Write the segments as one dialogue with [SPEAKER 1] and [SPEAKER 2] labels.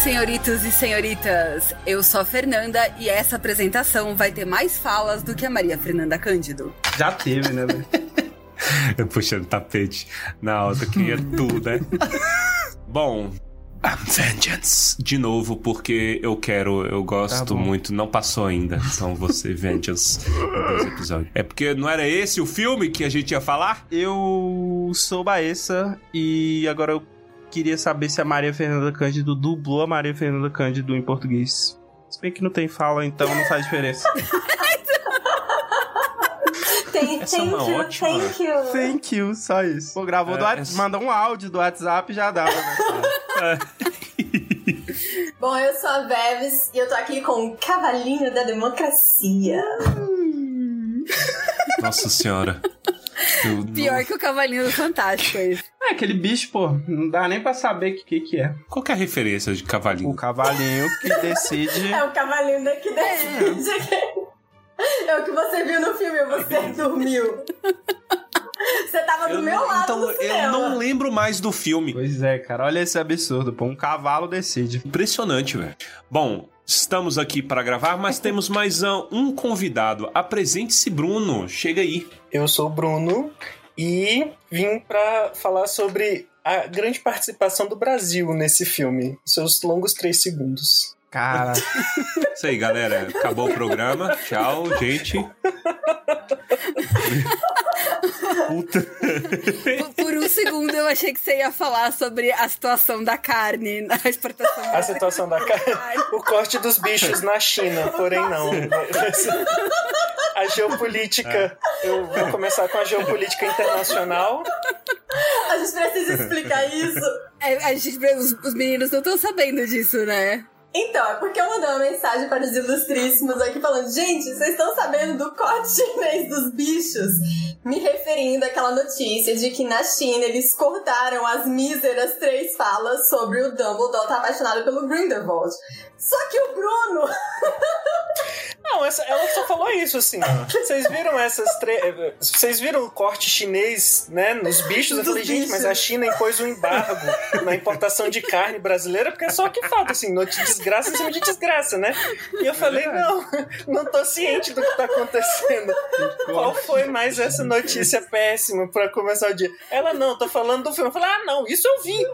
[SPEAKER 1] senhoritos e senhoritas, eu sou a Fernanda e essa apresentação vai ter mais falas do que a Maria Fernanda Cândido.
[SPEAKER 2] Já teve, né, velho?
[SPEAKER 3] Eu puxando tapete na outra, queria tudo, né? Bom, Vengeance. De novo, porque eu gosto muito. Não passou ainda, então você Vengeance em 2 episódios. É porque não era esse o filme que a gente ia falar?
[SPEAKER 2] Eu sou Baessa e agora eu queria saber se a Maria Fernanda Cândido dublou a Maria Fernanda Cândido em português. Se bem que não tem fala, então não faz diferença. Thank you, só isso. Pô, gravou manda um áudio do WhatsApp e já dá.
[SPEAKER 4] Bom, eu sou a Veves e eu tô aqui com o Cavalinho da Democracia.
[SPEAKER 3] Nossa senhora.
[SPEAKER 1] Pior que o Cavalinho do Fantástico, é isso.
[SPEAKER 2] É, aquele bicho, pô, não dá nem pra saber o que é.
[SPEAKER 3] Qual que é a referência de cavalinho?
[SPEAKER 2] O cavalinho que decide...
[SPEAKER 4] É o cavalinho que decide. É o que você viu no filme, você dormiu. Você tava do meu lado
[SPEAKER 3] então,
[SPEAKER 4] do cinema.
[SPEAKER 3] Eu não lembro mais do filme.
[SPEAKER 2] Pois é, cara, olha esse absurdo, pô, um cavalo decide.
[SPEAKER 3] Impressionante, velho. Bom, estamos aqui para gravar, mas temos mais um convidado. Apresente-se, Bruno. Chega aí.
[SPEAKER 5] Eu sou o Bruno e vim pra falar sobre a grande participação do Brasil nesse filme. Seus longos 3 segundos.
[SPEAKER 2] Cara.
[SPEAKER 3] Isso aí, galera. Acabou o programa. Tchau, gente. Puta.
[SPEAKER 1] Por um segundo eu achei que você ia falar sobre a situação da carne, na exportação da
[SPEAKER 5] A situação da carne. O corte dos bichos na China, porém não. A geopolítica. Eu vou começar com a geopolítica internacional.
[SPEAKER 4] A gente precisa explicar isso.
[SPEAKER 1] Os meninos não estão sabendo disso, né?
[SPEAKER 4] Então, é porque eu mandei uma mensagem para os ilustríssimos aqui falando: gente, vocês estão sabendo do corte chinês dos bichos? Me referindo àquela notícia de que na China eles cortaram as míseras 3 falas sobre o Dumbledore estar apaixonado pelo Grindelwald. Só que o Bruno...
[SPEAKER 5] Não, ela só falou isso, assim. Vocês viram Vocês viram o corte chinês, né, nos bichos? Eu falei, gente, mas a China impôs um embargo na importação de carne brasileira, porque é só o que falta, assim, desgraça em cima de desgraça, né? E eu falei, não tô ciente do que tá acontecendo. Qual foi mais essa notícia péssima pra começar o dia? Ela, não, tô falando do filme. Eu falei, não, isso eu vi.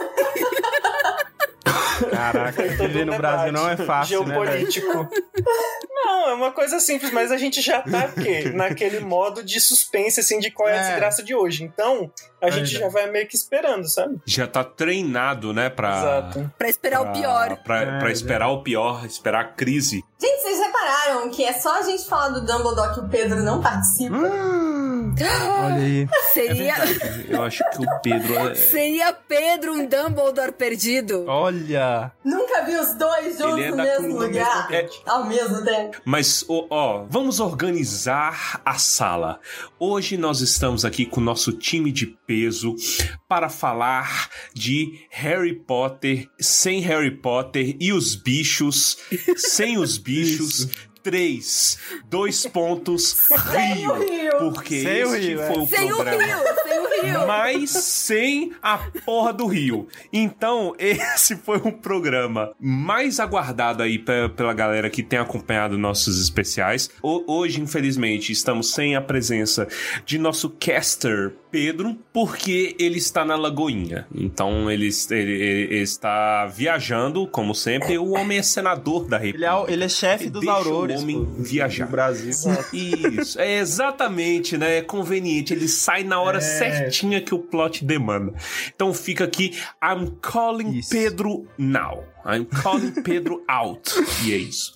[SPEAKER 2] Caraca, viver no Brasil não é fácil,
[SPEAKER 5] geopolítico.
[SPEAKER 2] Né,
[SPEAKER 5] não, é uma coisa simples, mas a gente já tá naquele modo de suspense, assim, de qual é a desgraça de hoje. Então, a gente já vai meio que esperando, sabe?
[SPEAKER 3] Já tá treinado, né,
[SPEAKER 4] Exato.
[SPEAKER 1] Pra esperar o pior.
[SPEAKER 3] Pra esperar o pior, esperar a crise.
[SPEAKER 4] Gente, vocês repararam que é só a gente falar do Dumbledore que o Pedro não participa?
[SPEAKER 2] Olha aí.
[SPEAKER 1] Seria...
[SPEAKER 3] Eu acho que o Pedro...
[SPEAKER 1] Seria Pedro um Dumbledore perdido?
[SPEAKER 2] Olha!
[SPEAKER 4] Nunca vi os dois juntos no mesmo lugar, ao mesmo tempo.
[SPEAKER 3] Mas, vamos organizar a sala. Hoje nós estamos aqui com o nosso time de peso para falar de Harry Potter, sem Harry Potter e os bichos, sem os bichos... 3, 2 pontos, Rio. Porque
[SPEAKER 5] sem
[SPEAKER 3] este foi o programa.
[SPEAKER 1] Sem o Rio.
[SPEAKER 3] Mas sem a porra do Rio. Então, esse foi um programa mais aguardado aí pela galera que tem acompanhado nossos especiais. Hoje, infelizmente, estamos sem a presença de nosso caster, Pedro, porque ele está na Lagoinha. Então, ele está viajando, como sempre. O homem é senador da República.
[SPEAKER 2] Ele é chefe dos aurores.
[SPEAKER 3] Homem viajar
[SPEAKER 2] no Brasil.
[SPEAKER 3] Isso, é exatamente, né? É conveniente. Ele sai na hora certinha que o plot demanda. Então fica aqui, I'm calling Pedro now. I'm calling Pedro out. E é isso.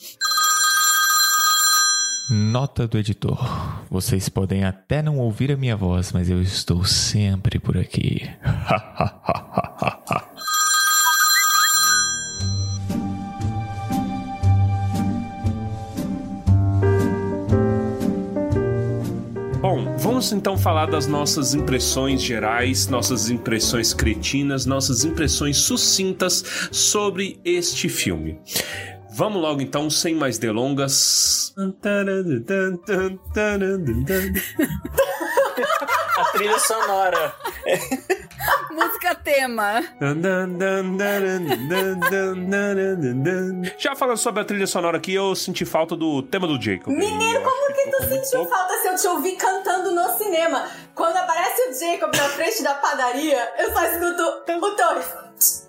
[SPEAKER 6] Nota do editor. Vocês podem até não ouvir a minha voz, mas eu estou sempre por aqui.
[SPEAKER 3] Bom, vamos então falar das nossas impressões gerais, nossas impressões cretinas, nossas impressões sucintas sobre este filme. Vamos logo então, sem mais delongas.
[SPEAKER 5] A trilha sonora.
[SPEAKER 1] Música tema.
[SPEAKER 3] Já falando sobre a trilha sonora aqui, eu senti falta do tema do Jacob.
[SPEAKER 4] Menino, como que tu sentiu falta se eu te ouvir cantando no cinema? Quando aparece o Jacob na frente da padaria, eu só escuto o Torres.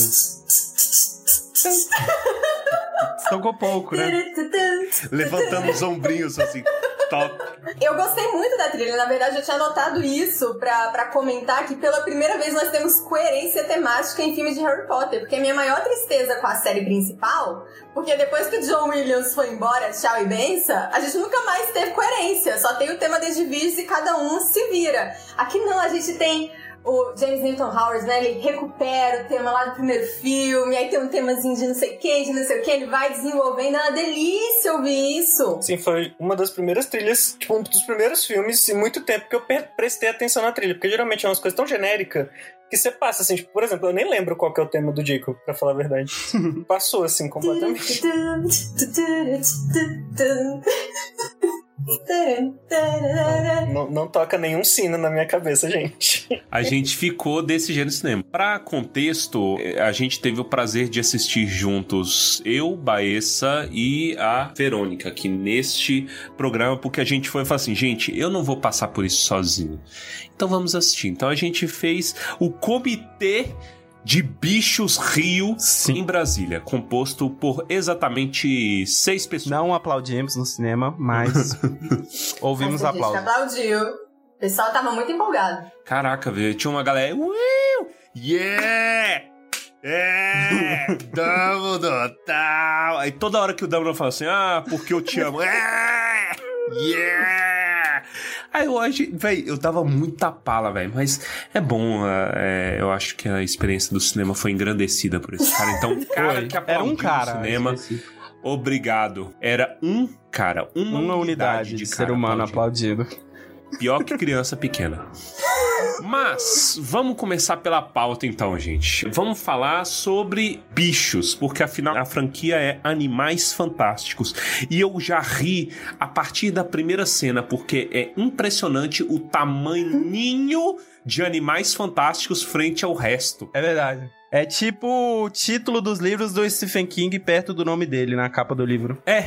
[SPEAKER 2] Tocou pouco, né?
[SPEAKER 3] Levantando os ombrinhos assim. Top.
[SPEAKER 4] Eu gostei muito da trilha, na verdade eu tinha notado isso pra comentar que pela primeira vez nós temos coerência temática em filmes de Harry Potter, porque a minha maior tristeza com a série principal, porque depois que o John Williams foi embora, tchau e benção, a gente nunca mais teve coerência, só tem o tema das divisões e cada um se vira. Aqui não, a gente tem o James Newton Howard, né, ele recupera o tema lá do primeiro filme, aí tem um temazinho de não sei quem, de não sei o que, ele vai desenvolvendo, é uma delícia ouvir isso.
[SPEAKER 5] Sim, foi uma das primeiras trilhas, tipo, um dos primeiros filmes em muito tempo que eu prestei atenção na trilha, porque geralmente é umas coisas tão genéricas que você passa, assim, tipo, por exemplo, eu nem lembro qual que é o tema do Jacob, pra falar a verdade. Passou, assim, completamente. Não toca nenhum sino na minha cabeça, gente.
[SPEAKER 3] A gente ficou desse jeito no cinema. Pra contexto, a gente teve o prazer de assistir juntos, eu, Baessa e a Verônica, aqui neste programa, porque a gente foi e falou assim, gente, eu não vou passar por isso sozinho. Então vamos assistir. Então a gente fez o Comitê de Bichos Rio em Brasília, composto por exatamente 6 pessoas.
[SPEAKER 2] Não aplaudimos no cinema, mas ouvimos aplausos.
[SPEAKER 4] A gente aplaudiu. O pessoal tava muito empolgado.
[SPEAKER 3] Caraca, velho, tinha uma galera... Yeah! É, Dumbledore, tal. Aí toda hora que o Dumbledore fala assim, porque eu te amo. Yeah! Aí hoje, velho, eu dava muita pala, velho, mas é bom, eu acho que a experiência do cinema foi engrandecida por esse cara. Então, cara que aplaudiu
[SPEAKER 2] era um cara,
[SPEAKER 3] no cinema, obrigado. Era um cara, uma unidade de
[SPEAKER 2] ser humano aplaudido.
[SPEAKER 3] Pior que criança pequena. Mas, vamos começar pela pauta então, gente. Vamos falar sobre bichos, porque afinal a franquia é Animais Fantásticos. E eu já ri a partir da primeira cena, porque é impressionante o tamanhinho de Animais Fantásticos frente ao resto.
[SPEAKER 2] É verdade. É tipo o título dos livros do Stephen King perto do nome dele na capa do livro.
[SPEAKER 3] É.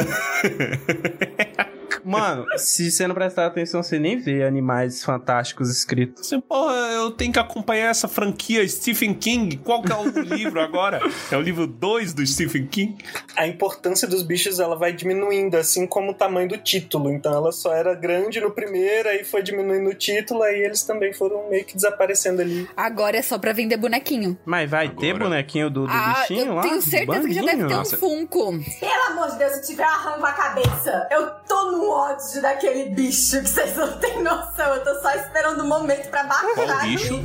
[SPEAKER 2] Mano, se você não prestar atenção, você nem vê Animais Fantásticos escritos.
[SPEAKER 3] Porra, eu tenho que acompanhar essa franquia Stephen King. Qual que é o livro agora? É o livro 2 do Stephen King?
[SPEAKER 5] A importância dos bichos, ela vai diminuindo, assim como o tamanho do título. Então ela só era grande no primeiro, aí foi diminuindo o título, aí eles também foram meio que desaparecendo ali.
[SPEAKER 1] Agora é só pra vender bonequinho.
[SPEAKER 2] Mas vai ter bonequinho do bichinho lá?
[SPEAKER 1] Eu tenho certeza que já deve ter um Funko.
[SPEAKER 4] Pelo amor de Deus, se tiver, eu arranco a cabeça. Eu tô no ódio daquele bicho que vocês não têm noção. Eu tô só esperando o momento pra baixar.
[SPEAKER 3] Qual bicho?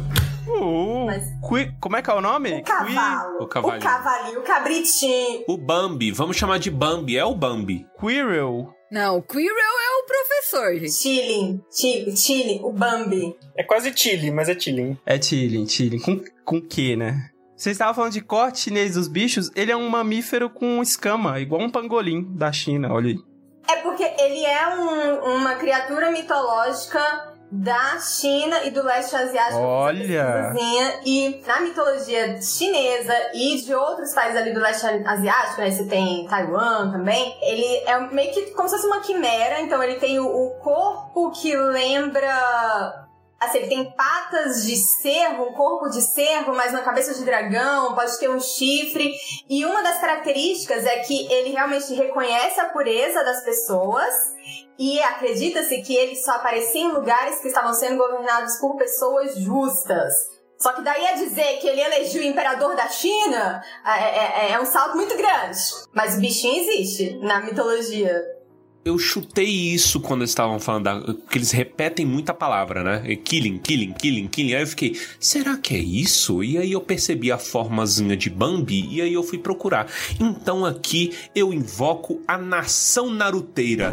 [SPEAKER 2] Como é que é o nome?
[SPEAKER 4] O cavalo.
[SPEAKER 3] O cavalinho.
[SPEAKER 4] O cavalinho, o cabritinho.
[SPEAKER 3] O Bambi. Vamos chamar de Bambi. É o Bambi.
[SPEAKER 2] Quirrell.
[SPEAKER 1] Não, o Quirrell é o professor, gente.
[SPEAKER 4] Chile, o Bambi.
[SPEAKER 5] É quase Chile, mas é Chilling.
[SPEAKER 2] É Chilling. Com que, né? Vocês estavam falando de corte chinês dos bichos? Ele é um mamífero com escama, igual um pangolim da China, olha aí.
[SPEAKER 4] É porque ele é uma criatura mitológica da China e do leste asiático.
[SPEAKER 2] Olha!
[SPEAKER 4] E na mitologia chinesa e de outros países ali do leste asiático, né? Você tem Taiwan também. Ele é meio que como se fosse uma quimera. Então ele tem o corpo que lembra... Assim, ele tem patas de cervo, um corpo de cervo, mas uma cabeça de dragão, pode ter um chifre. E uma das características é que ele realmente reconhece a pureza das pessoas e acredita-se que ele só aparecia em lugares que estavam sendo governados por pessoas justas. Só que daí a dizer que ele elegeu o imperador da China é um salto muito grande. Mas o bichinho existe na mitologia.
[SPEAKER 3] Eu chutei isso quando eles estavam falando, que eles repetem muita palavra, né? Killing. Aí eu fiquei, será que é isso? E aí eu percebi a formazinha de Bambi e aí eu fui procurar. Então aqui eu invoco a nação naruteira.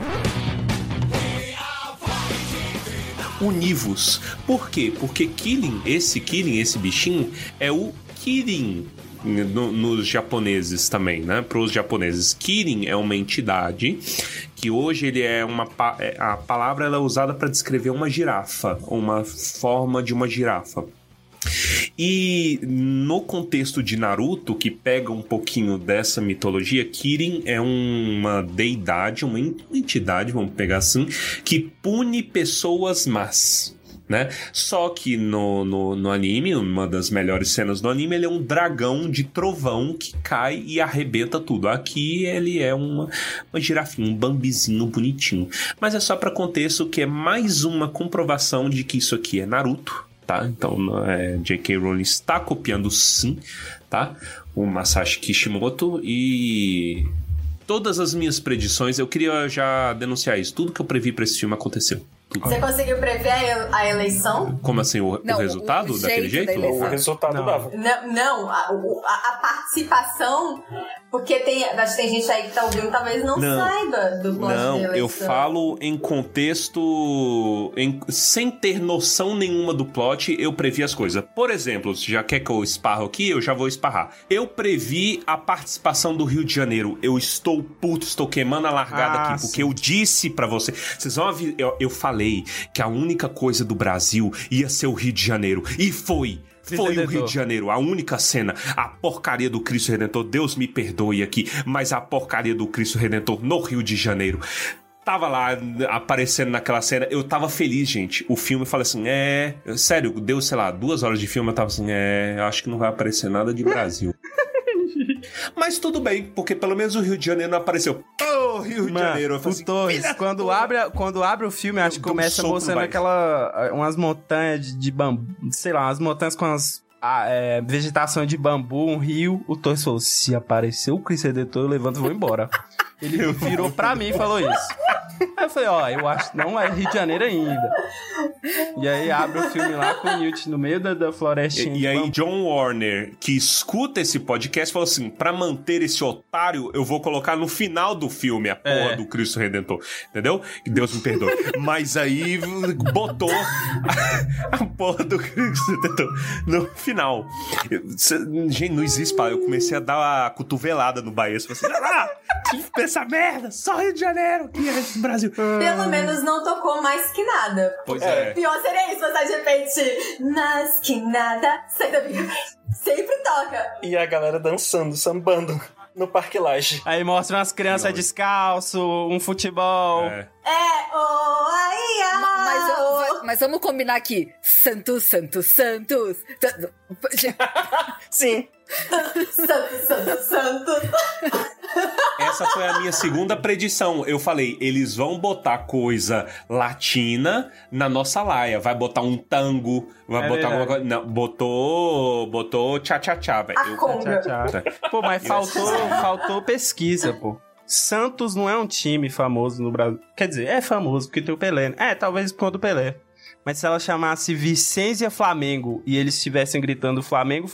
[SPEAKER 3] Univos. Por quê? Porque esse bichinho é o Kirin. Nos japoneses também, né? Para os japoneses, Kirin é uma entidade que hoje ele é a palavra ela é usada para descrever uma girafa, uma forma de uma girafa. E no contexto de Naruto, que pega um pouquinho dessa mitologia, Kirin é uma deidade, uma entidade, vamos pegar assim, que pune pessoas más, né? Só que no anime, uma das melhores cenas do anime, ele é um dragão de trovão que cai e arrebenta tudo. Aqui ele é uma girafinha, um bambizinho bonitinho. Mas é só para contexto que é mais uma comprovação de que isso aqui é Naruto. Tá? Então, J.K. Rowling está copiando sim, tá? O Masashi Kishimoto, e todas as minhas predições, eu queria já denunciar isso. Tudo que eu previ pra esse filme aconteceu.
[SPEAKER 4] Você conseguiu prever a eleição?
[SPEAKER 3] Como assim? O resultado daquele jeito?
[SPEAKER 5] O resultado dava.
[SPEAKER 4] Não, a participação, porque acho que tem gente aí que tá ouvindo, talvez não saiba do plot da eleição.
[SPEAKER 3] Não, eu falo em contexto, sem ter noção nenhuma do plot, eu previ as coisas. Por exemplo, se já quer que eu esparro aqui, eu já vou esparrar. Eu previ a participação do Rio de Janeiro. Eu estou puto, estou queimando a largada aqui, porque eu disse pra você. Vocês vão ouvir, eu falei que a única coisa do Brasil ia ser o Rio de Janeiro. E foi o Rio de Janeiro, a única cena. A porcaria do Cristo Redentor, Deus me perdoe aqui, mas a porcaria do Cristo Redentor no Rio de Janeiro. Tava lá aparecendo naquela cena, eu tava feliz, gente. O filme, eu falei assim, sério, deu, sei lá, 2 horas de filme, eu tava assim, acho que não vai aparecer nada de Brasil. Mas tudo bem, porque pelo menos o Rio de Janeiro não apareceu. Rio de Janeiro.
[SPEAKER 2] O Torres, quando abre o filme, acho que começa mostrando umas montanhas de bambu, sei lá, umas montanhas com vegetação de bambu, um rio. O Torres falou, se apareceu o Cristo Redentor, eu levanto e vou embora. Ele virou pra mim e falou isso. Aí eu falei, eu acho que não é Rio de Janeiro ainda. E aí abre o filme lá com o Newt no meio da florestinha.
[SPEAKER 3] E aí John Warner, que escuta esse podcast, falou assim, pra manter esse otário, eu vou colocar no final do filme a porra do Cristo Redentor. Entendeu? Que Deus me perdoe. Mas aí botou a porra do Cristo Redentor no final. Gente, não existe, pá. Eu comecei a dar a cotovelada no Baez. Falei assim, essa merda, só Rio de Janeiro, que é esse Brasil.
[SPEAKER 4] Pelo menos não tocou mais que nada.
[SPEAKER 3] Pois é.
[SPEAKER 4] Pior seria isso, mas de repente, mais que nada, sai da minha mente. Sempre toca.
[SPEAKER 5] E a galera dançando, sambando no Parque Lage.
[SPEAKER 2] Aí mostra umas crianças descalço, um futebol.
[SPEAKER 1] Mas vamos combinar aqui. Santos.
[SPEAKER 5] Sim.
[SPEAKER 4] Santos.
[SPEAKER 3] Essa foi a minha segunda predição. Eu falei, eles vão botar coisa latina na nossa laia. Vai botar um tango, vai botar alguma coisa. Não, botou tchá-tchá-tchá, velho.
[SPEAKER 2] Pô, mas faltou pesquisa, pô. Santos não é um time famoso no Brasil. Quer dizer, é famoso porque tem o Pelé. Talvez por conta do Pelé. Mas se ela chamasse Vicência Flamengo e eles estivessem gritando Flamengo,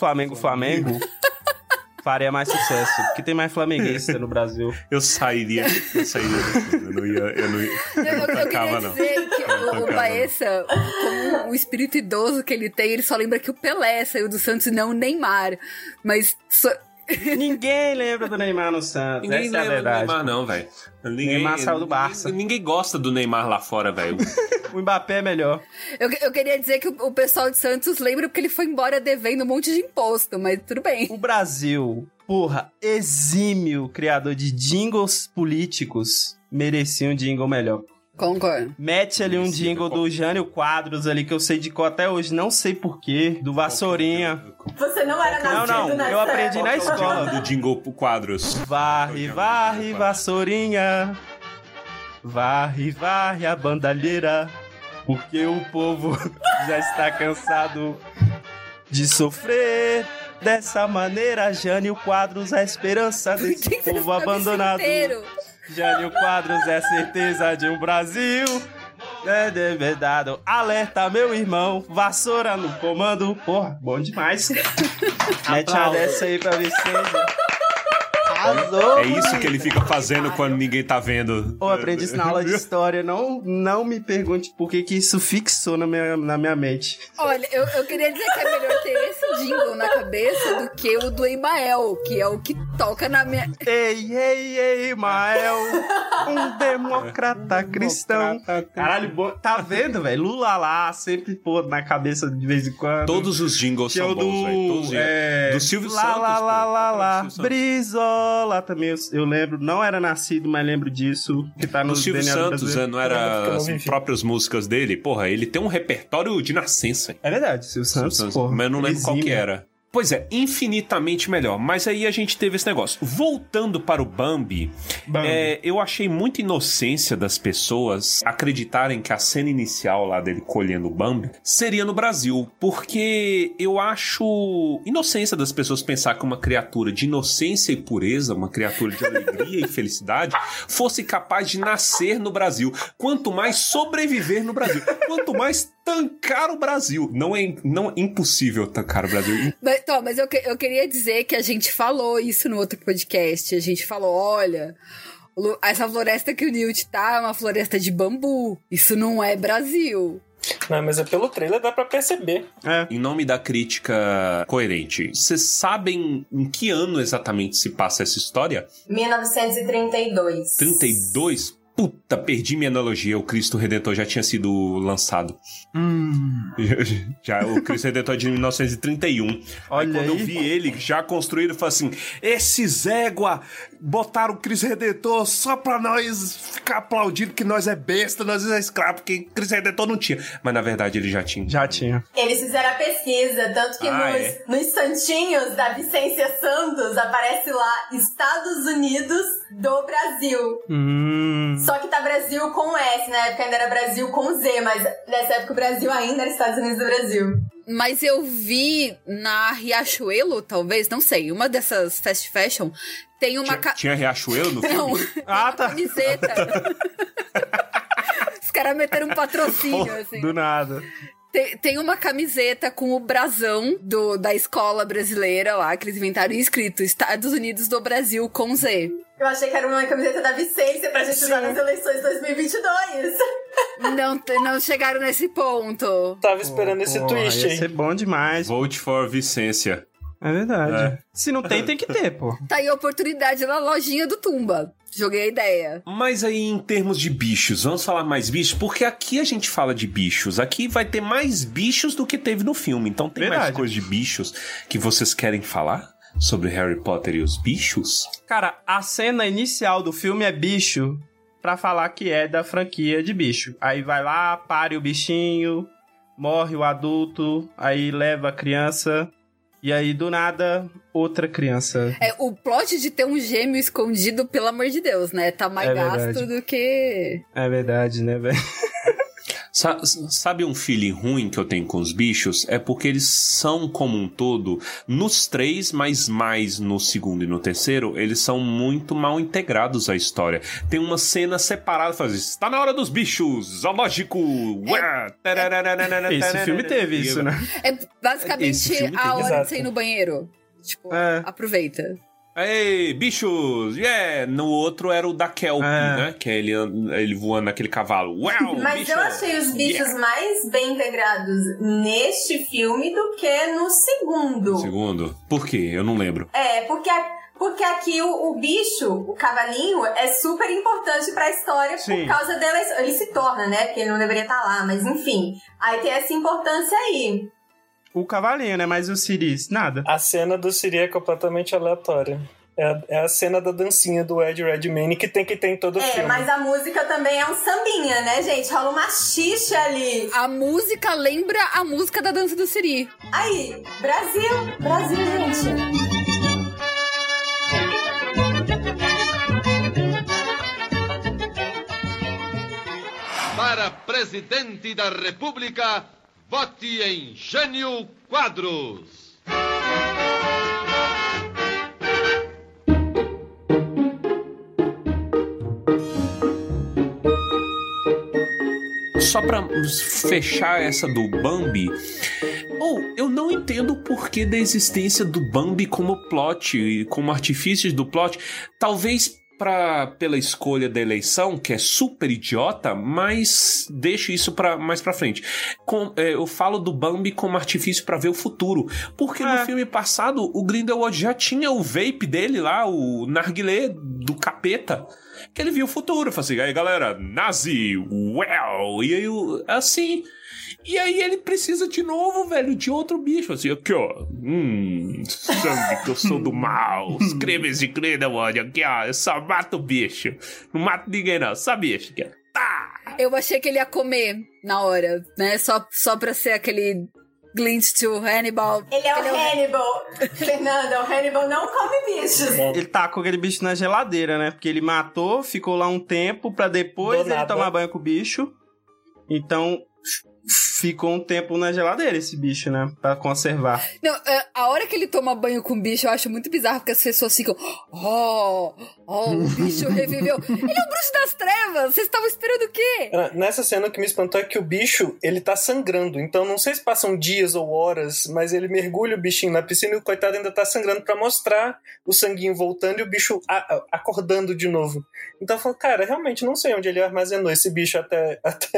[SPEAKER 2] faria mais sucesso. Porque tem mais flamenguista no Brasil.
[SPEAKER 3] Eu sairia. Eu não ia.
[SPEAKER 1] Eu queria dizer que o Baessa, como o espírito idoso que ele tem, ele só lembra que o Pelé saiu do Santos e não o Neymar. Mas...
[SPEAKER 2] Ninguém lembra do Neymar no Santos.
[SPEAKER 3] Ninguém
[SPEAKER 2] essa é a
[SPEAKER 3] lembra
[SPEAKER 2] verdade.
[SPEAKER 3] do Neymar, não, velho.
[SPEAKER 2] Neymar saiu do Barça.
[SPEAKER 3] Ninguém gosta do Neymar lá fora, velho.
[SPEAKER 2] O Mbappé é melhor.
[SPEAKER 1] Eu queria dizer que o pessoal de Santos lembra porque ele foi embora devendo um monte de imposto, mas tudo bem.
[SPEAKER 2] O Brasil, exímio criador de jingles políticos, merecia um jingle melhor.
[SPEAKER 1] Concordo.
[SPEAKER 2] Mete ali um jingle do Jânio Quadros ali, que eu sei de cor até hoje, não sei porquê, do Vassourinha.
[SPEAKER 4] Você não era nascido nessa
[SPEAKER 2] eu aprendi na escola.
[SPEAKER 3] Do jingle Quadros.
[SPEAKER 2] Varre, Vassourinha. Varre a bandalheira. Porque o povo já está cansado de sofrer dessa maneira. Jânio Quadros, a esperança desse povo abandonado. Jânio Quadros é certeza de um Brasil. É de verdade. Alerta, meu irmão. Vassoura no comando. Porra, bom demais. Mete uma dessa aí pra Vicência. Arrasou!
[SPEAKER 3] É isso que ele fica fazendo quando ninguém tá vendo.
[SPEAKER 2] Pô, aprendi isso na aula de história. Não me pergunte por que isso fixou na minha mente.
[SPEAKER 1] Olha, eu queria dizer que é melhor ter esse jingle na cabeça do que o do Emael, que é o que toca na minha...
[SPEAKER 2] Ei, Emael, um democrata cristão. Caralho, tá vendo, velho? Lula lá, sempre pô na cabeça de vez em quando.
[SPEAKER 3] Todos os jingles são bons, velho. Do Silvio Santos.
[SPEAKER 2] Lá, Brizola também, eu lembro. Não era nascido, mas lembro disso. Que tá no
[SPEAKER 3] Silvio Santos, não era as próprias músicas dele? Porra, ele tem um repertório de nascença.
[SPEAKER 2] É verdade, Silvio Santos, porra.
[SPEAKER 3] Mas eu não lembro qual que era. Pois é, infinitamente melhor. Mas aí a gente teve esse negócio. Voltando para o Bambi. Eu achei muita inocência das pessoas acreditarem que a cena inicial lá dele colhendo o Bambi seria no Brasil. Porque eu acho inocência das pessoas pensar que uma criatura de inocência e pureza, uma criatura de alegria e felicidade, fosse capaz de nascer no Brasil. Quanto mais sobreviver no Brasil. Quanto mais tancar o Brasil. Não é impossível tancar o Brasil.
[SPEAKER 1] Mas eu queria dizer que a gente falou isso no outro podcast. A gente falou, olha, essa floresta que o Newt tá é uma floresta de bambu. Isso não é Brasil.
[SPEAKER 5] Não, mas pelo trailer dá pra perceber.
[SPEAKER 3] Em nome da crítica coerente, vocês sabem em que ano exatamente se passa essa história?
[SPEAKER 4] 1932.
[SPEAKER 3] 32? Puta, perdi minha analogia. O Cristo Redentor já tinha sido lançado. Já, o Cristo Redentor é de 1931.
[SPEAKER 2] Olha
[SPEAKER 3] quando eu vi ele já construído, eu falei assim, esses égua botaram o Cristo Redentor só pra nós ficar aplaudindo que nós é besta, nós é escravo, porque Cristo Redentor não tinha. Mas na verdade ele já tinha.
[SPEAKER 2] Já tinha.
[SPEAKER 4] Eles fizeram a pesquisa, tanto que nos santinhos da Vicência Santos aparece lá Estados Unidos do Brasil. Só que tá Brasil com S, na época ainda era Brasil com Z, mas nessa época o Brasil ainda era Estados Unidos do Brasil.
[SPEAKER 1] Mas eu vi na Riachuelo, talvez, não sei, uma dessas fast fashion, tem uma...
[SPEAKER 3] Tinha Riachuelo no filme?
[SPEAKER 1] Não, uma camiseta. Os caras meteram um patrocínio, assim.
[SPEAKER 2] Do nada.
[SPEAKER 1] Tem uma camiseta com o brasão da escola brasileira lá, que eles inventaram, escrito Estados Unidos do Brasil com Z.
[SPEAKER 4] Eu achei que era uma camiseta da Vicência pra gente usar nas eleições 2022.
[SPEAKER 1] Não chegaram nesse ponto.
[SPEAKER 5] Tava esperando esse twist aí.
[SPEAKER 2] Ia ser bom demais.
[SPEAKER 3] Vote for Vicência.
[SPEAKER 2] É verdade. Se não tem que ter, pô.
[SPEAKER 1] Tá aí a oportunidade na lojinha do Tumba. Joguei a ideia.
[SPEAKER 3] Mas aí, em termos de bichos, vamos falar mais bichos? Porque aqui a gente fala de bichos. Aqui vai ter mais bichos do que teve no filme. Então tem mais coisa de bichos que vocês querem falar sobre Harry Potter e os bichos?
[SPEAKER 2] Cara, a cena inicial do filme é bicho pra falar que é da franquia de bicho. Aí vai lá, pare o bichinho, morre o adulto, aí leva a criança... E aí, do nada, outra criança.
[SPEAKER 1] O plot de ter um gêmeo escondido, pelo amor de Deus, né? Tá mais gasto do que...
[SPEAKER 2] É verdade, né, velho?
[SPEAKER 3] Sabe um feeling ruim que eu tenho com os bichos? É porque eles são, como um todo, nos 3, mas mais no segundo e no terceiro, eles são muito mal integrados à história. Tem uma cena separada, faz isso. Tá na hora dos bichos, zoológico!
[SPEAKER 2] Esse filme teve isso, né?
[SPEAKER 1] É basicamente a hora de você ir no banheiro. Tipo, aproveita.
[SPEAKER 3] Ei, bichos! Yeah! No outro era o da Kelp, né? Que é ele voando naquele cavalo. Uau,
[SPEAKER 4] mas
[SPEAKER 3] bicho!
[SPEAKER 4] Eu achei os bichos mais bem integrados neste filme do que no segundo.
[SPEAKER 3] Segundo? Por quê? Eu não lembro.
[SPEAKER 4] Porque aqui o bicho, o cavalinho, é super importante pra história. Sim. Por causa dela. Ele se torna, né? Porque ele não deveria estar lá, mas enfim. Aí tem essa importância aí.
[SPEAKER 2] O cavalinho, né? Mas o Siri, nada.
[SPEAKER 5] A cena do Siri é completamente aleatória. É a cena da dancinha do Ed Redmayne que tem em todo o filme.
[SPEAKER 4] Mas a música também é um sambinha, né, gente? Rola uma xixa ali.
[SPEAKER 1] A música lembra a música da dança do Siri.
[SPEAKER 4] Aí, Brasil, gente.
[SPEAKER 7] Para presidente da República, vote em Jânio Quadros.
[SPEAKER 3] só pra fechar essa do Bambi, eu não entendo o porquê da existência do Bambi como plot, como artifícios do plot. Talvez pela escolha da eleição, que é super idiota, mas deixo isso mais pra frente. Eu falo do Bambi como artifício pra ver o futuro. Porque no filme passado, o Grindelwald já tinha o vape dele lá, o narguilé do capeta, que ele viu o futuro. Falei assim, aí galera, nazi, well, e aí assim... E aí ele precisa de novo, velho, de outro bicho, assim, aqui, ó. Sangue que eu sou do mal. Os cremes de Grindelwald, aqui, ó. Eu só mato bicho. Não mato ninguém, não. Só bicho, aqui, ó. Tá!
[SPEAKER 1] Eu achei que ele ia comer na hora, né? Só pra ser aquele glint to Hannibal.
[SPEAKER 4] Ele é o Hannibal. Fernanda, o Hannibal não come bichos.
[SPEAKER 2] Ele tá com aquele bicho na geladeira, né? Porque ele matou, ficou lá um tempo pra depois ele tomar banho com o bicho. Então... ficou um tempo na geladeira esse bicho, né? Pra conservar.
[SPEAKER 1] Não, a hora que ele toma banho com o bicho, eu acho muito bizarro, porque as pessoas ficam... o bicho reviveu. Ele é o bruxo das trevas! Vocês estavam esperando o quê?
[SPEAKER 5] Nessa cena, o que me espantou é que o bicho, ele tá sangrando. Então, não sei se passam dias ou horas, mas ele mergulha o bichinho na piscina e o coitado ainda tá sangrando pra mostrar o sanguinho voltando e o bicho acordando de novo. Então, eu falo, cara, realmente não sei onde ele armazenou esse bicho até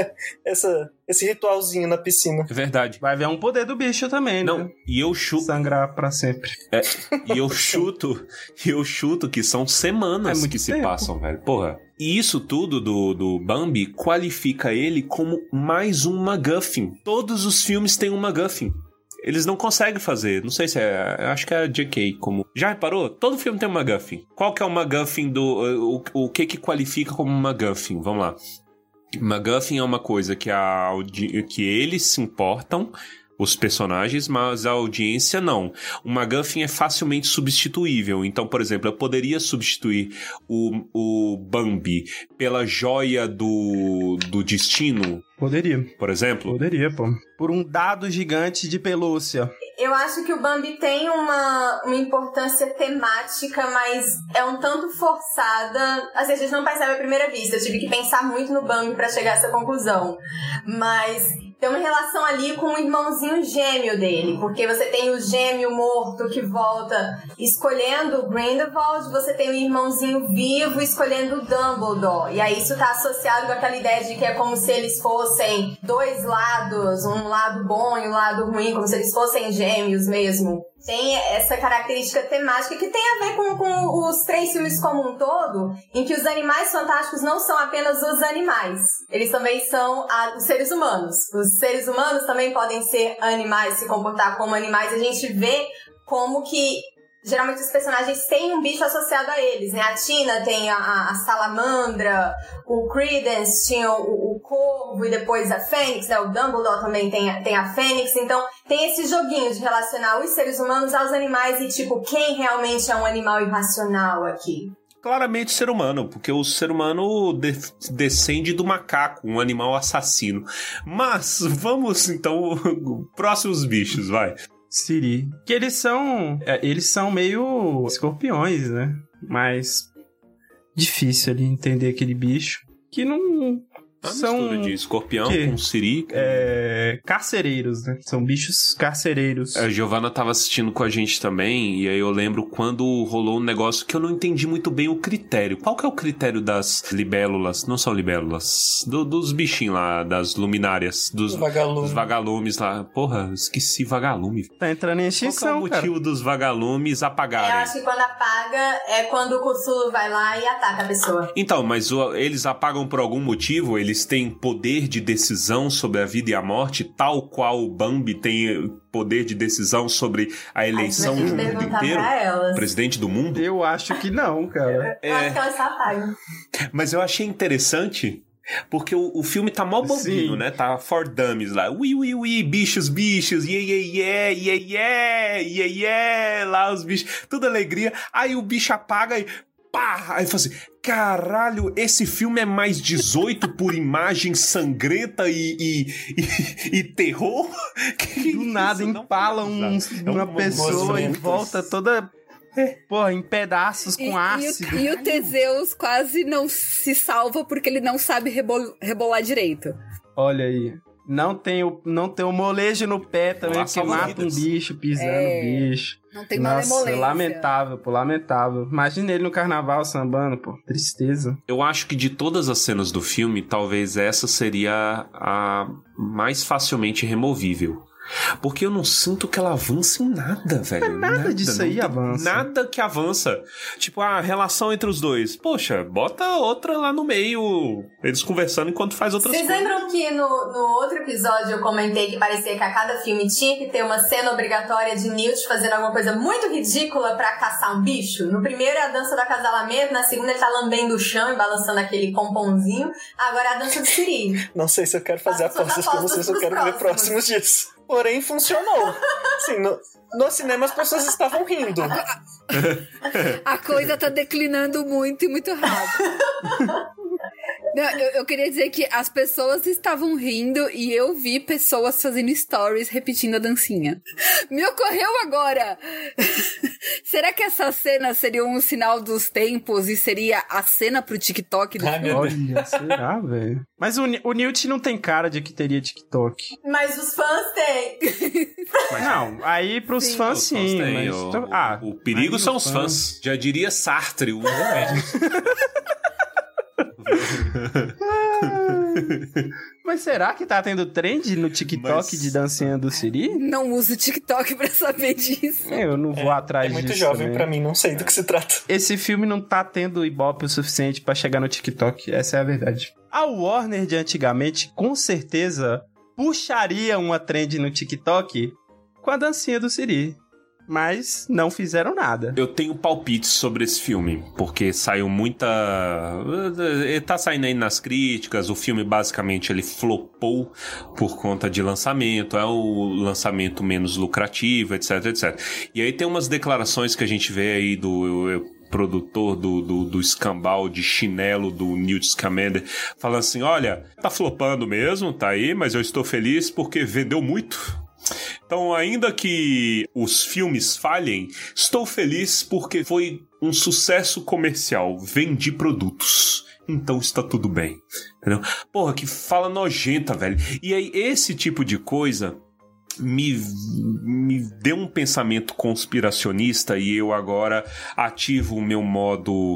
[SPEAKER 5] esse ritualzinho na piscina.
[SPEAKER 3] É verdade.
[SPEAKER 2] Vai ver um poder do bicho também,
[SPEAKER 3] não,
[SPEAKER 2] né?
[SPEAKER 3] E eu chuto...
[SPEAKER 2] sangrar pra sempre.
[SPEAKER 3] E eu chuto que são semanas que se passam, velho. Porra. E isso tudo do Bambi qualifica ele como mais um MacGuffin. Todos os filmes têm um MacGuffin. Eles não conseguem fazer. Não sei se acho que é a JK como... Já reparou? Todo filme tem um MacGuffin. Qual que é o MacGuffin o que qualifica como um MacGuffin? Vamos lá. MacGuffin é uma coisa que eles se importam, os personagens, mas a audiência não. O MacGuffin é facilmente substituível. Então, por exemplo, eu poderia substituir o Bambi pela joia do destino.
[SPEAKER 2] Poderia.
[SPEAKER 3] Por exemplo?
[SPEAKER 2] Poderia, pô. Por um dado gigante de pelúcia.
[SPEAKER 4] Eu acho que o Bambi tem uma importância temática, mas é um tanto forçada. Assim, a gente não percebe à primeira vista. Eu tive que pensar muito no Bambi pra chegar a essa conclusão. Mas tem uma relação ali com o irmãozinho gêmeo dele, porque você tem o gêmeo morto que volta escolhendo o Grindelwald, você tem o irmãozinho vivo escolhendo o Dumbledore. E aí isso tá associado com aquela ideia de que é como se eles fossem dois lados, um lado bom e um lado ruim, como se eles fossem gêmeos mesmo. Tem essa característica temática que tem a ver com os 3 filmes como um todo, em que os animais fantásticos não são apenas os animais. Eles também são os seres humanos. Os seres humanos também podem ser animais, se comportar como animais. A gente vê como que geralmente os personagens têm um bicho associado a eles, né? A Tina tem a salamandra, o Credence tinha o corvo e depois a Fênix, né? O Dumbledore também tem a Fênix. Então tem esse joguinho de relacionar os seres humanos aos animais e tipo, quem realmente é um animal irracional aqui?
[SPEAKER 3] Claramente ser humano, porque o ser humano descende do macaco, um animal assassino. Mas vamos então, próximos bichos, vai.
[SPEAKER 2] Siri. Que eles são meio escorpiões, né? Mas difícil ali entender aquele bicho. Que não são...
[SPEAKER 3] mistura de escorpião com siri.
[SPEAKER 2] Carcereiros, né? São bichos carcereiros.
[SPEAKER 3] A Giovanna tava assistindo com a gente também, e aí eu lembro quando rolou um negócio que eu não entendi muito bem o critério. Qual que é o critério das libélulas? Não são libélulas. Dos bichinhos lá, das luminárias. Dos vagalumes lá. Porra, esqueci vagalume.
[SPEAKER 2] Tá entrando em extinção,
[SPEAKER 3] qual que é o motivo dos vagalumes apagarem?
[SPEAKER 4] Eu acho que quando apaga é quando o Cthulhu vai lá e ataca a pessoa.
[SPEAKER 3] Então, mas eles apagam por algum motivo? Eles têm poder de decisão sobre a vida e a morte, tal qual o Bambi tem poder de decisão sobre a eleição de um mundo inteiro? Presidente do mundo?
[SPEAKER 2] Eu acho que não, cara.
[SPEAKER 4] Eu acho que elas só apagam.
[SPEAKER 3] Mas eu achei interessante... Porque o filme tá mó bobinho, né? Tá for dummies lá. Ui, bichos, yeah, lá os bichos, tudo alegria. Aí o bicho apaga e pá! Aí fala assim, caralho, esse filme é mais 18 por imagem sangrenta e terror?
[SPEAKER 2] Do nada empala uma pessoa e volta toda... Porra, em pedaços com ácido.
[SPEAKER 1] E o Teseus quase não se salva porque ele não sabe rebolar direito.
[SPEAKER 2] Olha aí. Não tem o molejo no pé também,
[SPEAKER 3] Lá
[SPEAKER 2] porque
[SPEAKER 3] salva
[SPEAKER 2] mata um
[SPEAKER 3] vidas.
[SPEAKER 2] bicho, pisando no bicho.
[SPEAKER 1] Não tem
[SPEAKER 2] Nossa,
[SPEAKER 1] malemolência.
[SPEAKER 2] lamentável, pô, lamentável. Imagina ele no carnaval sambando, pô. Tristeza.
[SPEAKER 3] Eu acho que de todas as cenas do filme, talvez essa seria a mais facilmente removível. Porque eu não sinto que ela avança em nada, velho.
[SPEAKER 2] Nada disso
[SPEAKER 3] não
[SPEAKER 2] aí
[SPEAKER 3] tem
[SPEAKER 2] avança.
[SPEAKER 3] Nada que avança. Tipo, a relação entre os dois. Poxa, bota outra lá no meio. Eles conversando enquanto faz outras
[SPEAKER 4] Vocês
[SPEAKER 3] coisas.
[SPEAKER 4] lembram que no outro episódio eu comentei que parecia que a cada filme tinha que ter uma cena obrigatória de Newt fazendo alguma coisa muito ridícula pra caçar um bicho? No primeiro é a dança do acasalamento, na segunda ele tá lambendo o chão e balançando aquele pomponzinho. Agora é a dança do siri.
[SPEAKER 5] Não sei se eu quero fazer
[SPEAKER 4] Faça suas
[SPEAKER 5] apostas com vocês, eu
[SPEAKER 4] apostas
[SPEAKER 5] quero ver
[SPEAKER 4] pros
[SPEAKER 5] próximos disso. Porém, funcionou. Sim, no cinema as pessoas estavam rindo.
[SPEAKER 1] A coisa tá declinando muito e muito rápido. Não, eu queria dizer que as pessoas estavam rindo e eu vi pessoas fazendo stories repetindo a dancinha. Me ocorreu agora! Será que essa cena seria um sinal dos tempos e seria a cena pro TikTok do
[SPEAKER 5] Ai,
[SPEAKER 1] filme?
[SPEAKER 5] meu Deus.
[SPEAKER 2] Olha, será, velho? Mas o Newt não tem cara de que teria TikTok.
[SPEAKER 4] Mas os fãs têm.
[SPEAKER 2] Não, aí pros
[SPEAKER 1] Sim.
[SPEAKER 2] fãs
[SPEAKER 3] Os fãs
[SPEAKER 2] sim,
[SPEAKER 3] têm,
[SPEAKER 2] mas...
[SPEAKER 3] o perigo
[SPEAKER 2] aí
[SPEAKER 3] são
[SPEAKER 2] os
[SPEAKER 3] os fãs. Já diria Sartre, o remédio.
[SPEAKER 2] Mas será que tá tendo trend no TikTok
[SPEAKER 3] Mas-
[SPEAKER 2] de dancinha do Siri?
[SPEAKER 1] Não uso o TikTok pra saber disso.
[SPEAKER 2] Eu não vou atrás
[SPEAKER 5] É
[SPEAKER 2] disso.
[SPEAKER 5] muito jovem
[SPEAKER 2] também.
[SPEAKER 5] pra mim, não sei do que se trata.
[SPEAKER 2] Esse filme não tá tendo ibope o suficiente pra chegar no TikTok. Essa é a verdade. A Warner de antigamente, com certeza, puxaria uma trend no TikTok com a dancinha do Siri. Mas não fizeram nada.
[SPEAKER 3] Eu tenho palpites sobre esse filme, porque saiu muita... Ele tá saindo aí nas críticas, o filme basicamente ele flopou por conta de lançamento, é o lançamento menos lucrativo, etc, etc. E aí tem umas declarações que a gente vê aí do produtor do escambau de chinelo do Newt Scamander, falando assim, olha, tá flopando mesmo, tá aí, mas eu estou feliz porque vendeu muito. Então, ainda que os filmes falhem, estou feliz porque foi um sucesso comercial. Vendi produtos. Então está tudo bem. Entendeu? Porra, que fala nojenta, velho. E aí, esse tipo de coisa me deu um pensamento conspiracionista e eu agora ativo o meu modo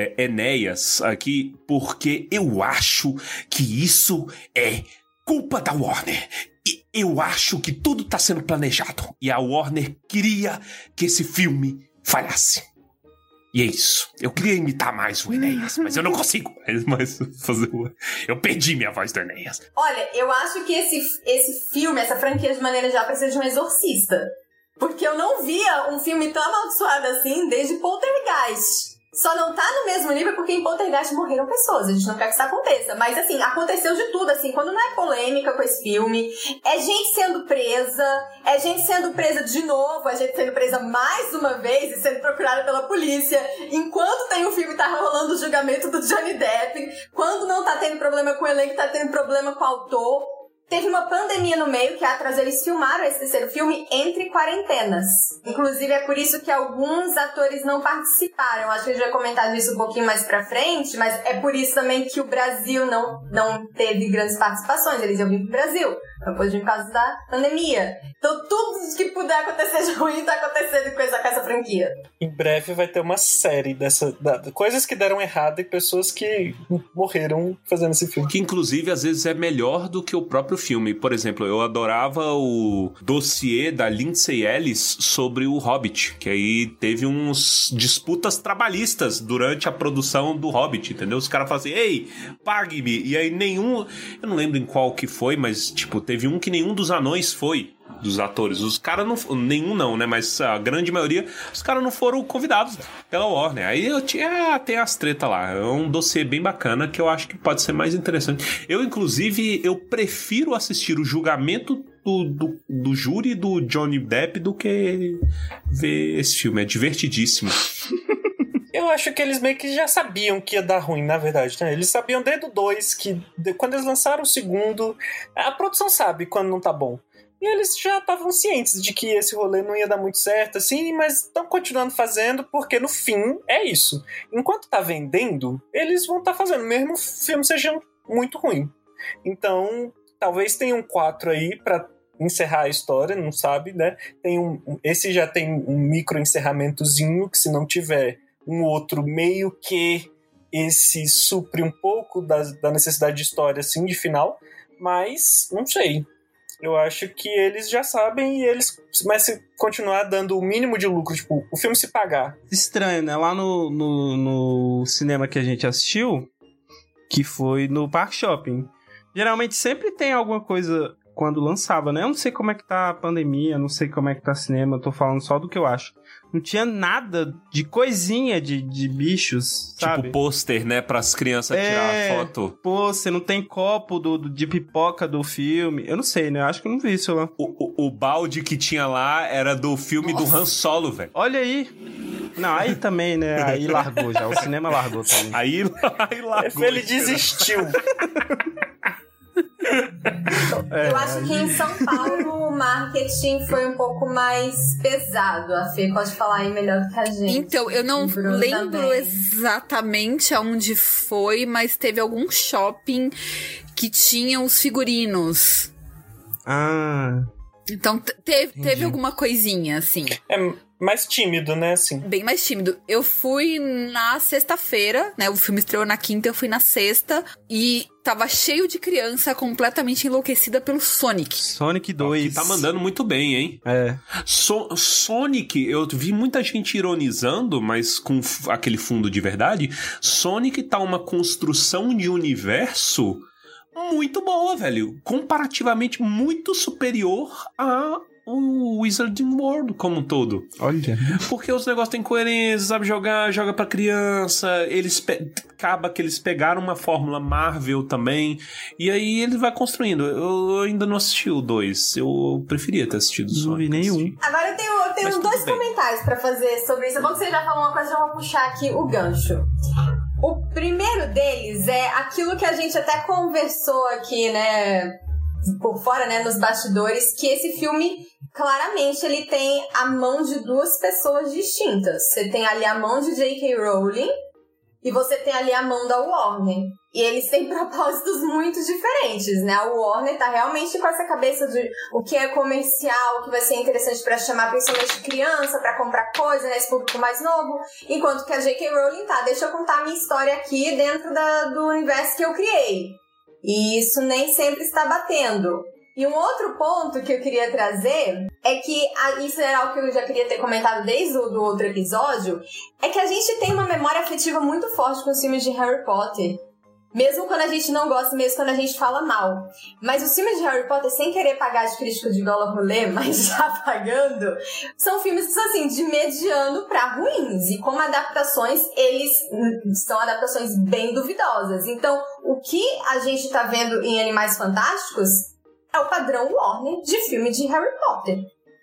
[SPEAKER 3] Enéas aqui, porque eu acho que isso é culpa da Warner. Eu acho que tudo tá sendo planejado. E a Warner queria que esse filme falhasse. E é isso. Eu queria imitar mais o Enéas, mas eu não consigo mais fazer eu perdi minha voz do Enéas.
[SPEAKER 4] Olha, eu acho que esse filme, essa franquia de maneira geral, precisa de um exorcista. Porque eu não via um filme tão amaldiçoado assim desde Poltergeist. Só não tá no mesmo nível porque em Poltergeist morreram pessoas. A gente não quer que isso aconteça. Mas, assim, aconteceu de tudo, assim. Quando não é polêmica com esse filme, é gente sendo presa, é gente sendo presa de novo, é gente sendo presa mais uma vez e sendo procurada pela polícia. Enquanto tem um filme tá rolando o julgamento do Johnny Depp. Quando não tá tendo problema com o elenco, tá tendo problema com o autor. Teve uma pandemia no meio, que atrás eles filmaram esse terceiro filme entre quarentenas. Inclusive, é por isso que alguns atores não participaram. Acho que a gente vai comentar disso um pouquinho mais pra frente, mas é por isso também que o Brasil não teve grandes participações. Eles iam vir pro Brasil, depois de por causa da pandemia. Então, tudo que puder acontecer de ruim tá acontecendo com essa franquia.
[SPEAKER 5] Em breve vai ter uma série coisas que deram errado e pessoas que morreram fazendo esse filme.
[SPEAKER 3] Que, inclusive, às vezes é melhor do que o próprio filme. Por exemplo, eu adorava o dossiê da Lindsay Ellis sobre o Hobbit, que aí teve uns disputas trabalhistas durante a produção do Hobbit, entendeu? Os caras falam assim, ei, pague-me. E aí nenhum... Eu não lembro em qual que foi, mas, tipo, teve um que nenhum dos anões foi. Dos atores, os caras não... Nenhum não, né? Mas a grande maioria, os caras não foram convidados pela Warner. Aí tem as tretas lá. É um dossiê bem bacana que eu acho que pode ser mais interessante. Eu, inclusive, eu prefiro assistir o julgamento do júri do Johnny Depp do que ver esse filme. É divertidíssimo.
[SPEAKER 5] Eu acho que eles meio que já sabiam que ia dar ruim, na verdade, né? Eles sabiam desde o 2 que quando eles lançaram o segundo, a produção sabe quando não tá bom. E eles já estavam cientes de que esse rolê não ia dar muito certo, assim, mas estão continuando fazendo porque, no fim, é isso. Enquanto tá vendendo, eles vão estar fazendo, mesmo o filme seja muito ruim. Então, talvez tenha um 4 aí pra encerrar a história, não sabe, né? Esse já tem um micro encerramentozinho, que se não tiver um outro meio que esse supre um pouco da necessidade de história, assim, de final, mas não sei. Eu acho que eles já sabem e mas se continuar dando o mínimo de lucro, tipo, o filme se pagar.
[SPEAKER 2] Estranho, né? Lá no cinema que a gente assistiu, que foi no Park Shopping, geralmente sempre tem alguma coisa quando lançava, né? Eu não sei como é que tá a pandemia, não sei como é que tá o cinema, eu tô falando só do que eu acho. Não tinha nada de coisinha de bichos, sabe?
[SPEAKER 3] Tipo pôster, né? Pras crianças tirar foto.
[SPEAKER 2] Pôster, não tem copo de pipoca do filme. Eu não sei, né? Eu acho que eu não vi isso lá.
[SPEAKER 3] O balde que tinha lá era do filme do Han Solo, velho.
[SPEAKER 2] Olha aí. Não, aí também, né? Aí largou já. O cinema largou também.
[SPEAKER 3] Aí largou.
[SPEAKER 5] Ele desistiu.
[SPEAKER 4] Eu acho que em São Paulo o marketing foi um pouco mais pesado. A Fê pode falar aí melhor do que a gente.
[SPEAKER 1] Então, eu não lembro exatamente aonde foi, mas teve algum shopping que tinha os figurinos.
[SPEAKER 2] Ah.
[SPEAKER 1] Então, teve alguma coisinha, assim.
[SPEAKER 5] É mais tímido, né, assim.
[SPEAKER 1] Bem mais tímido. Eu fui na sexta-feira, né? O filme estreou na quinta, eu fui na sexta. E tava cheio de criança completamente enlouquecida pelo Sonic.
[SPEAKER 2] Sonic 2.
[SPEAKER 3] Que tá mandando muito bem, hein?
[SPEAKER 2] É.
[SPEAKER 3] Sonic, eu vi muita gente ironizando, mas com aquele fundo de verdade. Sonic tá uma construção de universo muito boa, velho. Comparativamente muito superior a o Wizarding World como um todo.
[SPEAKER 2] Olha.
[SPEAKER 3] Porque os negócios têm coerência, sabe joga pra criança, acaba que eles pegaram uma fórmula Marvel também, e aí ele vai construindo. Eu ainda não assisti o 2, eu preferia ter assistido o Sonic.
[SPEAKER 2] Não vi nenhum.
[SPEAKER 4] Agora eu tenho dois comentários pra fazer sobre isso. É bom que você já falou uma coisa, já vou puxar aqui o gancho. O primeiro deles é aquilo que a gente até conversou aqui, né, por fora, né, nos bastidores, que esse filme, claramente, ele tem a mão de duas pessoas distintas. Você tem ali a mão de J.K. Rowling e você tem ali a mão da Warner. E eles têm propósitos muito diferentes, né? A Warner tá realmente com essa cabeça de o que é comercial, o que vai ser interessante pra chamar principalmente criança, pra comprar coisa, né? Esse público mais novo. Enquanto que a J.K. Rowling deixa eu contar a minha história aqui dentro do universo que eu criei. E isso nem sempre está batendo. E um outro ponto que eu queria trazer é que, isso era algo que eu já queria ter comentado desde o outro episódio, é que a gente tem uma memória afetiva muito forte com os filmes de Harry Potter. Mesmo quando a gente não gosta, mesmo quando a gente fala mal. Mas os filmes de Harry Potter, sem querer pagar de crítico de Gola Rolê, mas já pagando, são filmes que são assim, de mediano pra ruins. E como adaptações, eles são adaptações bem duvidosas. Então, o que a gente tá vendo em Animais Fantásticos é o padrão Warner de filme de Harry Potter.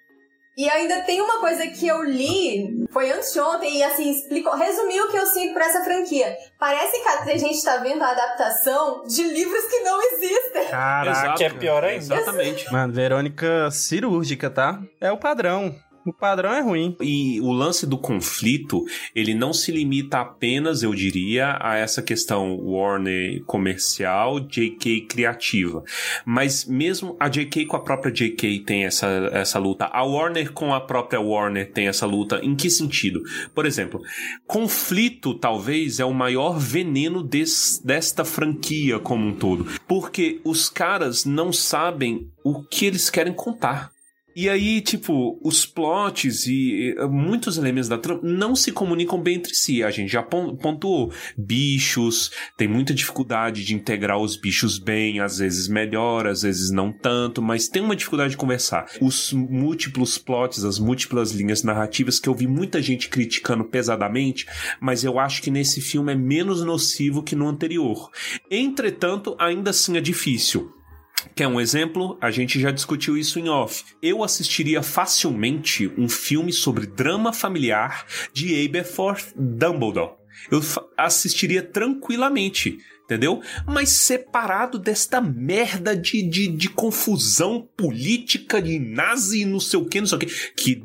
[SPEAKER 4] E ainda tem uma coisa que eu li, foi anteontem, e assim, resumiu o que eu sinto por essa franquia. Parece que a gente tá vendo a adaptação de livros que não existem.
[SPEAKER 2] Caraca.
[SPEAKER 5] Exato, que é pior ainda.
[SPEAKER 3] Exatamente.
[SPEAKER 2] Mano, Verônica cirúrgica, tá? É o padrão. O padrão é ruim.
[SPEAKER 3] E o lance do conflito, ele não se limita apenas, eu diria, a essa questão Warner comercial, JK criativa. Mas mesmo a JK com a própria JK tem essa luta. A Warner com a própria Warner tem essa luta. Em que sentido? Por exemplo, conflito talvez é o maior veneno desta franquia como um todo. Porque os caras não sabem o que eles querem contar. E aí, tipo, os plots e muitos elementos da trama não se comunicam bem entre si. A gente já pontuou. Bichos, tem muita dificuldade de integrar os bichos bem, às vezes melhor, às vezes não tanto, mas tem uma dificuldade de conversar. Os múltiplos plots, as múltiplas linhas narrativas que eu vi muita gente criticando pesadamente, mas eu acho que nesse filme é menos nocivo que no anterior. Entretanto, ainda assim é difícil. Quer um exemplo? A gente já discutiu isso em off. Eu assistiria facilmente um filme sobre drama familiar de Aberforth Dumbledore. Eu assistiria tranquilamente, entendeu? Mas separado desta merda de confusão política, de nazi e não sei o que, que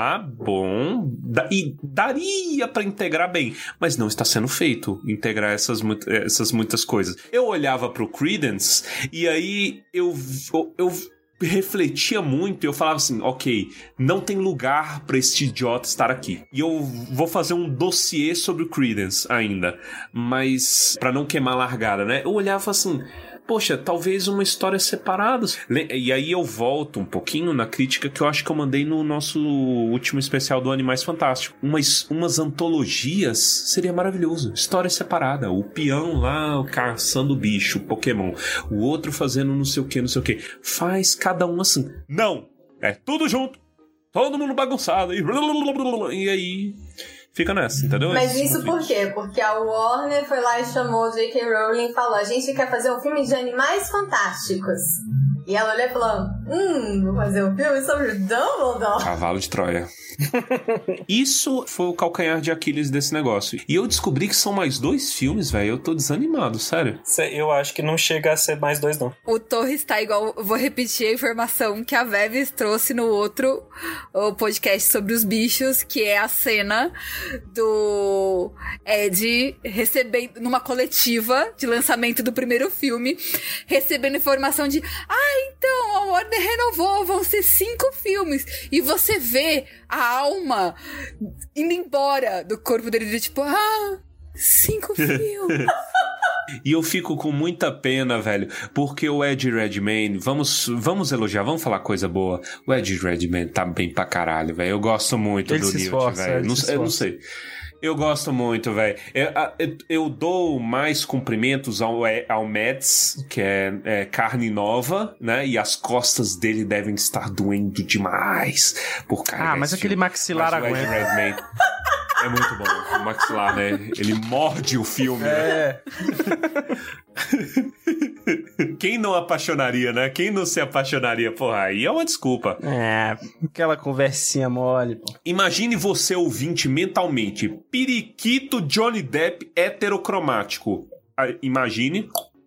[SPEAKER 3] e daria pra integrar bem, mas não está sendo feito, integrar essas muitas coisas. Eu olhava pro Creedence e aí eu refletia muito e eu falava assim, ok, não tem lugar pra este idiota estar aqui. E eu vou fazer um dossiê sobre o Creedence ainda, mas pra não queimar a largada, né? Eu olhava assim, poxa, talvez uma história separada. E aí eu volto um pouquinho na crítica que eu acho que eu mandei no nosso último especial do Animais Fantásticos. Umas antologias seria maravilhoso. História separada. O peão lá caçando bicho, Pokémon. O outro fazendo não sei o que. Faz cada um assim. Não! É tudo junto. Todo mundo bagunçado. E aí... fica nessa, entendeu?
[SPEAKER 4] Mas isso por quê? Porque a Warner foi lá e chamou J.K. Rowling e falou: a gente quer fazer um filme de Animais Fantásticos. E ela olhou e falou: vou fazer um filme sobre Dumbledore.
[SPEAKER 3] Cavalo de Troia. Isso foi o calcanhar de Aquiles desse negócio. E eu descobri que são mais 2 filmes, velho. Eu tô desanimado, sério.
[SPEAKER 5] Eu acho que não chega a ser mais 2, não.
[SPEAKER 1] O Torres tá igual... Vou repetir a informação que a Veves trouxe no outro podcast sobre os bichos, que é a cena do Ed recebendo, numa coletiva de lançamento do primeiro filme, recebendo informação de então, a Warner renovou, vão ser 5 filmes. E você vê a alma indo embora do corpo dele, tipo, 5 filmes.
[SPEAKER 3] E eu fico com muita pena, velho, porque o Ed Redmayne, vamos elogiar, vamos falar coisa boa. O Ed Redmayne tá bem pra caralho, velho. Eu gosto muito do Newt, velho. Eu não sei. Eu gosto muito, velho. Eu dou mais cumprimentos ao Mads, que é carne nova, né? E as costas dele devem estar doendo demais por carregar
[SPEAKER 2] mas aquele maxilar aguenta.
[SPEAKER 3] O Ed Redmayne é muito bom. O maxilar, né? Ele morde o filme, né? Quem não apaixonaria, né? Quem não se apaixonaria? Porra, aí é uma desculpa.
[SPEAKER 2] Aquela conversinha mole, pô.
[SPEAKER 3] Imagine você, ouvinte, mentalmente. Periquito Johnny Depp heterocromático. Imagine.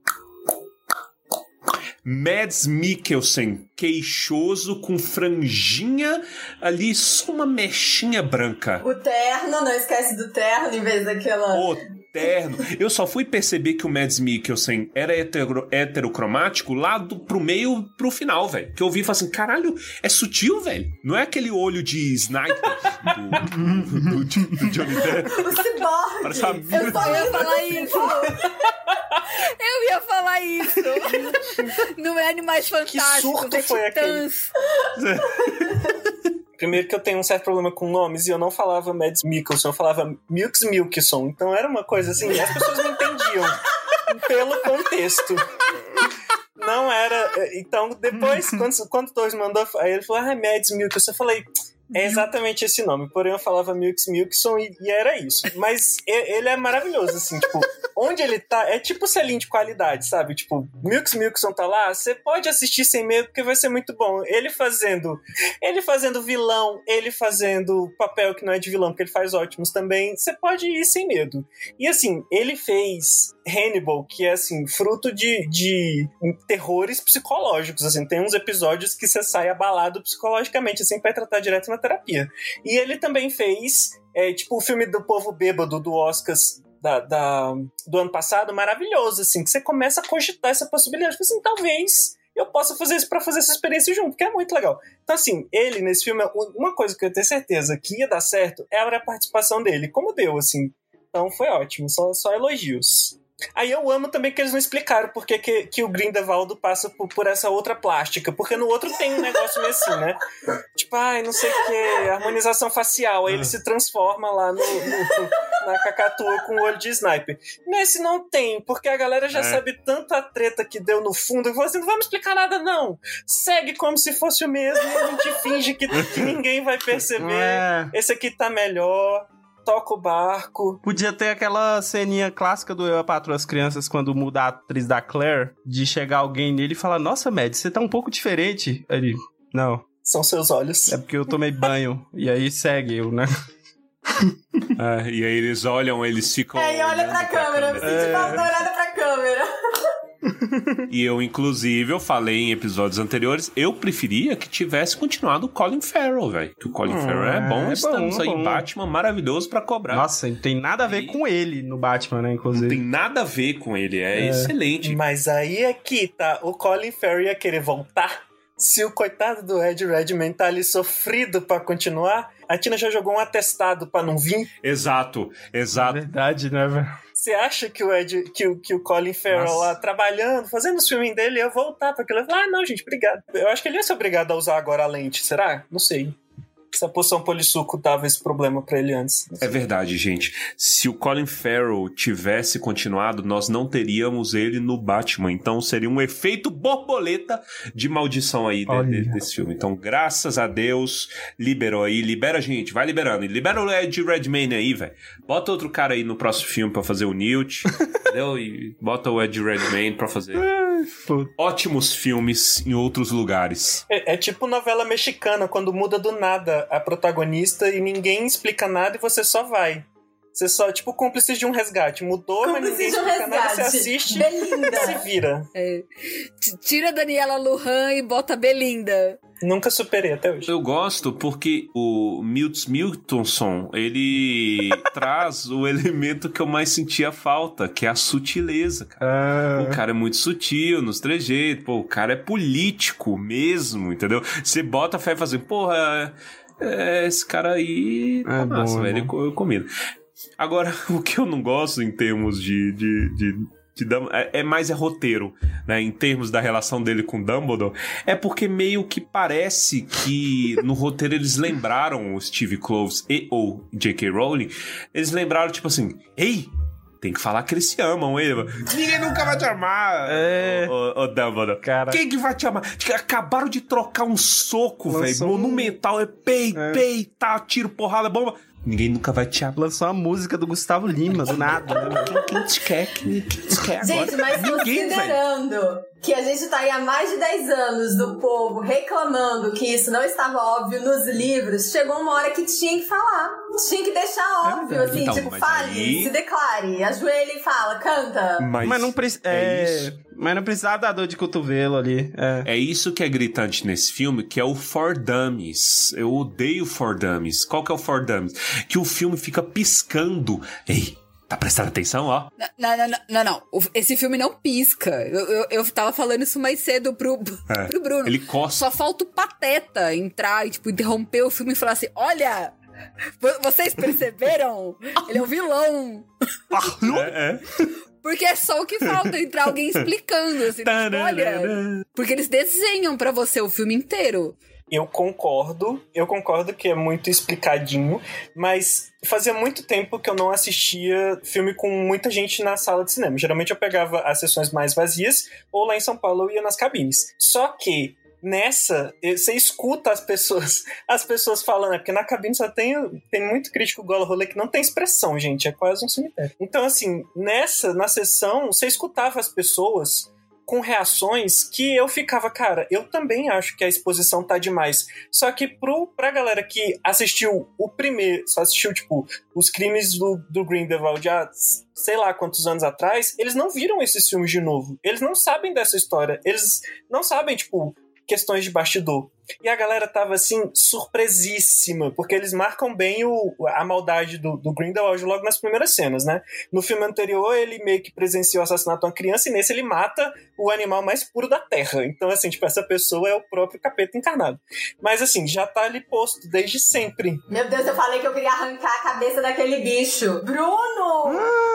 [SPEAKER 3] Mads Mikkelsen, queixoso, com franjinha ali, só uma mechinha branca.
[SPEAKER 4] O terno, não esquece do terno em vez daquela...
[SPEAKER 3] O terno. Eu só fui perceber que o Mads Mikkelsen era heterocromático lá pro meio, pro final, velho. Que eu vi e falei assim, caralho, é sutil, velho. Não é aquele olho de sniper do Johnny Depp.
[SPEAKER 4] O Cyborg.
[SPEAKER 3] Parece uma mina.
[SPEAKER 1] Eu ia falar isso. Não é Animais Fantásticos,
[SPEAKER 5] que surto foi
[SPEAKER 1] Titãs.
[SPEAKER 5] Primeiro que eu tenho um certo problema com nomes e eu não falava Mads Mikkelsen, eu falava Milkson. Então era uma coisa assim, as pessoas não entendiam pelo contexto. Não era... Então depois, quando o Torres mandou, aí ele falou, Mads Mikkelsen, eu falei... É exatamente esse nome, porém eu falava Milkson e era isso. Mas ele é maravilhoso, assim, tipo, onde ele tá, é tipo selinho de qualidade, sabe? Tipo, Milkson tá lá, você pode assistir sem medo porque vai ser muito bom. Ele fazendo vilão, ele fazendo papel que não é de vilão, porque ele faz ótimos também, você pode ir sem medo. E assim, ele fez Hannibal, que é assim, fruto de terrores psicológicos, assim, tem uns episódios que você sai abalado psicologicamente, assim, pra tratar direto na terapia. E ele também fez tipo o filme do povo bêbado do Oscars do ano passado, maravilhoso, assim, que você começa a cogitar essa possibilidade, assim, talvez eu possa fazer isso pra fazer essa experiência junto, que é muito legal. Então assim, ele nesse filme, uma coisa que eu tenho certeza que ia dar certo era a participação dele, como deu, assim. Então foi ótimo, só elogios. Aí eu amo também que eles não explicaram por que o Grindelwald passa por essa outra plástica, porque no outro tem um negócio meio assim, né? Tipo, não sei o que, harmonização facial, aí ele se transforma lá na cacatua com o olho de sniper. Nesse não tem, porque a galera já sabe tanta treta que deu no fundo, eu vou assim, não vamos explicar nada não, segue como se fosse o mesmo, e a gente finge que ninguém vai perceber, esse aqui tá melhor. Toca o barco.
[SPEAKER 2] Podia ter aquela ceninha clássica do Eu, a Patroa as Crianças, quando muda a atriz da Claire, de chegar alguém nele e falar, nossa, Mads, você tá um pouco diferente. Aí ele, não.
[SPEAKER 5] São seus olhos.
[SPEAKER 2] É porque eu tomei banho. E aí segue eu, né?
[SPEAKER 3] E aí eles olham, eles ficam.
[SPEAKER 4] E olha pra câmera, me senti falando olhada pra câmera.
[SPEAKER 3] E eu, inclusive, eu falei em episódios anteriores, eu preferia que tivesse continuado o Colin Farrell, velho. Que o Colin Farrell é bom, estamos aí, Batman maravilhoso pra cobrar.
[SPEAKER 2] Nossa, não tem nada a ver com ele no Batman, né, inclusive.
[SPEAKER 3] Não tem nada a ver com ele, é excelente.
[SPEAKER 5] Mas aí é que tá, o Colin Farrell ia querer voltar. Se o coitado do Ed Redmayne tá ali sofrido pra continuar, a Tina já jogou um atestado pra não vir.
[SPEAKER 3] Exato.
[SPEAKER 2] É verdade, né, velho?
[SPEAKER 5] Você acha que o Colin Farrell lá trabalhando, fazendo os filmes dele, ia voltar pra aquilo? Ah, não, gente, obrigado. Eu acho que ele ia ser obrigado a usar agora a lente, será? Não sei. Se a poção polissuco dava esse problema pra ele antes.
[SPEAKER 3] É verdade, gente. Se o Colin Farrell tivesse continuado, nós não teríamos ele no Batman. Então seria um efeito borboleta de maldição aí desse filme. Então, graças a Deus, liberou aí. Libera a gente, vai liberando. E libera o Ed Redmayne aí, velho. Bota outro cara aí no próximo filme pra fazer o Newt, entendeu? E bota o Ed Redmayne pra fazer ótimos filmes em outros lugares.
[SPEAKER 5] É tipo novela mexicana, quando muda do nada a protagonista e ninguém explica nada e você só vai. Você só, tipo, cúmplices de um resgate. Mudou, mas ninguém explica nada, você assiste
[SPEAKER 4] Belinda.
[SPEAKER 5] e se vira.
[SPEAKER 1] Tira a Daniela Lujan e bota a Belinda.
[SPEAKER 5] Nunca superei até hoje.
[SPEAKER 3] Eu gosto porque o Miltonson, ele traz o elemento que eu mais sentia falta, que é a sutileza, cara. O cara é muito sutil nos trejeitos, pô, o cara é político mesmo, entendeu? Você bota a fé e fala assim, porra, esse cara aí tá massa, velho, eu combino. Agora, o que eu não gosto em termos de mais roteiro, né, em termos da relação dele com Dumbledore, é porque meio que parece que no roteiro eles lembraram o Steve Kloves e ou J.K. Rowling, eles lembraram tipo assim, ei, tem que falar que eles se amam, ele. Ninguém nunca vai te amar, o Dumbledore. Cara. Quem que vai te amar? Acabaram de trocar um soco, velho, monumental, peita, tiro, porrada, bomba. Ninguém nunca vai te amar.
[SPEAKER 2] Lançou a música do Gustavo Lima, do nada, né?
[SPEAKER 3] Quem te quer agora?
[SPEAKER 4] Gente, mas considerando que a gente tá aí há mais de 10 anos do povo reclamando que isso não estava óbvio nos livros, chegou uma hora que tinha que falar. Tinha que deixar óbvio, assim, então, tipo, fale, se declare, ajoelhe e fala, canta.
[SPEAKER 2] Mas não precisa... Mas não precisava dar dor de cotovelo ali.
[SPEAKER 3] É isso que é gritante nesse filme, que é o For Dummies. Eu odeio For Dummies. Qual que é o For Dummies? Que o filme fica piscando. Ei, tá prestando atenção, ó?
[SPEAKER 1] Não. Esse filme não pisca. Eu tava falando isso mais cedo pro Bruno.
[SPEAKER 3] Ele coça.
[SPEAKER 1] Só falta o Pateta entrar e, tipo, interromper o filme e falar assim, olha... Vocês perceberam? Ele é o vilão. Porque é só o que falta, entrar alguém explicando, assim, tipo, olha... Porque eles desenham pra você o filme inteiro.
[SPEAKER 5] Eu concordo que é muito explicadinho, mas fazia muito tempo que eu não assistia filme com muita gente na sala de cinema. Geralmente eu pegava as sessões mais vazias, ou lá em São Paulo eu ia nas cabines. Só que nessa, você escuta as pessoas falando, porque na cabine só tem muito crítico gola rolê que não tem expressão, gente, é quase um cemitério. Então, assim, na sessão, você escutava as pessoas com reações que eu ficava, cara, eu também acho que a exposição tá demais. Só que pra galera que assistiu o primeiro, só assistiu, tipo, os crimes do Grindelwald há sei lá quantos anos atrás, eles não viram esses filmes de novo. Eles não sabem dessa história. Eles não sabem, tipo, questões de bastidor. E a galera tava, assim, surpresíssima, porque eles marcam bem a maldade do Grindelwald logo nas primeiras cenas, né? No filme anterior, ele meio que presenciou o assassinato de uma criança, e nesse ele mata o animal mais puro da Terra. Então, assim, tipo, essa pessoa é o próprio capeta encarnado. Mas, assim, já tá ali posto desde sempre.
[SPEAKER 4] Meu Deus, eu falei que eu queria arrancar a cabeça daquele bicho. Bruno!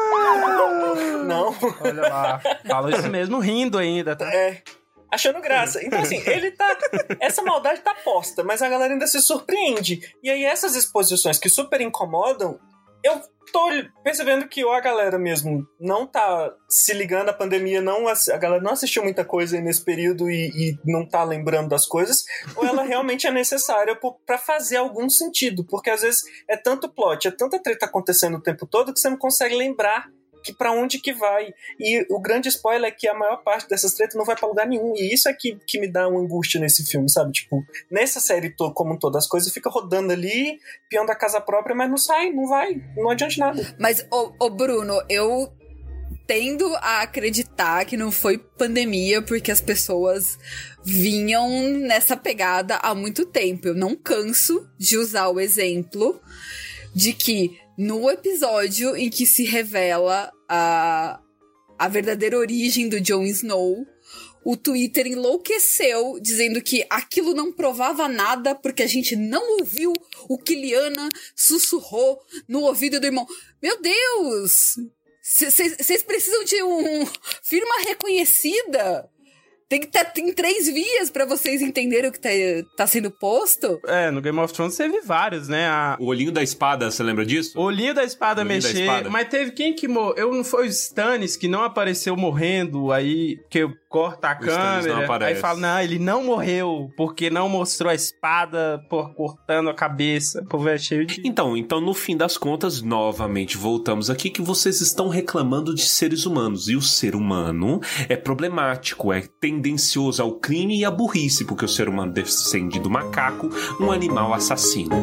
[SPEAKER 5] Não.
[SPEAKER 2] Olha lá. Falou isso mesmo, rindo ainda, tá?
[SPEAKER 5] Achando graça. Então, assim, essa maldade tá posta, mas a galera ainda se surpreende. E aí, essas exposições que super incomodam, eu tô percebendo que ou a galera mesmo não tá se ligando à pandemia, a galera não assistiu muita coisa aí nesse período e não tá lembrando das coisas, ou ela realmente é necessária pra fazer algum sentido. Porque às vezes é tanto plot, é tanta treta acontecendo o tempo todo que você não consegue lembrar que pra onde que vai. E o grande spoiler é que a maior parte dessas tretas não vai pra lugar nenhum. E isso é que me dá uma angústia nesse filme, sabe? Tipo, nessa série como todas as coisas, fica rodando ali, peão da casa própria, mas não sai, não vai, não adianta nada.
[SPEAKER 1] Mas, ô Bruno, eu tendo a acreditar que não foi pandemia, porque as pessoas vinham nessa pegada há muito tempo. Eu não canso de usar o exemplo de que no episódio em que se revela a verdadeira origem do Jon Snow, o Twitter enlouqueceu, dizendo que aquilo não provava nada, porque a gente não ouviu o que Lyanna sussurrou no ouvido do irmão. Meu Deus! Vocês precisam de firma reconhecida? Tem que estar em 3 vias pra vocês entenderem o que tá sendo posto.
[SPEAKER 2] No Game of Thrones teve vários, né?
[SPEAKER 3] O olhinho da espada, você lembra disso?
[SPEAKER 2] O olhinho da espada mexer. Mas teve quem que morreu? Não foi o Stannis que não apareceu morrendo, aí que corta a câmera. Aí fala, não, ele não morreu, porque não mostrou a espada cortando a cabeça. O povo é cheio de...
[SPEAKER 3] Então, no fim das contas, novamente, voltamos aqui que vocês estão reclamando de seres humanos. E o ser humano é problemático, é tendencioso ao crime e à burrice, porque o ser humano descende do macaco, um animal assassino.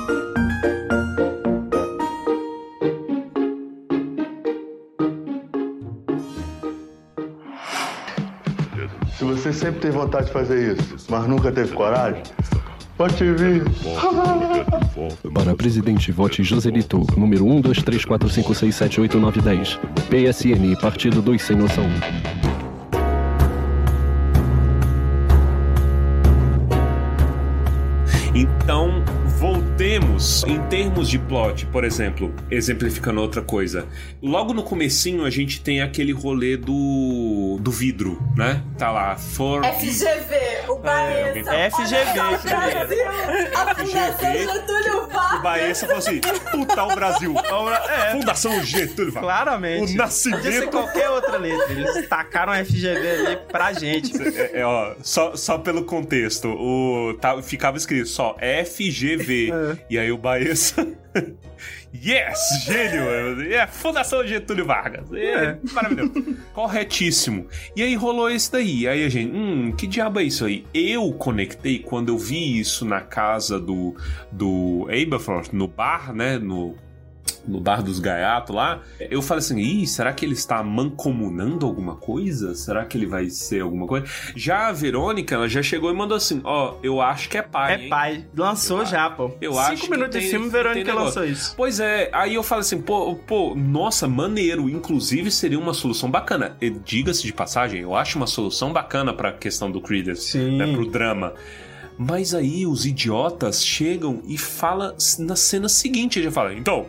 [SPEAKER 8] Se você sempre teve vontade de fazer isso, mas nunca teve coragem, pode vir.
[SPEAKER 9] Para presidente, vote Joselito, número 1, 2, 3, 4, 5, 6, 7, 8, 9, 10. PSN, Partido dos Sem Noção.
[SPEAKER 3] Então, voltemos em termos de plot, por exemplo, exemplificando outra coisa. Logo no comecinho a gente tem aquele rolê do vidro, né? Tá lá,
[SPEAKER 4] FGV, o Baessa.
[SPEAKER 2] FGV.
[SPEAKER 4] A Fundação Getúlio Vargas.
[SPEAKER 3] O Baessa falou assim, puta o Brasil. Fundação Getúlio Vargas.
[SPEAKER 2] Claramente.
[SPEAKER 3] O nascimento.
[SPEAKER 2] Podia ser qualquer outra letra. Eles tacaram FGV ali pra gente.
[SPEAKER 3] Só pelo contexto. Ficava escrito só FGV. E aí o Baessa... Yes, gênio! Fundação Getúlio Vargas. Maravilhoso. Corretíssimo. E aí rolou isso daí. Aí a gente, que diabo é isso aí? Eu conectei quando eu vi isso na casa do Aberforth, no bar, né? No bar dos gaiatos lá, eu falei assim, será que ele está mancomunando alguma coisa? Será que ele vai ser alguma coisa? Já a Verônica, ela já chegou e mandou assim, eu acho que é pai,
[SPEAKER 2] É pai, lançou já, pô. 5 minutos de filme, Verônica lançou isso.
[SPEAKER 3] Pois é, aí eu falei assim, nossa, maneiro, inclusive seria uma solução bacana. E, diga-se de passagem, eu acho uma solução bacana pra questão do Credence, né, pro drama. Mas aí os idiotas chegam e falam na cena seguinte, já falam, então...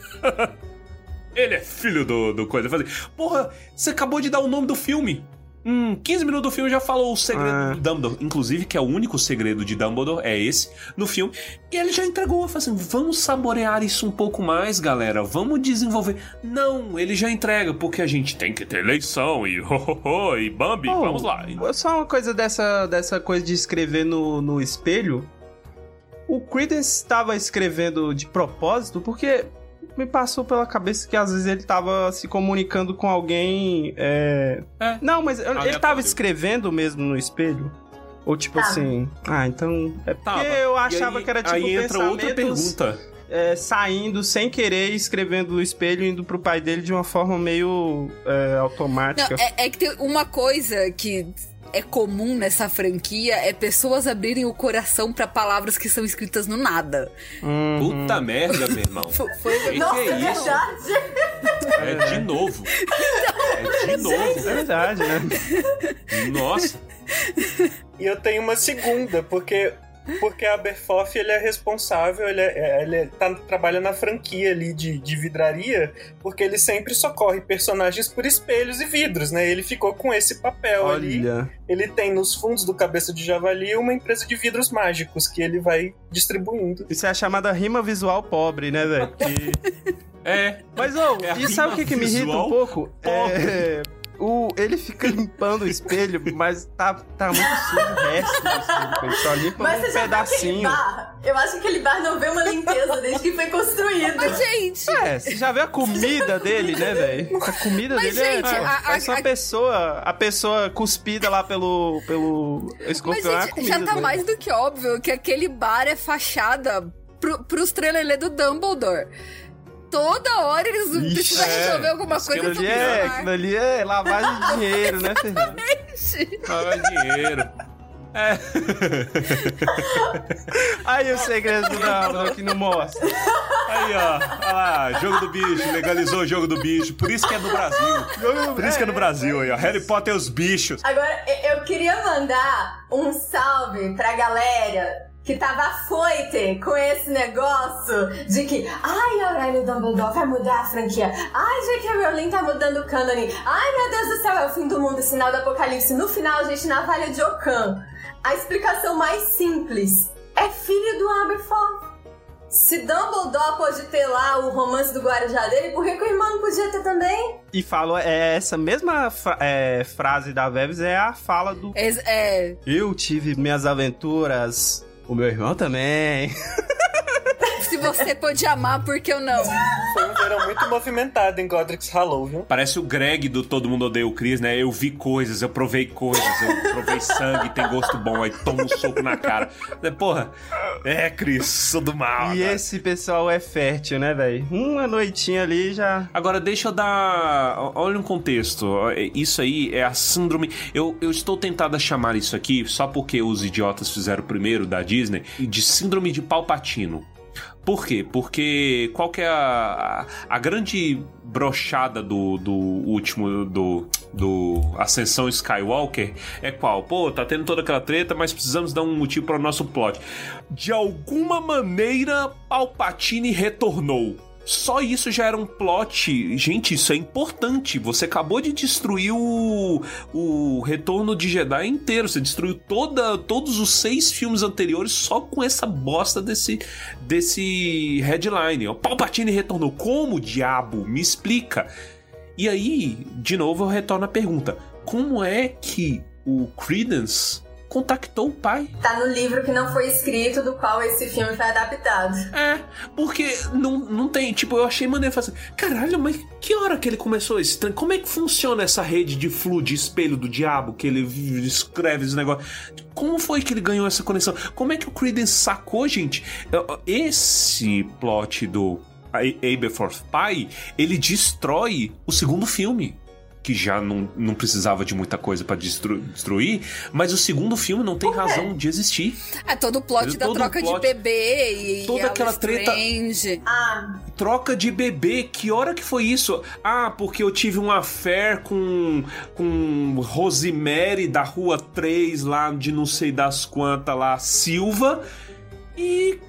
[SPEAKER 3] ele é filho do coisa. Eu falei, porra, você acabou de dar o nome do filme. 15 minutos do filme já falou o segredo do Dumbledore. Inclusive, que é o único segredo de Dumbledore, é esse, no filme. E ele já entregou. Eu falei assim, vamos saborear isso um pouco mais, galera. Vamos desenvolver. Não, ele já entrega, porque a gente tem que ter eleição e e Bambi, vamos lá.
[SPEAKER 2] Só uma coisa dessa coisa de escrever no espelho. O Credence estava escrevendo de propósito, porque... me passou pela cabeça que às vezes ele tava se comunicando com alguém. Não, mas ele tava escrevendo mesmo no espelho? Ou tipo assim. Então. É porque eu achava que era tipo.
[SPEAKER 3] Aí entra outra pergunta.
[SPEAKER 2] Saindo sem querer, escrevendo no espelho, indo pro pai dele de uma forma meio automática.
[SPEAKER 1] Não, é que tem uma coisa que é comum nessa franquia, é pessoas abrirem o coração pra palavras que são escritas no nada.
[SPEAKER 3] Puta merda, meu irmão.
[SPEAKER 4] Nossa,
[SPEAKER 3] é isso?
[SPEAKER 4] verdade.
[SPEAKER 3] É de novo. É de novo.
[SPEAKER 2] É verdade, né?
[SPEAKER 3] Nossa.
[SPEAKER 5] E eu tenho uma segunda, porque a Aberforth, ele é responsável, ele trabalha na franquia ali de vidraria, porque ele sempre socorre personagens por espelhos e vidros, né? Ele ficou com esse papel ali. Ele tem nos fundos do Cabeça de Javali uma empresa de vidros mágicos que ele vai distribuindo.
[SPEAKER 2] Isso é a chamada rima visual pobre, né, velho? Mas, e sabe o que me irrita um pouco? Ele fica limpando o espelho, mas tá muito sujo o resto do espelho. Ele só limpa um pedacinho.
[SPEAKER 4] Eu acho que aquele bar não vê uma limpeza desde que foi construído.
[SPEAKER 1] Mas, gente...
[SPEAKER 2] Você já vê a comida dele, né, velho? A comida
[SPEAKER 1] Mas,
[SPEAKER 2] dele
[SPEAKER 1] gente,
[SPEAKER 2] parece uma pessoa... A pessoa cuspida lá pelo escorpião.
[SPEAKER 1] Mas, gente, já tá
[SPEAKER 2] dele.
[SPEAKER 1] mais do que óbvio que aquele bar é fachada pros trelelê do Dumbledore. Toda hora eles precisam resolver alguma coisa.
[SPEAKER 2] Aquilo ali é lavagem de dinheiro, né, Fernanda?
[SPEAKER 3] Lavagem de dinheiro.
[SPEAKER 2] Aí o segredo do Dumbledore que não mostra.
[SPEAKER 3] Aí, ó. Olha lá, jogo do bicho. Legalizou o jogo do bicho. Por isso que é no Brasil. Por isso que é no Brasil aí, ó. Harry Potter e os bichos.
[SPEAKER 4] Agora, eu queria mandar um salve pra galera que tava afoite com esse negócio de que Aurélio Dumbledore vai mudar a franquia. J.K. Rowling tá mudando o cânone. Meu Deus do céu, é o fim do mundo, sinal do apocalipse. No final, a gente navalha de Ockham. A explicação mais simples é filho do Aberforth. Se Dumbledore pode ter lá o romance do Guarujá dele, por que o irmão não podia ter também?
[SPEAKER 2] E falou, essa mesma frase da Veves é a fala do... Eu tive minhas aventuras, o meu irmão também.
[SPEAKER 1] Se você pode amar, por que eu não?
[SPEAKER 5] Foi um verão muito movimentado em Godric's Hollow, viu?
[SPEAKER 3] Parece o Greg do Todo Mundo Odeia o Chris, né? Eu vi coisas, eu provei coisas, eu provei sangue, tem gosto bom, aí toma um soco na cara. Porra, Chris, sou do mal.
[SPEAKER 2] E esse pessoal é fértil, né, velho? Uma noitinha ali já...
[SPEAKER 3] Agora, deixa eu dar... Olha um contexto. Isso aí é a síndrome... Eu estou tentado a chamar isso aqui, só porque os idiotas fizeram o primeiro da Disney, de síndrome de Palpatino. Por quê? Porque qual que é a grande brochada do último, do Ascensão Skywalker é qual? Pô, tá tendo toda aquela treta, mas precisamos dar um motivo para o nosso plot. De alguma maneira, Palpatine retornou. Só isso já era um plot. Gente, isso é importante. Você acabou de destruir o Retorno de Jedi inteiro. Você destruiu todos os 6 filmes anteriores só com essa bosta desse headline. O Palpatine retornou. Como, diabo? Me explica. E aí, de novo, eu retorno a pergunta. Como é que o Credence contactou o pai?
[SPEAKER 4] Tá no livro que não foi escrito, do qual esse filme foi adaptado.
[SPEAKER 3] Porque não tem, tipo, eu achei maneiro, assim, caralho, mas que hora que ele começou esse trem? Como é que funciona essa rede de flu, de espelho do diabo, que ele escreve esse negócio? Como foi que ele ganhou essa conexão? Como é que o Credence sacou, gente? Esse plot do Aberforth pai, ele destrói o segundo filme, que já não precisava de muita coisa pra destruir, mas o segundo filme não tem razão de existir.
[SPEAKER 1] Todo o plot da troca de bebê e
[SPEAKER 3] toda aquela treta. Troca de bebê, que hora que foi isso? Porque eu tive um affair com Rosemary da Rua 3, lá de não sei das quantas lá, Silva. E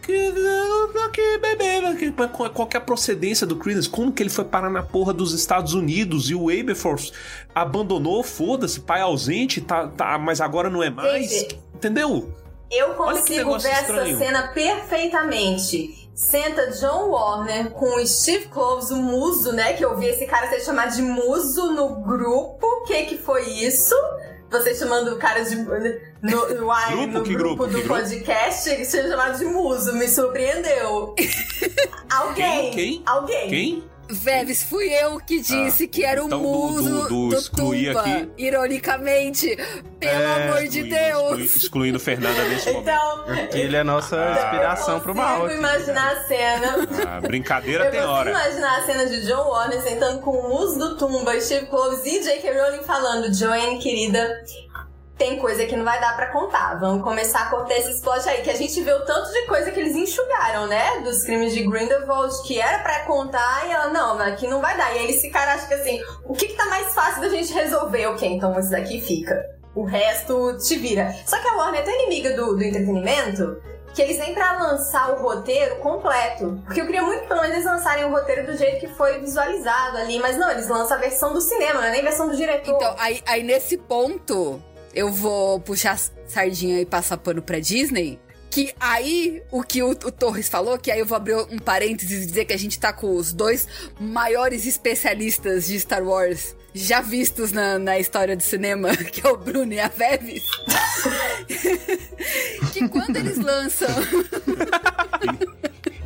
[SPEAKER 3] qual que é a procedência do Credence? Como que ele foi parar na porra dos Estados Unidos? E o Aberforth abandonou, foda-se, pai ausente, tá, mas agora não é mais.
[SPEAKER 4] Gente,
[SPEAKER 3] entendeu?
[SPEAKER 4] Eu consigo ver essa cena perfeitamente. Senta John Warner com o Steve Kloves, o muso, né? Que eu vi esse cara ser chamado de muso no grupo. O que foi isso? Você chamando o cara de... No grupo do podcast, ser chamado de muso. Me surpreendeu. Alguém.
[SPEAKER 3] Quem?
[SPEAKER 1] Veves, fui eu que disse que era o muso do Tumba. Aqui. Ironicamente. Pelo amor de Deus.
[SPEAKER 3] Excluindo Fernanda nesse momento.
[SPEAKER 2] Porque ele é a nossa inspiração pro mal.
[SPEAKER 4] Eu consigo imaginar a cena.
[SPEAKER 3] Brincadeira tem hora.
[SPEAKER 4] Eu consigo imaginar a cena de John Warner sentando com o muso do Tumba, Steve Kloves e J.K. Rowling falando: Joanne, querida, tem coisa que não vai dar pra contar. Vamos começar a cortar esse plot aí. Que a gente vê o tanto de coisa que eles enxugaram, né? Dos crimes de Grindelwald, que era pra contar. E ela, não, aqui não vai dar. E aí esse cara acha que assim, o que tá mais fácil da gente resolver? Ok, então esse daqui fica. O resto te vira. Só que a Warner é tão inimiga do entretenimento que eles vêm pra lançar o roteiro completo. Porque eu queria muito que pelo menos eles lançarem o roteiro do jeito que foi visualizado ali. Mas não, eles lançam a versão do cinema, não é nem a versão do diretor.
[SPEAKER 1] Então, aí nesse ponto... Eu vou puxar sardinha e passar pano pra Disney. Que aí, o que o Torres falou, que aí eu vou abrir um parênteses e dizer que a gente tá com os 2 maiores especialistas de Star Wars já vistos na história do cinema, que é o Bruno e a Veves. Que quando eles lançam...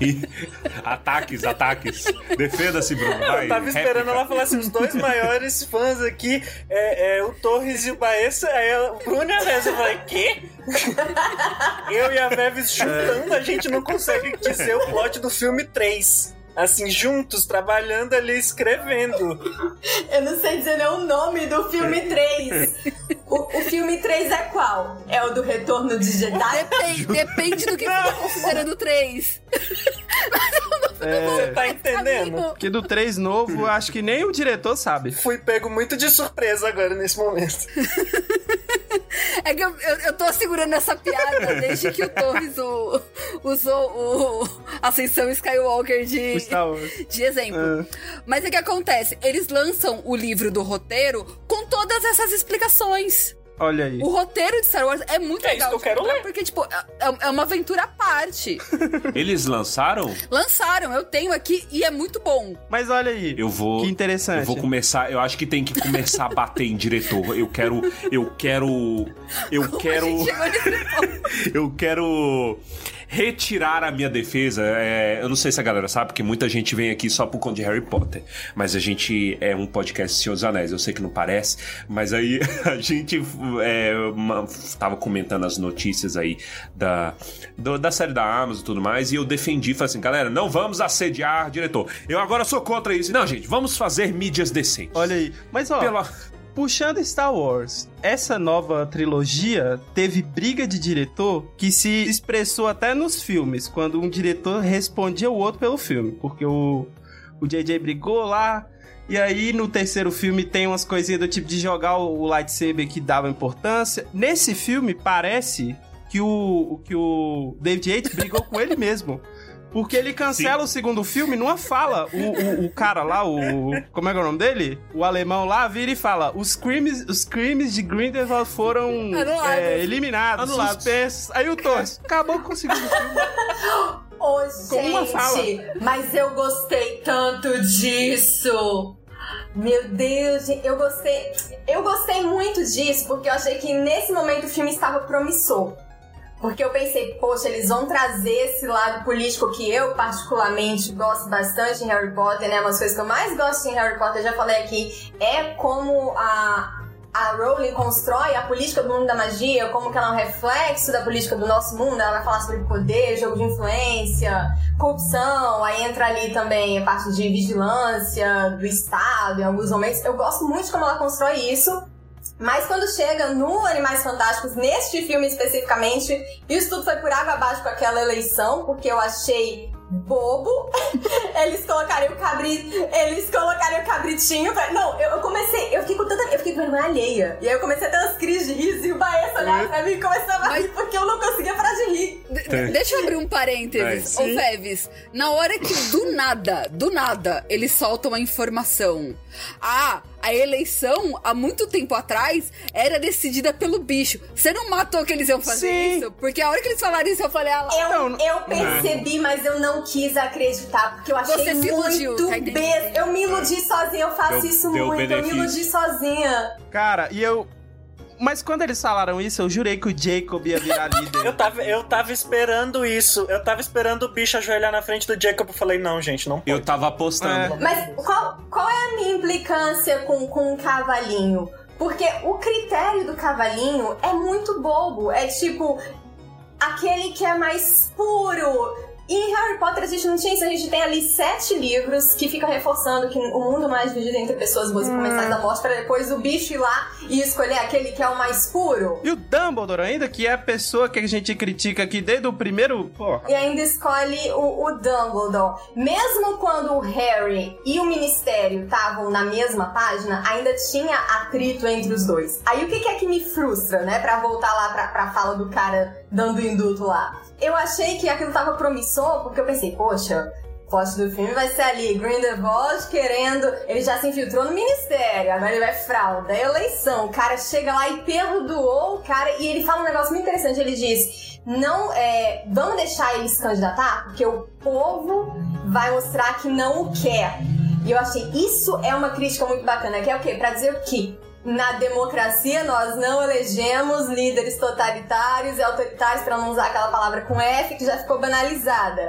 [SPEAKER 3] Ataques. Defenda-se, Bruno. Vai,
[SPEAKER 5] eu tava esperando ela falar assim, os dois maiores fãs aqui é o Torres e o Baessa. Aí o Bruno e a Vez, eu falei, quê? Eu e a Veves chutando, a gente não consegue dizer o plot do filme 3. Assim, juntos, trabalhando ali, escrevendo.
[SPEAKER 4] Eu não sei dizer nem o nome do filme 3. O filme 3 é qual? É o do Retorno de Jedi?
[SPEAKER 1] Depende do que você tá considerando 3.
[SPEAKER 5] Você tá entendendo?
[SPEAKER 2] Porque do 3 novo, acho que nem o diretor sabe.
[SPEAKER 5] Fui pego muito de surpresa agora, nesse momento.
[SPEAKER 1] É que eu tô segurando essa piada desde que o Torres usou o Ascensão Skywalker de exemplo. Mas o que acontece? Eles lançam o livro do roteiro com todas essas explicações.
[SPEAKER 2] Olha aí.
[SPEAKER 1] O roteiro de Star Wars é muito legal.
[SPEAKER 5] Isso que eu quero ler.
[SPEAKER 1] Porque, tipo, é uma aventura à parte.
[SPEAKER 3] Eles lançaram?
[SPEAKER 1] Lançaram, eu tenho aqui e é muito bom.
[SPEAKER 2] Mas olha aí.
[SPEAKER 3] Que
[SPEAKER 2] interessante.
[SPEAKER 3] Eu vou começar, eu acho que tem que começar a bater em diretor. Eu quero retirar a minha defesa. Eu não sei se a galera sabe, porque muita gente vem aqui só por conta de Harry Potter. Mas a gente é um podcast Senhor dos Anéis. Eu sei que não parece, mas aí a gente tava comentando as notícias aí da série da Amazon e tudo mais, e eu defendi, falei assim, galera, não vamos assediar diretor. Eu agora sou contra isso. Não, gente, vamos fazer mídias decentes.
[SPEAKER 2] Olha aí. Mas, ó... Puxando Star Wars, essa nova trilogia teve briga de diretor que se expressou até nos filmes, quando um diretor respondia o outro pelo filme, porque o JJ brigou lá, e aí no terceiro filme tem umas coisinhas do tipo de jogar o lightsaber que dava importância. Nesse filme parece que o David Yates brigou com ele mesmo. Porque ele cancela o segundo filme numa fala. O cara lá, como é que é o nome dele? O alemão lá vira e fala: os crimes de Grindelwald foram eliminados, suspensos. Aí o Torres acabou com o segundo filme.
[SPEAKER 4] Ô, gente, mas eu gostei tanto disso. Meu Deus, eu gostei muito disso, porque eu achei que nesse momento o filme estava promissor. Porque eu pensei, poxa, eles vão trazer esse lado político que eu particularmente gosto bastante em Harry Potter, né? Uma das coisas que eu mais gosto em Harry Potter, já falei aqui, é como a Rowling constrói a política do mundo da magia, como que ela é um reflexo da política do nosso mundo. Ela vai falar sobre poder, jogo de influência, corrupção, aí entra ali também a parte de vigilância do Estado em alguns momentos. Eu gosto muito de como ela constrói isso. Mas quando chega no Animais Fantásticos, neste filme especificamente, isso tudo foi por água abaixo com aquela eleição, porque eu achei bobo. Eles colocarem o cabritinho. Não, eu fiquei com vergonha alheia. E aí eu comecei a ter umas crises de riso, e o Baessa olhava pra mim e começava a rir, porque eu não conseguia parar de rir.
[SPEAKER 1] Deixa eu abrir um parênteses. Ô, Veves, na hora que do nada, eles soltam a informação. A eleição, há muito tempo atrás, era decidida pelo bicho. Você não matou que eles iam fazer isso? Porque a hora que eles falaram isso, eu falei...
[SPEAKER 4] Eu percebi, mas eu não quis acreditar, porque eu achei muito besta. Eu me iludi sozinha, eu faço isso muito. Eu me iludi sozinha.
[SPEAKER 2] Cara, Mas quando eles falaram isso, eu jurei que o Jacob ia virar líder.
[SPEAKER 5] Eu tava esperando isso. Eu tava esperando o bicho ajoelhar na frente do Jacob. Eu falei, não, gente, não pode.
[SPEAKER 3] Eu tava apostando.
[SPEAKER 4] Mas qual é a minha implicância com o cavalinho? Porque o critério do cavalinho é muito bobo. É tipo, aquele que é mais puro. E em Harry Potter a gente não tinha isso, a gente tem ali 7 livros que ficam reforçando que o mundo mais dividido entre pessoas boas e comensais da morte, pra depois o bicho ir lá e escolher aquele que é o mais puro.
[SPEAKER 2] E o Dumbledore ainda, que é a pessoa que a gente critica aqui desde o primeiro...
[SPEAKER 4] E ainda escolhe o Dumbledore. Mesmo quando o Harry e o Ministério estavam na mesma página, ainda tinha atrito entre os dois. Aí o que é que me frustra, né? Pra voltar lá pra fala do cara dando induto lá. Eu achei que aquilo tava promissor, porque eu pensei, poxa, o plot do filme vai ser ali, Grindelwald querendo... Ele já se infiltrou no Ministério, agora ele vai fraude, a eleição. O cara chega lá e perdoou o cara, e ele fala um negócio muito interessante, ele diz... vamos deixar ele se candidatar, porque o povo vai mostrar que não o quer. E eu achei, isso é uma crítica muito bacana, que é o quê? Pra dizer o quê? Na democracia, nós não elegemos líderes totalitários e autoritários, para não usar aquela palavra com F, que já ficou banalizada.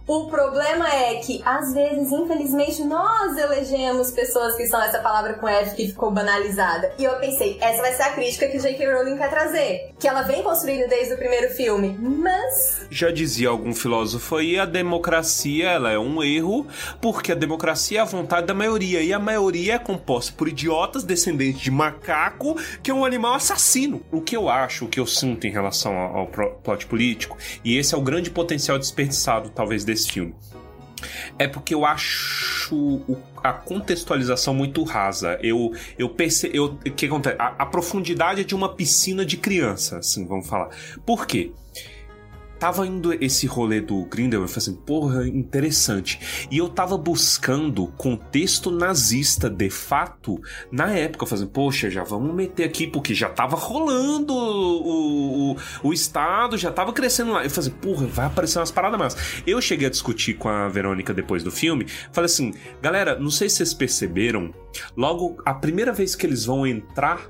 [SPEAKER 4] O problema é que, às vezes, infelizmente, nós elegemos pessoas que são essa palavra com F que ficou banalizada. E eu pensei, essa vai ser a crítica que J.K. Rowling quer trazer. Que ela vem construindo desde o primeiro filme. Mas...
[SPEAKER 3] Já dizia algum filósofo aí, a democracia, ela é um erro, porque a democracia é a vontade da maioria. E a maioria é composta por idiotas descendentes de macaco, que é um animal assassino. O que eu acho, o que eu sinto em relação ao plot político, e esse é o grande potencial desperdiçado, talvez, desse filme, é porque eu acho a contextualização muito rasa. Eu percebo... O que acontece? A profundidade é de uma piscina de criança, assim, vamos falar. Por quê? Tava indo esse rolê do Grindelwald, eu falei assim, porra, interessante. E eu tava buscando contexto nazista, de fato, na época. Eu falei assim, poxa, já vamos meter aqui, porque já tava rolando o Estado, já tava crescendo lá. Eu falei assim, porra, vai aparecer umas paradas massas. Eu cheguei a discutir com a Verônica depois do filme, falei assim, galera, não sei se vocês perceberam, logo, a primeira vez que eles vão entrar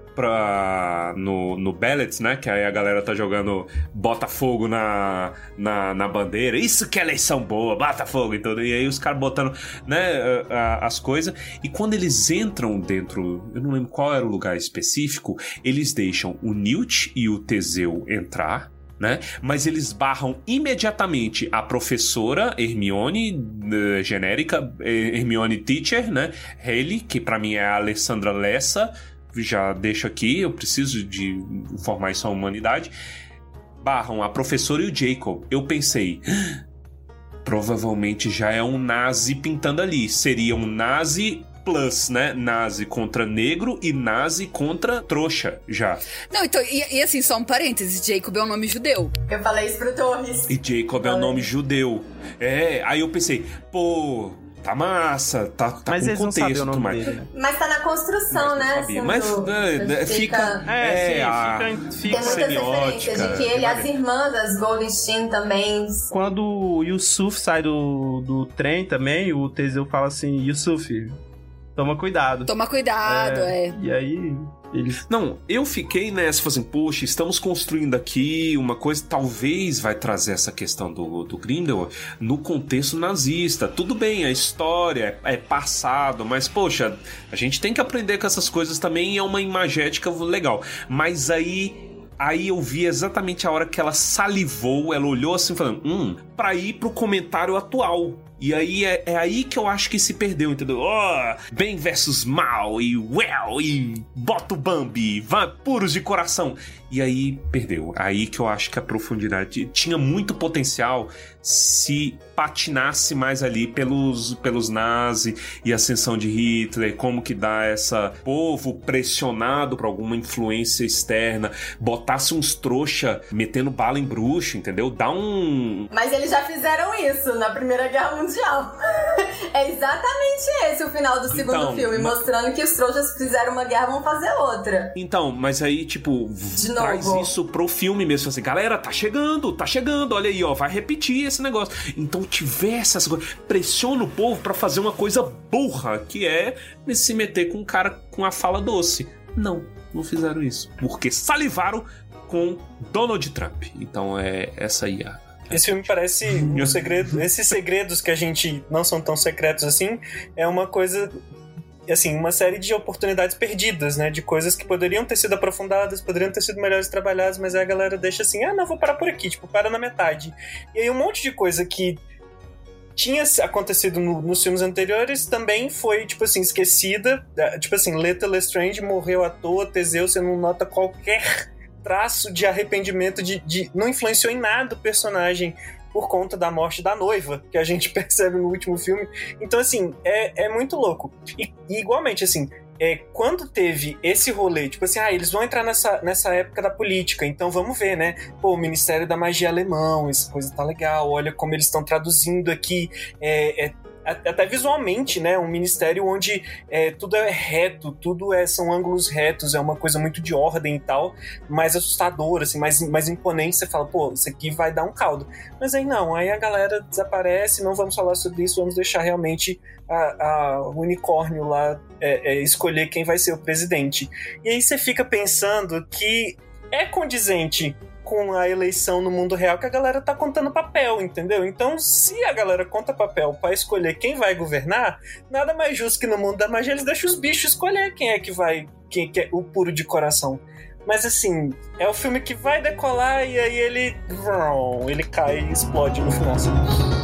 [SPEAKER 3] no Ballots, né, que aí a galera tá jogando Botafogo na bandeira, isso que é eleição boa, Botafogo e tudo, e aí os caras botando, né, as coisas, e quando eles entram dentro, eu não lembro qual era o lugar específico, eles deixam o Newt e o Teseu entrar, né? Mas eles barram imediatamente a professora Hermione, genérica, Hermione Teacher, né? Hayley, que pra mim é a Alessandra Lessa, já deixo aqui, eu preciso de informar isso à humanidade. Barram a professora e o Jacob. Eu pensei, provavelmente já é um nazi pintando ali. Seria um nazi plus, né? Nazi contra negro e nazi contra trouxa, já.
[SPEAKER 1] Não, então, e assim, só um parênteses, Jacob é um nome judeu.
[SPEAKER 4] Eu falei isso pro Torres.
[SPEAKER 3] E Jacob é um nome judeu. Aí eu pensei, pô... Tá massa, tá
[SPEAKER 2] mas
[SPEAKER 3] com
[SPEAKER 2] eles
[SPEAKER 3] contexto,
[SPEAKER 2] não sabem o nome dele, né?
[SPEAKER 4] Mas tá na construção, né?
[SPEAKER 3] Mas fica...
[SPEAKER 2] Fica
[SPEAKER 4] tem muitas referências de que ele, as irmãs das Goldenstein também.
[SPEAKER 2] Quando o Yusuf sai do trem também, o Teseu fala assim, Yusuf, toma cuidado.
[SPEAKER 1] Toma cuidado,
[SPEAKER 2] E aí...
[SPEAKER 3] Não, eu fiquei nessa, assim, poxa, estamos construindo aqui uma coisa, talvez vai trazer essa questão do Grindelwald no contexto nazista. Tudo bem, a história é passado, mas, poxa, a gente tem que aprender com essas coisas também e é uma imagética legal. Mas aí eu vi exatamente a hora que ela salivou, ela olhou assim, falando, pra ir pro comentário atual. E aí é aí que eu acho que se perdeu, entendeu? Bem versus mal, e bota o Bambi, puros de coração. E aí perdeu. Aí que eu acho que a profundidade tinha muito potencial se patinasse mais ali pelos nazis e a ascensão de Hitler, como que dá essa povo pressionado por alguma influência externa, botasse uns trouxa metendo bala em bruxo, entendeu? Dá um...
[SPEAKER 4] Mas eles já fizeram isso na Primeira Guerra Mundial. É exatamente esse o final do segundo filme, mostrando que os trouxas fizeram uma guerra, vão fazer outra.
[SPEAKER 3] Então, mas aí, tipo, traz isso pro filme mesmo, assim, galera, tá chegando, olha aí, ó, vai repetir esse negócio. Então tivesse essa coisa, pressiona o povo pra fazer uma coisa burra, que é se meter com um cara com a fala doce. Não fizeram isso, porque salivaram com Donald Trump. Então é essa aí a...
[SPEAKER 5] Esse filme parece um segredo. Esses segredos que a gente não são tão secretos assim, é uma coisa, assim, uma série de oportunidades perdidas, né? De coisas que poderiam ter sido aprofundadas, poderiam ter sido melhores trabalhadas, mas aí a galera deixa assim, não, vou parar por aqui, tipo, para na metade. E aí um monte de coisa que tinha acontecido nos filmes anteriores também foi, tipo assim, esquecida. Tipo assim, Little Lestrange morreu à toa, Teseu, você não nota qualquer traço de arrependimento, não influenciou em nada o personagem por conta da morte da noiva, que a gente percebe no último filme. Então, assim, é muito louco. E igualmente, assim, quando teve esse rolê, tipo assim, eles vão entrar nessa época da política, então vamos ver, né? Pô, o Ministério da Magia alemão, essa coisa tá legal, olha como eles estão traduzindo aqui, até visualmente, né? Um ministério onde tudo é reto, são ângulos retos, é uma coisa muito de ordem e tal, mais assustadora, assim, mais imponente. Você fala, pô, isso aqui vai dar um caldo. Mas aí não, aí a galera desaparece, não vamos falar sobre isso, vamos deixar realmente o unicórnio lá escolher quem vai ser o presidente. E aí você fica pensando que é condizente com a eleição no mundo real que a galera tá contando papel, entendeu? Então, se a galera conta papel pra escolher quem vai governar, nada mais justo que no mundo da magia eles deixam os bichos escolher quem é que é o puro de coração. Mas assim, é o filme que vai decolar e aí ele cai e explode no final. Assim.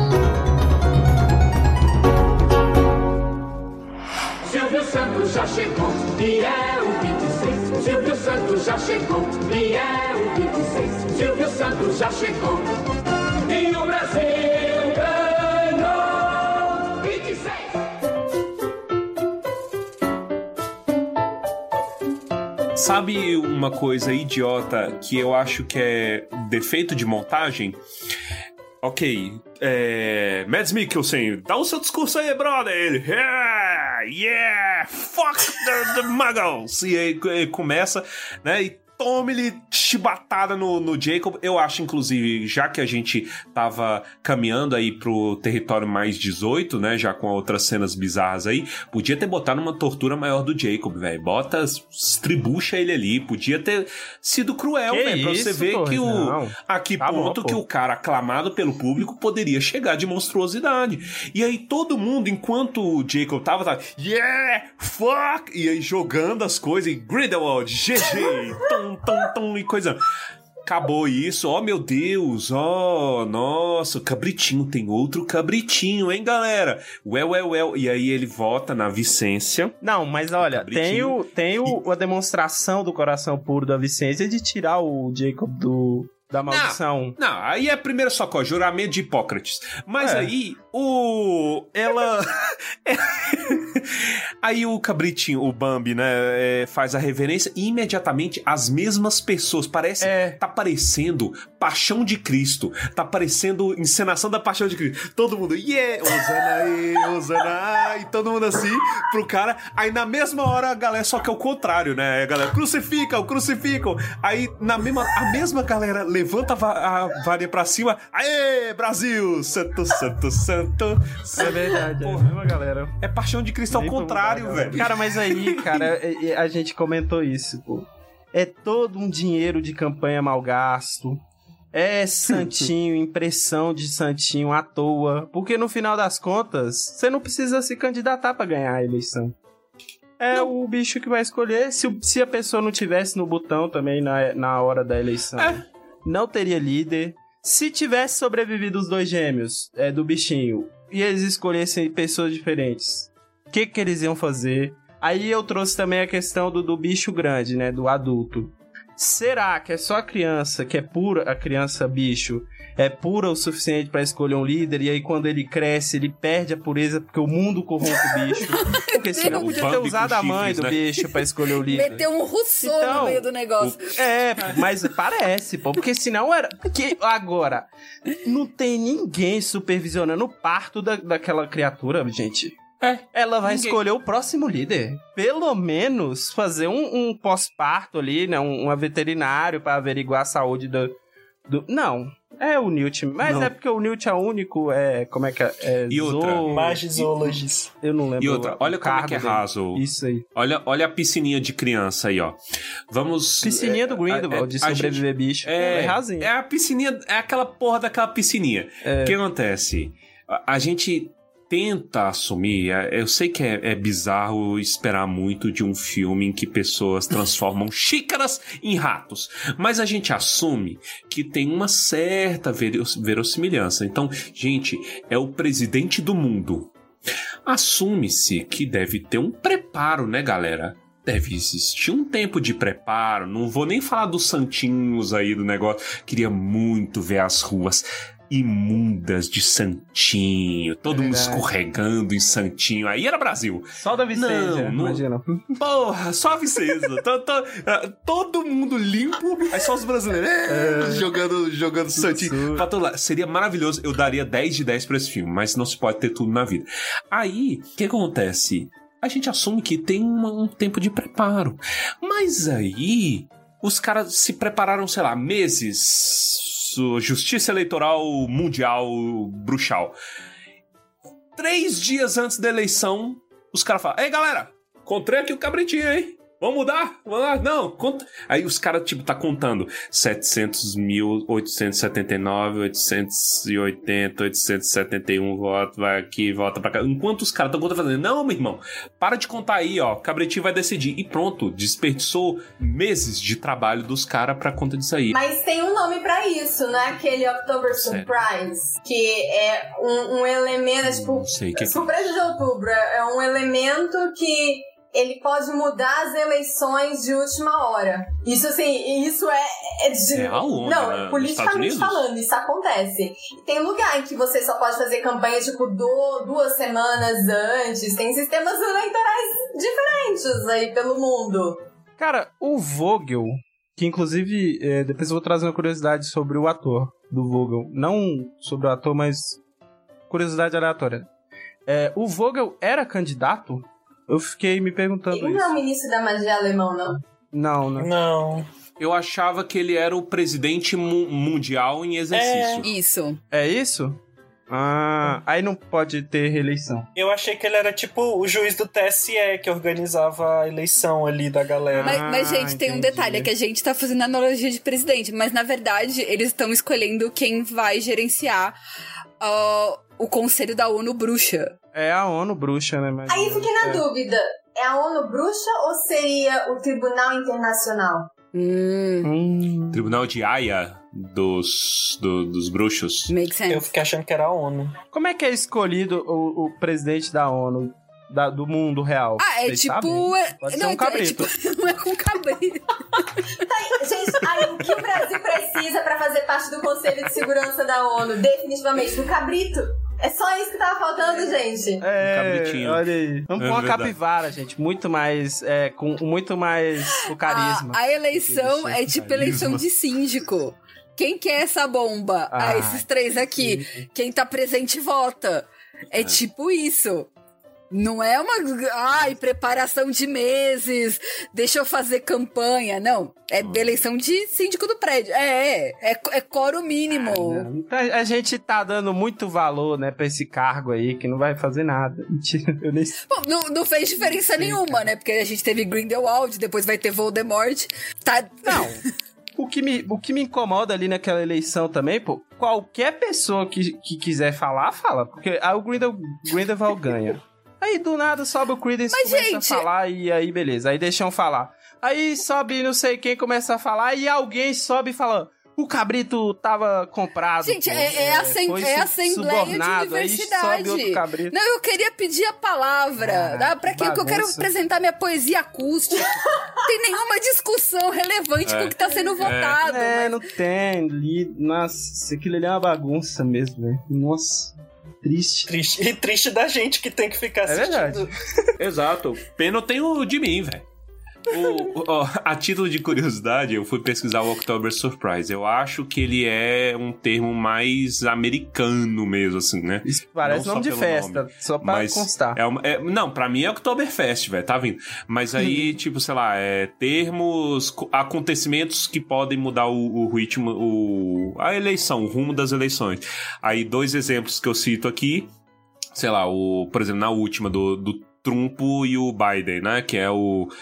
[SPEAKER 10] Silvio Santos já chegou e é o 26. Silvio Santos já chegou e é o 26. Silvio Santos já chegou e o Brasil ganhou 26.
[SPEAKER 3] Sabe uma coisa idiota que eu acho que é defeito de montagem? Ok, Mads Mikkelsen, dá o seu discurso aí, brother. Ele, yeah, fuck the muggles. E aí começa, né, e tome-lhe chibatada no Jacob. Eu acho, inclusive, já que a gente tava caminhando aí pro território mais 18, né, já com outras cenas bizarras aí, podia ter botado uma tortura maior do Jacob, velho. Estribucha ele ali. Podia ter sido cruel, velho, pra você ver que a que ponto que o cara aclamado pelo público poderia chegar de monstruosidade. E aí todo mundo, enquanto o Jacob tava yeah, fuck, e aí jogando as coisas, e Grindelwald, GG, e coisa. Acabou isso, oh meu Deus, oh, nossa, cabritinho, tem outro cabritinho, hein, galera? Well. E aí ele volta na Vicência.
[SPEAKER 2] Não, mas olha, tem a demonstração do coração puro da Vicência de tirar o Jacob da maldição.
[SPEAKER 3] Não, aí é a primeira socorro, juramento de Hipócrates. Mas aí, aí o cabritinho, o Bambi, né, faz a reverência e imediatamente as mesmas pessoas, tá parecendo Paixão de Cristo, tá parecendo encenação da Paixão de Cristo. Todo mundo, Osana, e todo mundo assim, pro cara. Aí na mesma hora a galera, só que é o contrário, né, a galera, crucificam. Aí a mesma galera levanta a varinha pra cima, aê, Brasil, santo.
[SPEAKER 2] É verdade, é a mesma galera.
[SPEAKER 3] É Paixão de Cristo ao contrário, velho.
[SPEAKER 2] Cara, mas aí, cara, a gente comentou isso, pô. É todo um dinheiro de campanha mal gasto. É santinho, impressão de santinho à toa. Porque no final das contas, você não precisa se candidatar pra ganhar a eleição. O bicho que vai escolher. Se a pessoa não tivesse no botão também na hora da eleição, não teria líder. Se tivesse sobrevivido os dois gêmeos do bichinho e eles escolhessem pessoas diferentes, o que eles iam fazer? Aí eu trouxe também a questão do bicho grande, né? Do adulto. Será que é só a criança, que é pura, a criança bicho, é pura o suficiente pra escolher um líder, e aí quando ele cresce, ele perde a pureza porque o mundo corrompe o bicho? Porque senão podia ter usado a mãe do bicho pra escolher o líder.
[SPEAKER 1] Meteu um Rousseau no meio do negócio.
[SPEAKER 2] Mas parece, pô, porque senão era... Porque agora, não tem ninguém supervisionando o parto daquela criatura, gente. Ela vai escolher o próximo líder. Pelo menos fazer um pós-parto ali, né? Um veterinário pra averiguar a saúde do... Não, é o Newt. Mas não. É porque o Newt é o único, como é que é?
[SPEAKER 3] E outra?
[SPEAKER 5] Magizoologist.
[SPEAKER 2] Eu não lembro.
[SPEAKER 3] E outra, olha como é que é raso.
[SPEAKER 2] Isso aí.
[SPEAKER 3] Olha a piscininha de criança aí, ó. Vamos...
[SPEAKER 2] Piscininha do Grindelwald, de sobreviver bicho. É rasinho.
[SPEAKER 3] É a piscininha, é aquela porra daquela piscininha. O que acontece? A gente... tenta assumir, eu sei que é bizarro esperar muito de um filme em que pessoas transformam xícaras em ratos, mas a gente assume que tem uma certa verossimilhança. Então, gente, é o presidente do mundo. Assume-se que deve ter um preparo, né, galera? Deve existir um tempo de preparo. Não vou nem falar dos santinhos aí do negócio. Queria muito ver as ruas imundas de santinho, todo mundo escorregando em santinho. Aí era Brasil.
[SPEAKER 2] Só da Vicência, imagina.
[SPEAKER 3] Porra, só a Vicência. Todo mundo limpo, aí só os brasileiros jogando santinho pra todo lado. Seria maravilhoso. Eu daria 10 de 10 pra esse filme, mas não se pode ter tudo na vida. Aí, o que acontece? A gente assume que tem um tempo de preparo. Mas aí, os caras se prepararam, sei lá, meses... Justiça Eleitoral Mundial Bruxal. 3 dias antes da eleição, os caras falam: ei, galera, encontrei aqui o cabritinho, hein? Vamos mudar? Não, conta. Aí os caras, tipo, tá contando 700.879, 880, 871 votos, vai aqui, volta pra cá. Enquanto os caras estão contando, fazendo, não, meu irmão, para de contar aí, ó, Cabritinho vai decidir. E pronto, desperdiçou meses de trabalho dos caras pra conta disso aí.
[SPEAKER 4] Mas tem um nome pra isso, né? Aquele October Surprise, que é um elemento, tipo, surpresa de outubro, é um elemento que ele pode mudar as eleições de última hora. Isso, assim, isso é
[SPEAKER 3] aonde,
[SPEAKER 4] não,
[SPEAKER 3] né?
[SPEAKER 4] politicamente falando, isso acontece. Tem lugar em que você só pode fazer campanha, tipo, 2 semanas antes. Tem sistemas eleitorais diferentes aí pelo mundo.
[SPEAKER 2] Cara, o Vogel, que inclusive, depois eu vou trazer uma curiosidade sobre o ator do Vogel. Não sobre o ator, mas curiosidade aleatória. O Vogel era candidato? Eu fiquei me perguntando isso.
[SPEAKER 4] Ele não é o ministro da magia alemão, não?
[SPEAKER 2] Não.
[SPEAKER 3] Eu achava que ele era o presidente mundial em exercício.
[SPEAKER 1] Isso.
[SPEAKER 2] É isso? Aí não pode ter reeleição.
[SPEAKER 5] Eu achei que ele era tipo o juiz do TSE que organizava a eleição ali da galera.
[SPEAKER 1] Mas gente, tem um detalhe, é que a gente tá fazendo analogia de presidente, mas na verdade eles estão escolhendo quem vai gerenciar o Conselho da ONU Bruxa.
[SPEAKER 2] É a ONU Bruxa, né? Mas
[SPEAKER 4] aí fiquei na dúvida, é a ONU Bruxa ou seria o Tribunal Internacional?
[SPEAKER 3] Tribunal de Haia dos bruxos.
[SPEAKER 1] Make sense.
[SPEAKER 5] Eu fiquei achando que era a ONU.
[SPEAKER 2] Como é que é escolhido o presidente da ONU? Do mundo real?
[SPEAKER 1] É
[SPEAKER 2] vocês
[SPEAKER 1] tipo...
[SPEAKER 2] Pode ser um cabrito.
[SPEAKER 1] Não é com cabrito.
[SPEAKER 4] Gente, o que o Brasil precisa pra fazer parte do Conselho de Segurança da ONU? Definitivamente, do cabrito. É só isso que tava faltando, gente.
[SPEAKER 3] Cabritinho.
[SPEAKER 2] Olha aí. Vamos pôr uma capivara, gente. Muito mais... com muito mais o carisma.
[SPEAKER 1] A eleição é tipo eleição de síndico. Quem quer essa bomba? Esses 3 aqui. Sim. Quem tá presente vota. É tipo isso. Não é uma... preparação de meses, deixa eu fazer campanha. Não, é eleição de síndico do prédio. É quórum mínimo.
[SPEAKER 2] A gente tá dando muito valor, né, pra esse cargo aí, que não vai fazer nada. Mentira, eu nem...
[SPEAKER 1] Bom, não fez diferença nenhuma, né, porque a gente teve Grindelwald, depois vai ter Voldemort.
[SPEAKER 2] Não... O que me incomoda ali naquela eleição também, pô, qualquer pessoa que quiser falar, fala. Porque aí o Grindelwald ganha. Aí do nada sobe o Credence e começa a falar e aí beleza, aí deixam falar. Aí sobe não sei quem começa a falar e alguém sobe e fala, o cabrito tava comprado.
[SPEAKER 1] Gente, é Assembleia de Diversidade.
[SPEAKER 2] Aí sobe outro cabrito.
[SPEAKER 1] Não, eu queria pedir a palavra. Pra quê? Porque eu quero apresentar minha poesia acústica. Não tem nenhuma discussão relevante com o que tá sendo votado.
[SPEAKER 2] Mas... não tem. Nossa, aquilo ali é uma bagunça mesmo, velho. Nossa.
[SPEAKER 5] Triste. E triste da gente que tem que ficar assistindo.
[SPEAKER 2] É verdade.
[SPEAKER 3] Exato. Pena tem o de mim, velho. A título de curiosidade, eu fui pesquisar o October Surprise. Eu acho que ele é um termo mais americano mesmo, assim, né?
[SPEAKER 2] Isso parece nome de festa, nome, só pra constar.
[SPEAKER 3] Não, pra mim é Oktoberfest, velho, tá vindo. Mas aí, tipo, sei lá, termos, acontecimentos que podem mudar o ritmo, a eleição, o rumo das eleições. Aí, 2 exemplos que eu cito aqui, sei lá, por exemplo, na última do Trump e o Biden, né? Que é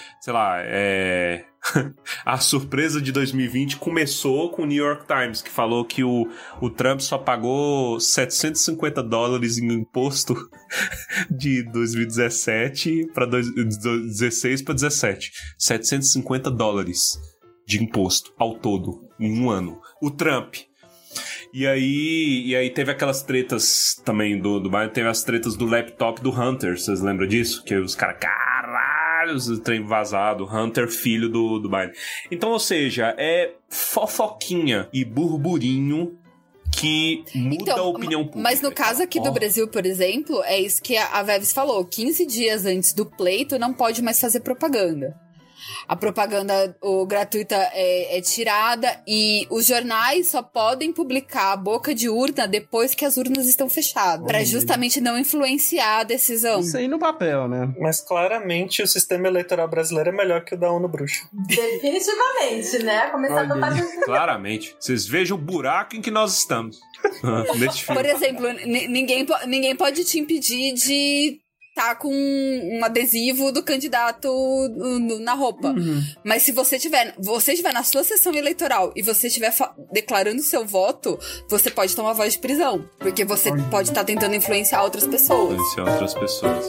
[SPEAKER 3] a surpresa de 2020 começou com o New York Times, que falou que o Trump só pagou $750 em imposto de 2017 para 2016 para 2017. $750 de imposto ao todo em um ano. O Trump. E aí teve aquelas tretas também do Biden, teve as tretas do laptop do Hunter, vocês lembram disso? Que os caras, caralho, o trem vazado, Hunter, filho do Biden. Então, ou seja, é fofoquinha e burburinho que muda a opinião pública.
[SPEAKER 1] Mas no caso aqui do Brasil, por exemplo, é isso que a Veves falou, 15 dias antes do pleito não pode mais fazer propaganda. A propaganda gratuita é tirada e os jornais só podem publicar a boca de urna depois que as urnas estão fechadas, para justamente não influenciar a decisão.
[SPEAKER 2] Isso aí no papel, né?
[SPEAKER 5] Mas claramente o sistema eleitoral brasileiro é melhor que o da ONU Bruxa.
[SPEAKER 4] Definitivamente, né? Começar a botar...
[SPEAKER 3] Claramente. Vocês vejam o buraco em que nós estamos.
[SPEAKER 1] Por exemplo, ninguém pode te impedir de tá com um adesivo do candidato na roupa. Mas se você estiver na sua sessão eleitoral e você estiver declarando seu voto, você pode tomar voz de prisão. Porque você pode estar tentando influenciar outras pessoas.
[SPEAKER 3] Influenciar outras pessoas.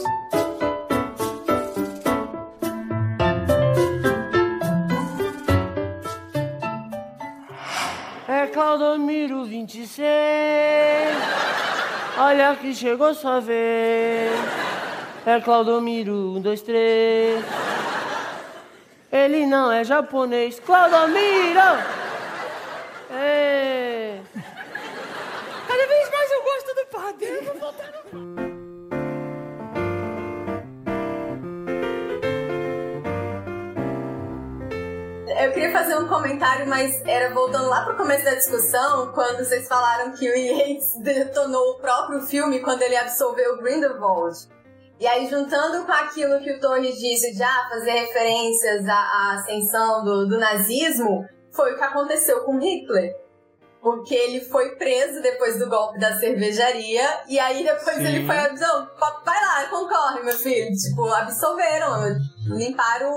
[SPEAKER 11] É Claudomiro 26. Olha que chegou sua vez. É Claudomiro 1, 2, 3. Ele não é japonês. Claudomiro! É. Cada vez mais eu gosto do padeiro.
[SPEAKER 4] Eu queria fazer um comentário, mas era voltando lá pro começo da discussão, quando vocês falaram que o Yates detonou o próprio filme quando ele absolveu Grindelwald. E aí, juntando com aquilo que o Torres disse de fazer referências à ascensão do nazismo, foi o que aconteceu com Hitler. Porque ele foi preso depois do golpe da cervejaria, e aí depois ele foi absolvido. Vai lá, concorre, meu filho. Tipo, absolveram, limparam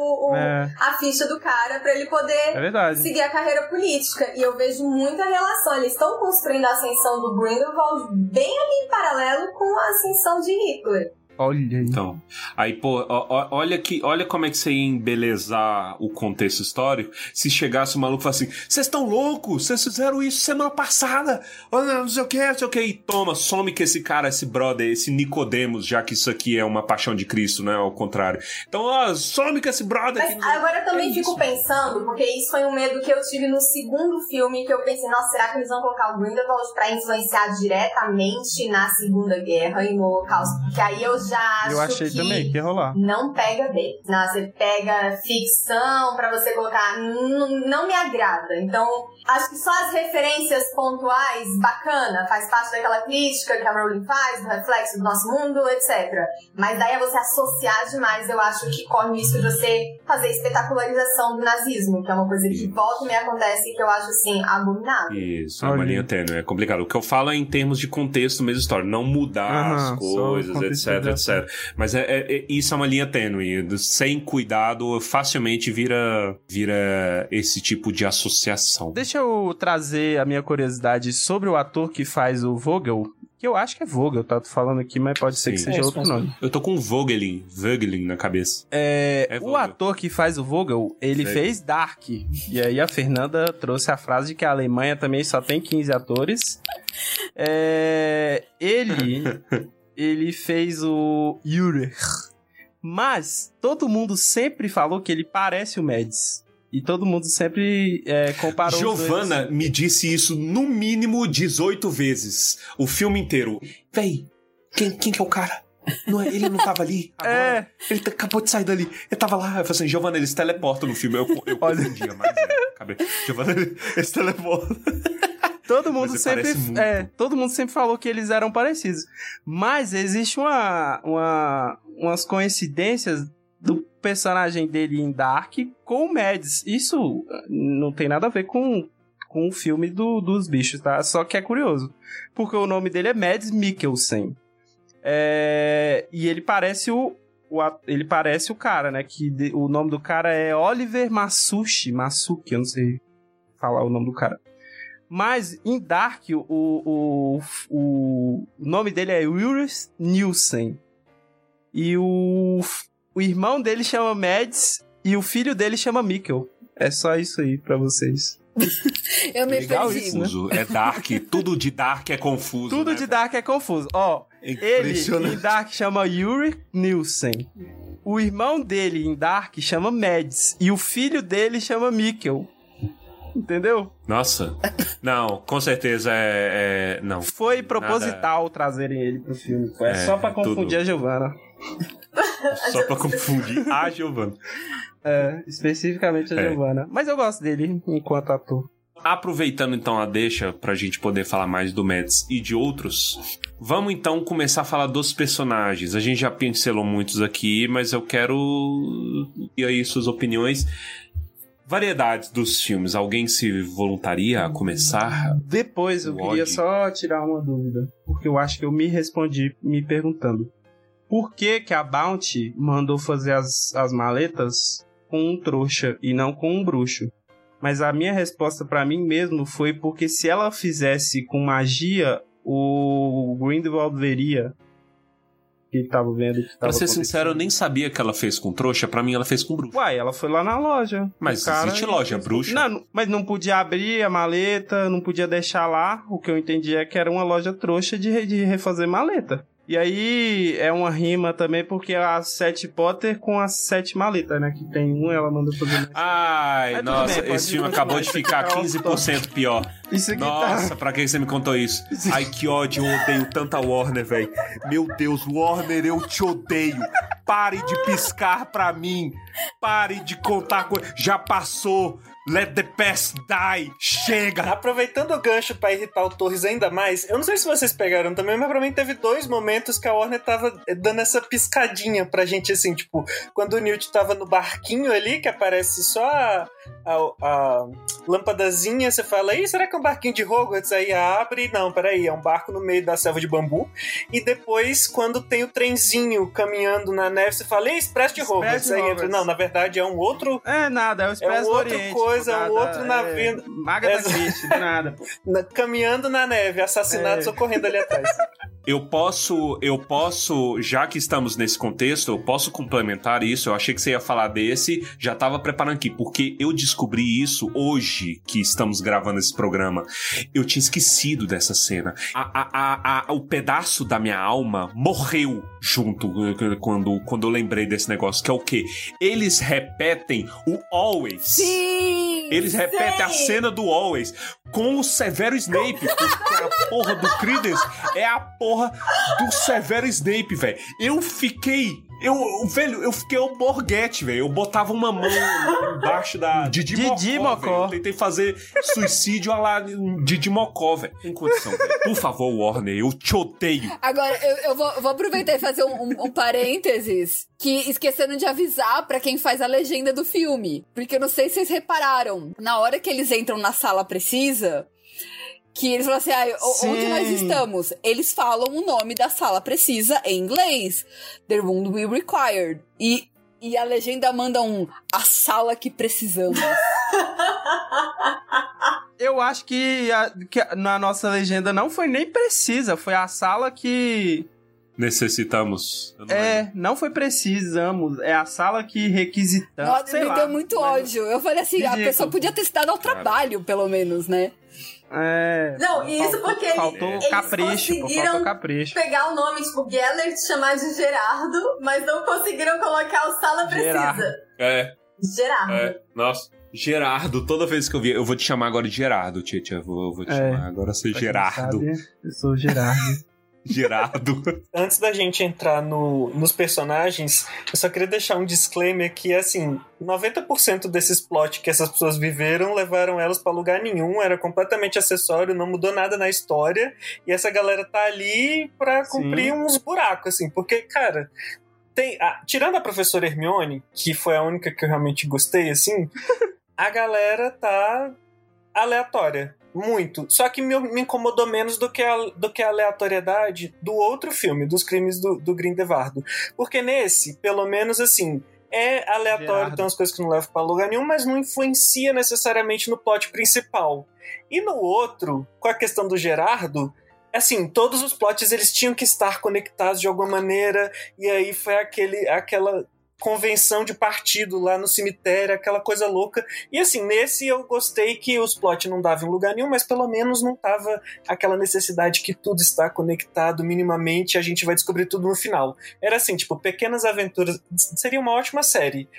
[SPEAKER 4] a ficha do cara pra ele poder seguir a carreira política. E eu vejo muita relação. Eles estão construindo a ascensão do Grindelwald bem ali em paralelo com a ascensão de Hitler.
[SPEAKER 2] Olha aí.
[SPEAKER 3] Então, aí, pô, olha como é que você ia embelezar o contexto histórico se chegasse o maluco e falasse assim, vocês estão loucos? Vocês fizeram isso semana passada, não sei o que, e toma, some que esse cara, esse brother, esse Nicodemos, já que isso aqui é uma paixão de Cristo, né, ao contrário. Então, some que esse brother...
[SPEAKER 4] Mas agora eu também fico pensando, porque isso foi um medo que eu tive no segundo filme, que eu pensei, nossa, será que eles vão colocar o Grindelwald pra influenciar diretamente na Segunda Guerra e no Holocausto? Porque aí eu achei
[SPEAKER 2] também que ia rolar.
[SPEAKER 4] Não pega bem. Não, você pega ficção pra você colocar. Não me agrada. Então, acho que só as referências pontuais, bacana, faz parte daquela crítica que a Rowling faz, do reflexo do nosso mundo, etc. Mas daí é você associar demais, eu acho que corre o risco de você fazer espetacularização do nazismo, que é uma coisa que volta e me acontece e que eu acho, assim, abominável.
[SPEAKER 3] Isso, é uma linha tênue, é complicado. O que eu falo é em termos de contexto mesmo história, não mudar as coisas, etc. Mas isso é uma linha tênue. Sem cuidado, facilmente vira esse tipo de associação.
[SPEAKER 2] Deixa eu trazer a minha curiosidade sobre o ator que faz o Vogel, que eu acho que é Vogel, tá? Tô falando aqui, mas pode ser que seja outro nome.
[SPEAKER 3] Eu tô com Vogelin na cabeça.
[SPEAKER 2] O ator que faz o Vogel, ele fez Dark. E aí a Fernanda trouxe a frase de que a Alemanha também só tem 15 atores. Ele fez o Urer. Mas todo mundo sempre falou que ele parece o Mads. E todo mundo sempre comparou
[SPEAKER 3] Giovanna me disse isso no mínimo 18 vezes. O filme inteiro. Véi, quem que é o cara? Ele não tava ali agora? Ele acabou de sair dali. Ele tava lá. Eu falei assim, Giovanna, eles teleportam no filme. Eu confundia, mas Giovanna, eles teleportam.
[SPEAKER 2] Todo mundo sempre falou que eles eram parecidos. Mas existe umas coincidências do personagem dele em Dark com o Mads. Isso não tem nada a ver com o filme dos bichos, tá? Só que é curioso. Porque o nome dele é Mads Mikkelsen. E ele parece ele parece o cara, né? O nome do cara é Oliver Masuki, eu não sei falar o nome do cara. Mas em Dark, o nome dele é Ulrich Nielsen. E o irmão dele chama Mads e o filho dele chama Mikkel. É só isso aí pra vocês.
[SPEAKER 1] Eu me perdi.
[SPEAKER 3] Confuso. É Dark. Tudo de Dark é confuso.
[SPEAKER 2] Tudo de Dark é confuso. Ele em Dark chama Ulrich Nielsen. O irmão dele em Dark chama Mads. E o filho dele chama Mikkel. Entendeu?
[SPEAKER 3] Nossa. Não, com certeza não.
[SPEAKER 2] Foi proposital trazerem ele pro filme. Só pra confundir a Giovanna.
[SPEAKER 3] Só pra confundir a Giovanna.
[SPEAKER 2] Especificamente a Giovanna. Mas eu gosto dele enquanto ator.
[SPEAKER 3] Aproveitando então a deixa pra gente poder falar mais do Mads e de outros, vamos então começar a falar dos personagens. A gente já pincelou muitos aqui, mas eu quero... E aí, suas opiniões... Variedades dos filmes. Alguém se voluntaria a começar?
[SPEAKER 2] Depois eu queria só tirar uma dúvida, porque eu acho que eu me respondi me perguntando. por que a Bounty mandou fazer as maletas com um trouxa e não com um bruxo. Mas a minha resposta pra mim mesmo foi porque se ela fizesse com magia, o Grindelwald veria que ele tava vendo que tava
[SPEAKER 3] Pra ser sincero, eu nem sabia que ela fez com trouxa. Pra mim, ela fez com bruxo.
[SPEAKER 2] Uai, ela foi lá na loja.
[SPEAKER 3] Mas existe loja bruxa?
[SPEAKER 2] Não, mas não podia abrir a maleta, não podia deixar lá. O que eu entendi é que era uma loja trouxa de refazer maleta. E aí é uma rima também, porque a 7 Potter com as 7 maletas, né? Que tem uma, ela mandou fazer.
[SPEAKER 3] Ai, nossa, bem, esse filme acabou de ficar 15% pior.
[SPEAKER 2] Isso aqui
[SPEAKER 3] nossa, pra que você me contou isso? Ai, que ódio, eu odeio tanta Warner, velho. Meu Deus, Warner, eu te odeio. Pare de piscar pra mim. Pare de contar coisas. Já passou. Let the past die. Chega.
[SPEAKER 5] Aproveitando o gancho pra irritar o Torres ainda mais, eu não sei se vocês pegaram também, mas pra mim teve 2 momentos que a Warner tava dando essa piscadinha pra gente, assim, tipo, quando o Newt tava no barquinho ali, que aparece só a lâmpadazinha, você fala, ih, será que é um barquinho de Hogwarts? Aí abre, não, peraí, é um barco no meio da selva de bambu. E depois, quando tem o trenzinho caminhando na neve, você fala, ih, Expresso de Hogwarts. Aí entra, não, na verdade é um outro...
[SPEAKER 2] É nada, é o Expresso do Oriente.
[SPEAKER 5] Um outro navio.
[SPEAKER 2] Maga da Christie, do nada.
[SPEAKER 5] Caminhando na neve, assassinatos ocorrendo ali atrás.
[SPEAKER 3] Eu posso, já que estamos nesse contexto, eu posso complementar isso. Eu achei que você ia falar desse, já tava preparando aqui, porque eu descobri isso hoje que estamos gravando esse programa. Eu tinha esquecido dessa cena. O pedaço da minha alma morreu junto quando eu lembrei desse negócio, que é o quê? Eles repetem o Always.
[SPEAKER 1] Sim!
[SPEAKER 3] Eles repetem a cena do Always com o Severo Snape, porque a porra do Credence é a porra do Severo Snape, velho. Eu fiquei o Borghetti, velho. Eu botava uma mão embaixo da Didi Mocó. Eu tentei fazer suicídio lá Didi Mocó, velho. Tem condição, velho. Por favor, Warner, eu te odeio.
[SPEAKER 1] Agora, eu vou aproveitar e fazer um parênteses, que esquecendo de avisar pra quem faz a legenda do filme. Porque eu não sei se vocês repararam. Na hora que eles entram na sala precisa... Que eles falam assim, onde nós estamos? Eles falam o nome da sala precisa em inglês. The room we required. E a legenda manda a sala que precisamos.
[SPEAKER 2] Eu acho que na nossa legenda não foi nem precisa, foi a sala que...
[SPEAKER 3] Necessitamos.
[SPEAKER 2] Não foi precisamos, é a sala que requisitamos.
[SPEAKER 1] Nossa, me deu muito ódio. Eu falei assim, a pessoa podia ter se dado ao trabalho, pelo menos, né?
[SPEAKER 4] Não, e isso porque eles conseguiram pegar o nome, tipo, Gellert, chamar de Gerardo, mas não conseguiram colocar o Sala Precisa. Gerardo.
[SPEAKER 3] Nossa. Gerardo, toda vez que eu vi, eu vou te chamar agora de Gerardo, Tietchan. Eu vou te chamar agora, ser Gerardo.
[SPEAKER 2] Sabe, eu sou Gerardo.
[SPEAKER 3] Gerardo.
[SPEAKER 5] Antes da gente entrar nos personagens, eu só queria deixar um disclaimer que, assim, 90% desses plots que essas pessoas viveram levaram elas pra lugar nenhum, era completamente acessório, não mudou nada na história, e essa galera tá ali pra cumprir uns buracos, assim, porque, cara... tirando a professora Hermione, que foi a única que eu realmente gostei, assim, a galera tá aleatória. Muito. Só que me incomodou menos do que a aleatoriedade do outro filme, dos crimes do Grindelwald. Porque nesse, pelo menos assim, é aleatório, tem umas coisas que não levam pra lugar nenhum, mas não influencia necessariamente no plot principal. E no outro, com a questão do Gerardo, assim, todos os plots eles tinham que estar conectados de alguma maneira, e aí foi aquela convenção de partido lá no cemitério, aquela coisa louca. E assim, nesse eu gostei que os plots não davam em lugar nenhum, mas pelo menos não tava aquela necessidade que tudo está conectado minimamente, a gente vai descobrir tudo no final. Era assim, tipo, pequenas aventuras. Seria uma ótima série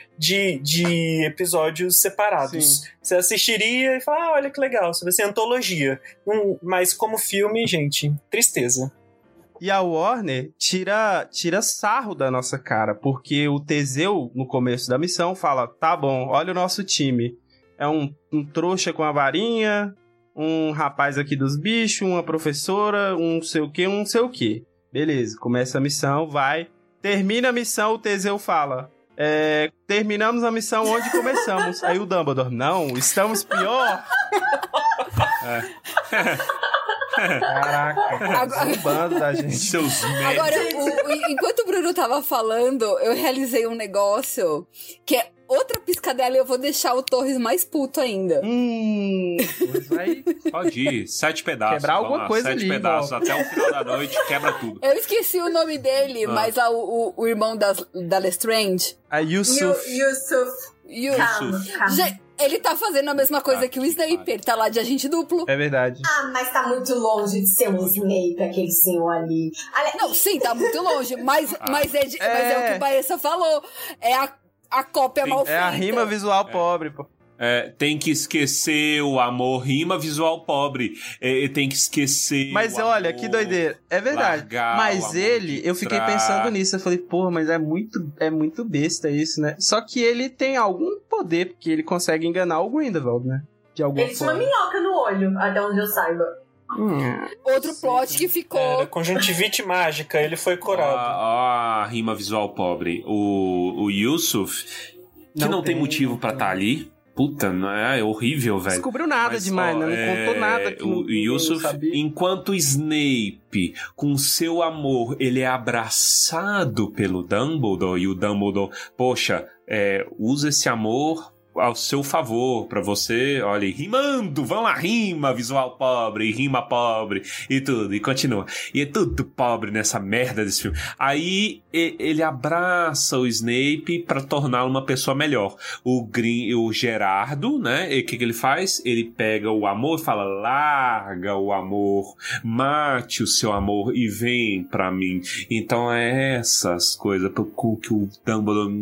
[SPEAKER 5] de episódios separados. Sim. Você assistiria e fala, olha que legal, sabe assim, antologia. Mas como filme, gente, tristeza.
[SPEAKER 2] E a Warner tira sarro da nossa cara, porque o Teseu, no começo da missão, fala, tá bom, olha o nosso time. É um trouxa com a varinha, um rapaz aqui dos bichos, uma professora, um sei o que. Beleza, começa a missão, vai. Termina a missão, o Teseu fala, terminamos a missão onde começamos. Aí o Dumbledore, não, estamos pior. Caraca, um bando da gente.
[SPEAKER 3] Seus merda.
[SPEAKER 1] Agora, enquanto o Bruno tava falando, eu realizei um negócio que é outra piscadela e eu vou deixar o Torres mais puto ainda.
[SPEAKER 2] Vai
[SPEAKER 3] Pode ir, 7 pedaços.
[SPEAKER 2] Quebrar alguma coisa
[SPEAKER 3] 7
[SPEAKER 2] ali,
[SPEAKER 3] pedaços,
[SPEAKER 2] volta.
[SPEAKER 3] até o final da noite, quebra tudo.
[SPEAKER 1] Eu esqueci o nome dele, mas lá o irmão da Lestrange.
[SPEAKER 2] A Yusuf.
[SPEAKER 1] Gente, ele tá fazendo a mesma coisa que o Snape, ele tá lá de agente duplo.
[SPEAKER 2] É verdade.
[SPEAKER 4] Ah, mas tá muito longe de ser um Snape, aquele senhor ali.
[SPEAKER 1] Não, sim, tá muito longe, mas é o que o Baessa falou. É a cópia mal feita.
[SPEAKER 2] É a rima visual pobre, pô.
[SPEAKER 3] Tem que esquecer o amor, rima visual pobre. Tem que esquecer.
[SPEAKER 2] Mas
[SPEAKER 3] o
[SPEAKER 2] olha,
[SPEAKER 3] amor,
[SPEAKER 2] que doideira. É verdade. Mas ele, eu fiquei pensando nisso. Eu falei, porra, mas é muito besta isso, né? Só que ele tem algum poder, porque ele consegue enganar o Grindelwald, né? De alguma
[SPEAKER 4] ele tinha
[SPEAKER 2] forma.
[SPEAKER 4] uma minhoca no olho, até onde eu saiba.
[SPEAKER 1] Outro plot que ficou.
[SPEAKER 5] Era conjuntivite mágica, ele foi curado.
[SPEAKER 3] A rima visual pobre. O Yusuf, que não tem motivo pra estar ali. Puta, é horrível, velho.
[SPEAKER 2] Descobriu nada demais, né? Não contou nada. Que
[SPEAKER 3] o Yusuf, enquanto Snape, com seu amor, ele é abraçado pelo Dumbledore, e o Dumbledore, poxa, usa esse amor ao seu favor, pra você, olha, rimando, vamos lá, rima visual pobre, rima pobre, e tudo, e continua. E é tudo pobre nessa merda desse filme. Aí, ele abraça o Snape pra torná-lo uma pessoa melhor. O Gerardo, né, o que ele faz? Ele pega o amor e fala, larga o amor, mate o seu amor e vem pra mim. Então, é essas coisas que o Dumbledore,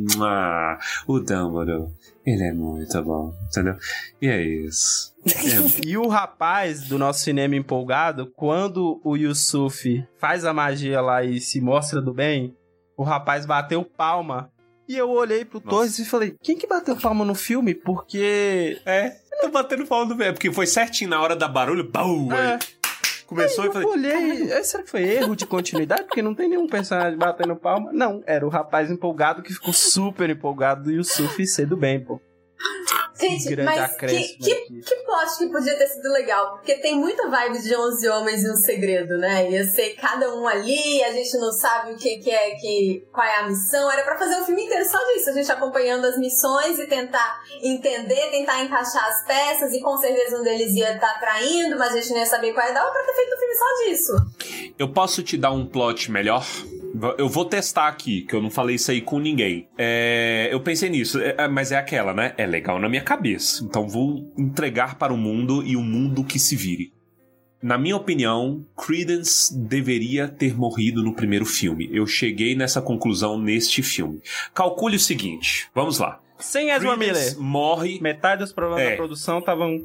[SPEAKER 3] o Dumbledore, ele é muito bom, entendeu? E é isso.
[SPEAKER 2] E o rapaz do nosso cinema empolgado, quando o Yusuf faz a magia lá e se mostra do bem, o rapaz bateu palma. E eu olhei pro Torres e falei, quem que bateu palma no filme? Porque...
[SPEAKER 3] tô batendo palma do bem, porque foi certinho na hora da barulho, bum, começou
[SPEAKER 2] aí
[SPEAKER 3] e falei...
[SPEAKER 2] Eu olhei, será que foi erro de continuidade? Porque não tem nenhum personagem batendo palma. Não, era o rapaz empolgado que ficou super empolgado do Yusuf ser do bem, pô.
[SPEAKER 4] Gente, mas que plot que podia ter sido legal, porque tem muita vibe de 11 Homens e um Segredo, né? Ia ser cada um ali, a gente não sabe o qual é a missão. Era pra fazer o filme inteiro só disso, a gente acompanhando as missões e tentar entender, tentar encaixar as peças, e com certeza um deles ia estar traindo, mas a gente não ia saber qual é. Dava pra ter feito um filme só disso.
[SPEAKER 3] Eu posso te dar um plot melhor? Eu vou testar aqui, que eu não falei isso aí com ninguém. Eu pensei nisso, mas é aquela, né? É legal na minha cabeça. Então vou entregar para o mundo e o mundo que se vire. Na minha opinião, Credence deveria ter morrido no primeiro filme. Eu cheguei nessa conclusão neste filme. Calcule o seguinte, vamos lá.
[SPEAKER 2] Sem Ezra Miller
[SPEAKER 3] morre.
[SPEAKER 2] Metade dos problemas da produção estavam...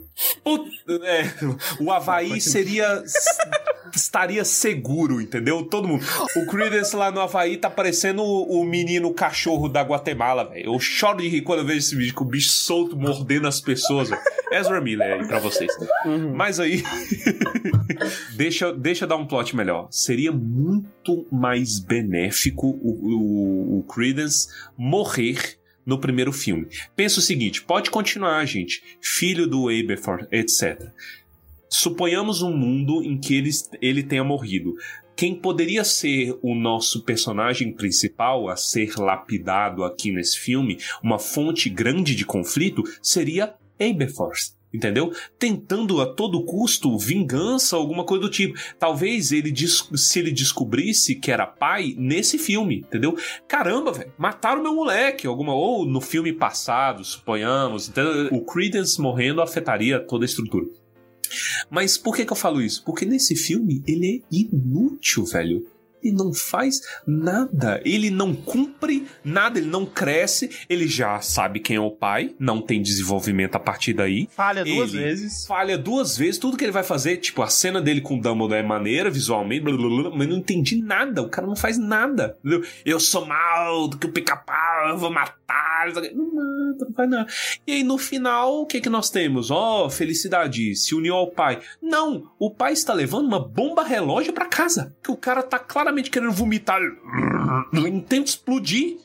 [SPEAKER 3] O Havaí estaria seguro, entendeu? Todo mundo. O Credence lá no Havaí tá parecendo o menino cachorro da Guatemala, velho. Eu choro de rir quando eu vejo esse vídeo, com o bicho solto mordendo as pessoas, véio. Ezra Miller aí pra vocês. Mas aí... deixa eu dar um plot melhor. Seria muito mais benéfico o Credence morrer no primeiro filme. Pensa o seguinte, pode continuar, gente. Filho do Aberforth, etc. Suponhamos um mundo em que ele tenha morrido. Quem poderia ser o nosso personagem principal a ser lapidado aqui nesse filme, uma fonte grande de conflito, seria Aberforth. Entendeu? Tentando a todo custo vingança, alguma coisa do tipo. Talvez se ele descobrisse que era pai nesse filme, entendeu? Caramba, velho, mataram meu moleque. Ou no filme passado, suponhamos, entendeu? O Credence morrendo afetaria toda a estrutura. Mas por que eu falo isso? Porque nesse filme ele é inútil, velho. Ele não faz nada, ele não cumpre nada, ele não cresce, ele já sabe quem é o pai, não tem desenvolvimento a partir daí.
[SPEAKER 2] Falha duas vezes, tudo que ele vai fazer, tipo, a cena dele com o Dumbledore é maneira, visualmente, blá, blá, blá, mas não entendi nada, o cara não faz nada, entendeu? Eu sou mal do que o pica-pau, eu vou matar, não faz nada. E aí no final, o que nós temos? Felicidade, se uniu ao pai. Não, o pai está levando uma bomba relógio pra casa, que o cara tá claramente querendo vomitar, intenta explodir.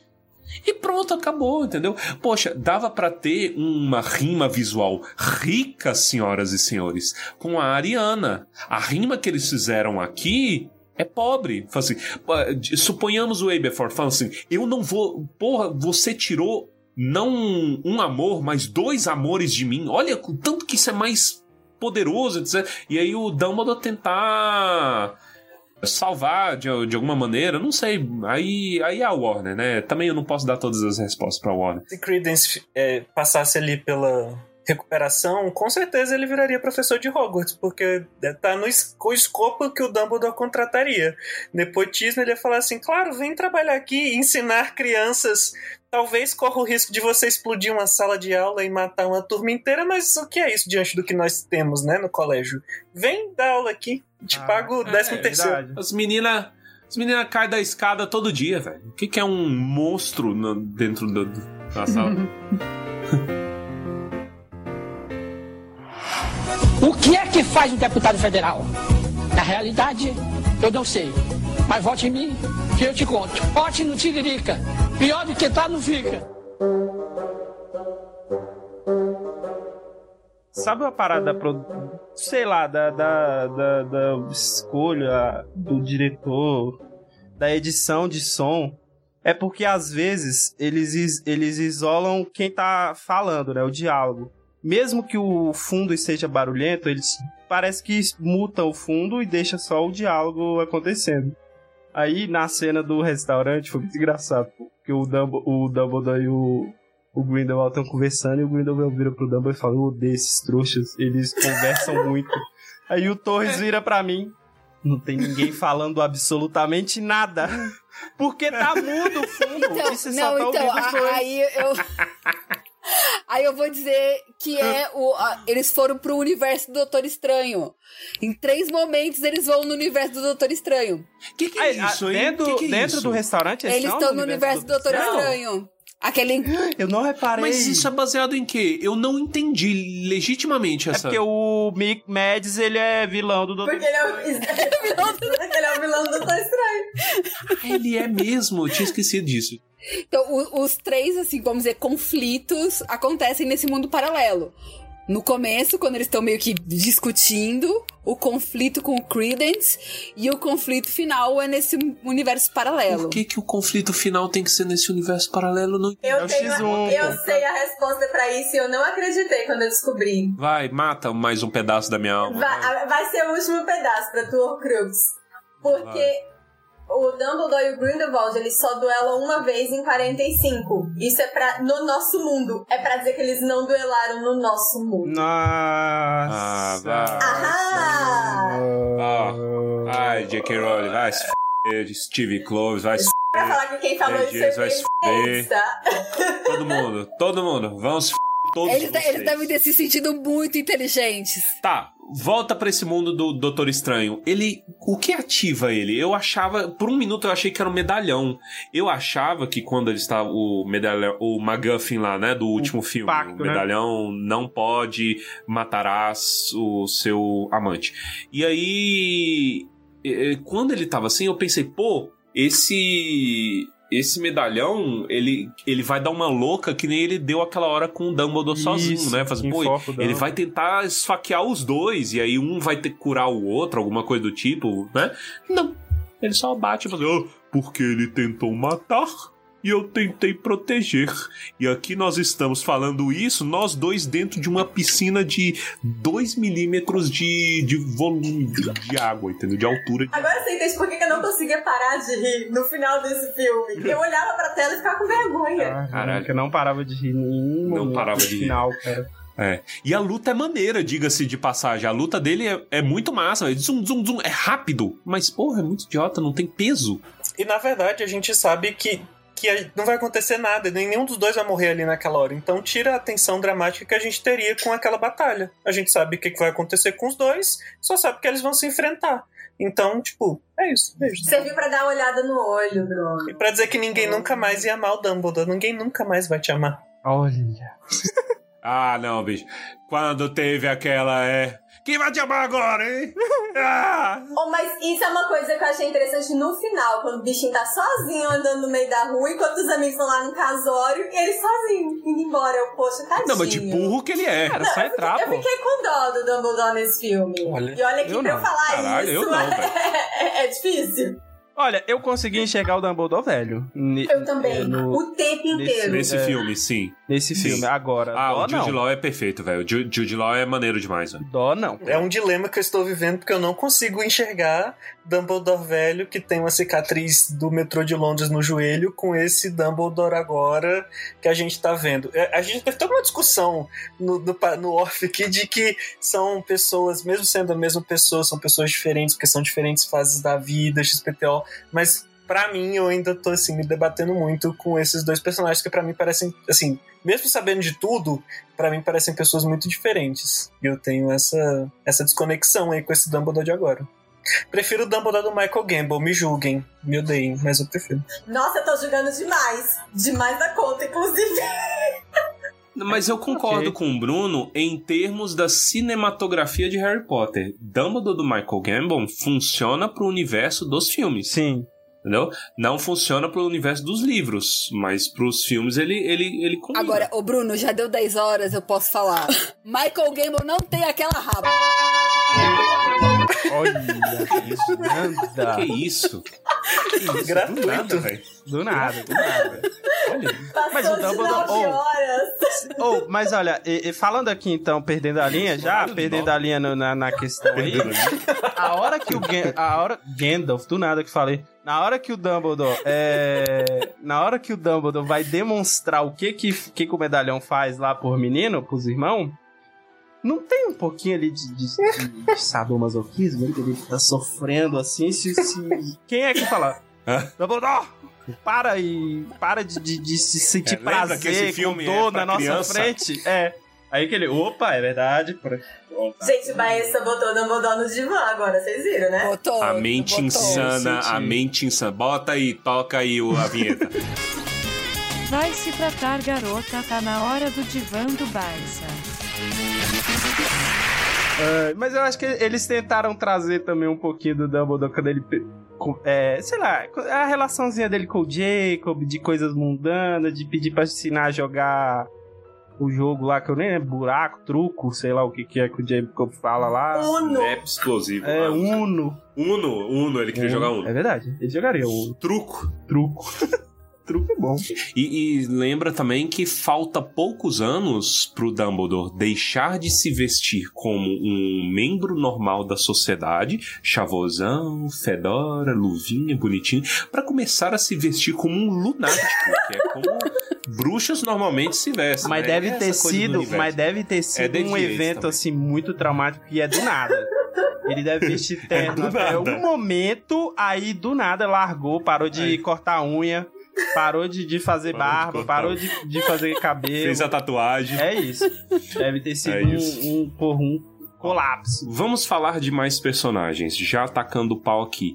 [SPEAKER 3] E pronto, acabou, entendeu? Poxa, dava pra ter uma rima visual rica, senhoras e senhores, com a Ariana. A rima que eles fizeram aqui é pobre. Assim, suponhamos o Way Before Fun, assim, eu não vou... Porra, você tirou não um amor, mas 2 amores de mim. Olha, tanto que isso é mais poderoso, etc. E aí o Dumbledore tentar... salvar de alguma maneira, não sei. Aí é a Warner, né? Também eu não posso dar todas as respostas pra Warner.
[SPEAKER 5] Se Credence passasse ali pela recuperação, com certeza ele viraria professor de Hogwarts, porque tá no escopo que o Dumbledore contrataria. Nepotismo, ele ia falar assim, claro, vem trabalhar aqui e ensinar crianças. Talvez corra o risco de você explodir uma sala de aula e matar uma turma inteira, mas o que é isso diante do que nós temos, né, no colégio? Vem dar aula aqui, te pago o 13º.
[SPEAKER 3] As meninas caem da escada todo dia, velho. O que é um monstro dentro da sala?
[SPEAKER 12] O que é que faz um deputado federal? Na realidade, eu não sei. Mas vote em mim, que eu te conto. Vote no Tiririca. Pior do que tá, não fica.
[SPEAKER 2] Sabe uma parada sei lá, da escolha do diretor, da edição de som? É porque às vezes eles isolam quem tá falando, né? O diálogo. Mesmo que o fundo esteja barulhento, eles parece que mutam o fundo e deixa só o diálogo acontecendo. Aí, na cena do restaurante, foi muito engraçado, porque o Dumbledore e o Grindelwald estão conversando, e o Grindelwald vira pro Dumbledore e fala, eu odeio esses trouxas, eles conversam muito. Aí o Torres vira pra mim, não tem ninguém falando absolutamente nada, porque tá mudo o fundo.
[SPEAKER 1] Então,
[SPEAKER 2] e você só tá ouvindo os dois.
[SPEAKER 1] Aí eu vou dizer que eles foram pro universo do Doutor Estranho. Em 3 momentos eles vão no universo do Doutor Estranho.
[SPEAKER 3] Que é isso, hein?
[SPEAKER 2] Dentro do restaurante
[SPEAKER 1] eles estão no universo do Doutor Estranho. Aquele...
[SPEAKER 2] Eu não reparei.
[SPEAKER 3] Mas isso é baseado em quê? Eu não entendi legitimamente essa...
[SPEAKER 2] É porque o Mick Mads, ele é vilão do Doutor Estranho.
[SPEAKER 4] Porque ele é o vilão do Doutor Estranho.
[SPEAKER 3] Ele é mesmo, eu tinha esquecido disso.
[SPEAKER 1] Então, os 3, assim, vamos dizer, conflitos acontecem nesse mundo paralelo. No começo, quando eles estão meio que discutindo, o conflito com o Credence, e o conflito final é nesse universo paralelo.
[SPEAKER 3] Por que o conflito final tem que ser nesse universo paralelo? Não
[SPEAKER 4] eu sei a resposta pra isso e eu não acreditei quando eu descobri.
[SPEAKER 3] Vai, mata mais um pedaço da minha alma.
[SPEAKER 4] Vai ser o último pedaço pra tu, Horcrux. Porque... O Dumbledore e o Grindelwald, eles só duelam uma vez em 45. Isso é no nosso mundo. É pra dizer que eles não duelaram no nosso mundo.
[SPEAKER 2] Nossa.
[SPEAKER 3] Ai, J.K. Rowling, vai se f***, Steve Kloves, vai se f***.
[SPEAKER 4] Pra falar que quem falou isso
[SPEAKER 3] vai se f***. Todo mundo, vamos se f***.
[SPEAKER 1] Eles devem ter se sentido muito inteligentes.
[SPEAKER 3] Tá, volta pra esse mundo do Doutor Estranho. O que ativa ele? Eu achava, por um minuto eu achei que era um medalhão. Eu achava que quando ele estava, o MacGuffin lá, né, do último filme,
[SPEAKER 2] pacto,
[SPEAKER 3] o medalhão, né? Não pode, matarás o seu amante. E aí, quando ele tava assim, eu pensei, pô, esse medalhão, ele vai dar uma louca que nem ele deu aquela hora com o Dumbledore sozinho, né? Ele vai tentar esfaquear os dois, e aí um vai ter que curar o outro, alguma coisa do tipo, né? Não. Ele só bate e fala, porque ele tentou matar e eu tentei proteger. E aqui nós estamos falando isso, nós dois dentro de uma piscina de 2 milímetros de volume de água, entendeu? De altura.
[SPEAKER 4] Agora você entende por que eu não conseguia parar de rir no final desse filme. Eu olhava pra tela e ficava com vergonha.
[SPEAKER 2] Caraca, eu não parava de rir nenhum momento.
[SPEAKER 3] Não parava de rir.
[SPEAKER 2] Final, cara.
[SPEAKER 3] E a luta é maneira, diga-se de passagem. A luta dele é muito massa. Zum, zum, zum. É rápido. Mas, porra, é muito idiota, não tem peso.
[SPEAKER 5] E, na verdade, a gente sabe que não vai acontecer nada, nenhum dos dois vai morrer ali naquela hora. Então tira a tensão dramática que a gente teria com aquela batalha. A gente sabe o que vai acontecer com os dois, só sabe que eles vão se enfrentar. Então, tipo, é isso. Beijo.
[SPEAKER 4] Serviu pra dar uma olhada no olho, Bruno.
[SPEAKER 5] E pra dizer que ninguém nunca mais ia amar o Dumbledore. Ninguém nunca mais vai te amar.
[SPEAKER 2] Olha.
[SPEAKER 3] Não, bicho. Quando teve aquela, quem vai te amar agora, hein?
[SPEAKER 4] Mas Isso é uma coisa que eu achei interessante no final, quando o bichinho tá sozinho andando no meio da rua, enquanto os amigos vão lá no casório e ele sozinho, indo embora. Eu, poxa, tadinho.
[SPEAKER 3] Não, mas de burro que ele é.
[SPEAKER 2] Era só entrar,
[SPEAKER 4] eu fiquei com dó do Dumbledore nesse filme. E olha que pra eu falar
[SPEAKER 3] Caralho,
[SPEAKER 4] isso
[SPEAKER 3] eu não,
[SPEAKER 4] é difícil.
[SPEAKER 2] Olha, eu consegui enxergar o Dumbledore velho.
[SPEAKER 4] Eu também. O tempo inteiro.
[SPEAKER 3] Nesse filme, sim.
[SPEAKER 2] Nesse filme. Agora,
[SPEAKER 3] o Jude Law é perfeito, velho. O Jude Law é maneiro demais, velho.
[SPEAKER 2] Dó não.
[SPEAKER 5] É um dilema que eu estou vivendo porque eu não consigo enxergar Dumbledore velho que tem uma cicatriz do metrô de Londres no joelho com esse Dumbledore agora que a gente tá vendo. A gente teve toda uma discussão no off aqui de que são pessoas, mesmo sendo a mesma pessoa, são pessoas diferentes porque são diferentes fases da vida, XPTO, mas pra mim eu ainda tô assim me debatendo muito com esses dois personagens que pra mim parecem, assim, mesmo sabendo de tudo, pra mim parecem pessoas muito diferentes. E eu tenho essa desconexão aí com esse Dumbledore de agora. Prefiro o Dumbledore do Michael Gambon, me julguem, me odeiem, mas eu prefiro.
[SPEAKER 4] Nossa, eu tô julgando demais. Demais da conta, inclusive.
[SPEAKER 3] Mas eu concordo com o Bruno em termos da cinematografia de Harry Potter. Dumbledore do Michael Gambon funciona pro universo dos filmes.
[SPEAKER 2] Sim.
[SPEAKER 3] Entendeu? Não funciona pro universo dos livros, mas pros filmes ele combina.
[SPEAKER 1] Agora, o Bruno, já deu 10 horas, eu posso falar. Michael Gambon não tem aquela raba.
[SPEAKER 2] Olha isso, nada.
[SPEAKER 3] Que isso?
[SPEAKER 5] Gratuito,
[SPEAKER 3] velho.
[SPEAKER 2] Do nada. Olha. Mas o Dumbledore... mas olha, falando aqui então, perdendo a linha já, perdendo a linha na questão aí, a hora que o Gandalf, do nada que falei, na hora que o Dumbledore vai demonstrar o que o medalhão faz lá por menino, pros irmãos, não tem um pouquinho ali de sadomasoquismo, que ele tá sofrendo assim, quem é que fala? Dumbledore! Para de se sentir prazer
[SPEAKER 3] que esse filme
[SPEAKER 2] com dor
[SPEAKER 3] pra
[SPEAKER 2] na
[SPEAKER 3] criança.
[SPEAKER 2] nossa frente. Aí que ele, opa, é verdade.
[SPEAKER 4] Gente, o Baessa botou o Dumbledore no divã agora, vocês viram, né?
[SPEAKER 1] Botou.
[SPEAKER 3] A mente insana, a mente insana. Bota aí, toca aí a vinheta.
[SPEAKER 13] Vai se tratar, garota, tá na hora do divã do Baissa.
[SPEAKER 2] Mas eu acho que eles tentaram trazer também um pouquinho do Dumbledore quando ele... sei lá, a relaçãozinha dele com o Jacob, de coisas mundanas, de pedir pra ensinar a jogar o jogo lá, que eu nem lembro, buraco, truco, sei lá o que é que o Jacob fala lá.
[SPEAKER 4] Uno.
[SPEAKER 3] É explosivo.
[SPEAKER 2] Uno,
[SPEAKER 3] ele queria jogar Uno.
[SPEAKER 2] É verdade, ele jogaria o
[SPEAKER 3] Truco.
[SPEAKER 2] Truco é bom.
[SPEAKER 3] E lembra também que falta poucos anos pro Dumbledore deixar de se vestir como um membro normal da sociedade, chavosão, fedora, luvinha, bonitinho, pra começar a se vestir como um lunático, que é como bruxas normalmente se vestem.
[SPEAKER 2] Mas
[SPEAKER 3] né?
[SPEAKER 2] deve ter sido um evento também, assim, muito traumático, que é do nada. Ele deve vestir terno até algum momento, aí do nada largou, parou de cortar a unha, parou de fazer barba, parou de fazer cabelo.
[SPEAKER 3] Fez a tatuagem.
[SPEAKER 2] É isso. Deve ter sido um colapso.
[SPEAKER 3] Vamos falar de mais personagens, já atacando o pau aqui.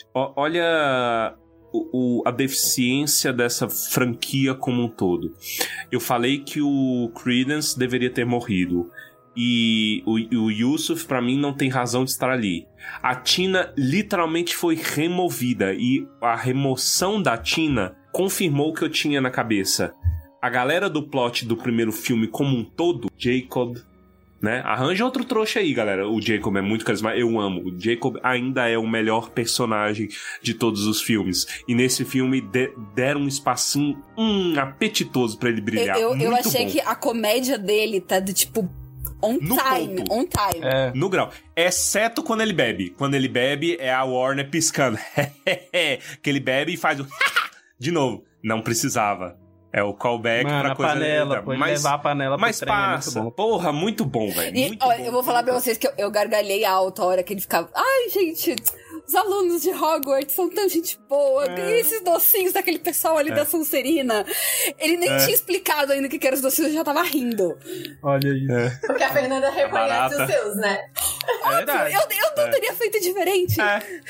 [SPEAKER 3] Olha a deficiência dessa franquia como um todo. Eu falei que o Credence deveria ter morrido. E o Yusuf, pra mim, não tem razão de estar ali. A Tina literalmente foi removida. E a remoção da Tina confirmou o que eu tinha na cabeça. A galera do plot do primeiro filme como um todo, Jacob, né? Arranja outro trouxa aí, galera. O Jacob é muito carismático, eu amo. O Jacob ainda é o melhor personagem de todos os filmes. E nesse filme deram um espacinho apetitoso pra ele brilhar.
[SPEAKER 1] Eu achei
[SPEAKER 3] bom.
[SPEAKER 1] que a comédia dele tá do tipo... On time.
[SPEAKER 3] No grau. Exceto quando ele bebe. Quando ele bebe, é a Warner piscando. Que ele bebe e faz o... de novo. Não precisava. É o callback pra coisa...
[SPEAKER 2] panela, pode levar a panela pro trem,
[SPEAKER 3] passa.
[SPEAKER 2] É muito bom.
[SPEAKER 3] Porra, muito bom, velho.
[SPEAKER 1] Eu vou falar pra vocês que eu gargalhei alto a hora que ele ficava... Ai, gente... Os alunos de Hogwarts são tão gente boa. Ganhei esses docinhos daquele pessoal ali da Sonserina. Ele nem tinha explicado ainda o que eram os docinhos, eu já tava rindo.
[SPEAKER 2] Olha aí.
[SPEAKER 4] Porque a Fernanda reconhece os seus, né?
[SPEAKER 2] É verdade.
[SPEAKER 1] Eu não teria feito diferente.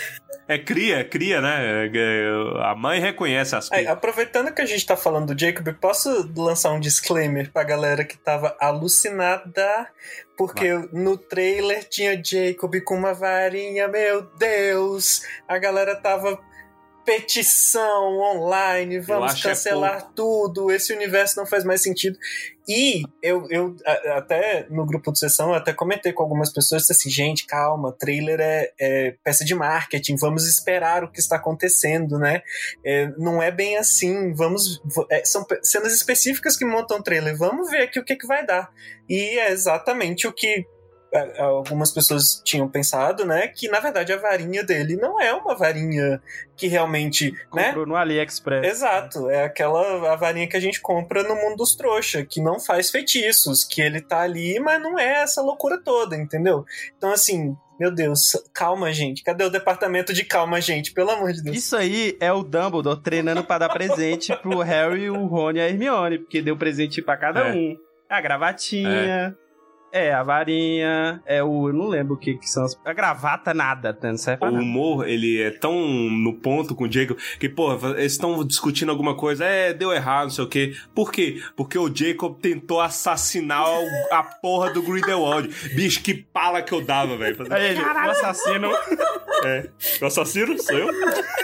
[SPEAKER 3] É cria, né? A mãe reconhece as crias.
[SPEAKER 5] Aproveitando que a gente tá falando do Jacob, posso lançar um disclaimer pra galera que tava alucinada? Porque no trailer tinha Jacob com uma varinha, meu Deus! A galera tava... petição online, vamos cancelar tudo, esse universo não faz mais sentido. E eu até no grupo de sessão, eu até comentei com algumas pessoas, disse assim, gente, calma, trailer é peça de marketing, vamos esperar o que está acontecendo, né? Não é bem assim, são cenas específicas que montam o trailer, vamos ver aqui o que vai dar. E é exatamente o que algumas pessoas tinham pensado, né, que na verdade a varinha dele não é uma varinha que realmente,
[SPEAKER 2] comprou, né, no AliExpress.
[SPEAKER 5] Exato, é a varinha que a gente compra no mundo dos trouxa, que não faz feitiços, que ele tá ali, mas não é essa loucura toda, entendeu? Então assim, meu Deus, calma, gente. Cadê o departamento de calma, gente? Pelo amor de Deus.
[SPEAKER 2] Isso aí é o Dumbledore treinando pra dar presente pro Harry, o Rony e a Hermione, porque deu presente pra cada um. A gravatinha... a varinha, eu não lembro o que são a gravata, nada, não serve pra nada.
[SPEAKER 3] O humor, ele é tão no ponto com o Jacob, que, eles estão discutindo alguma coisa, deu errado, não sei o quê. Por quê? Porque o Jacob tentou assassinar a porra do Grindelwald. Bicho, que pala que eu dava, velho.
[SPEAKER 2] Aí ele, o assassino...
[SPEAKER 3] O assassino sou eu?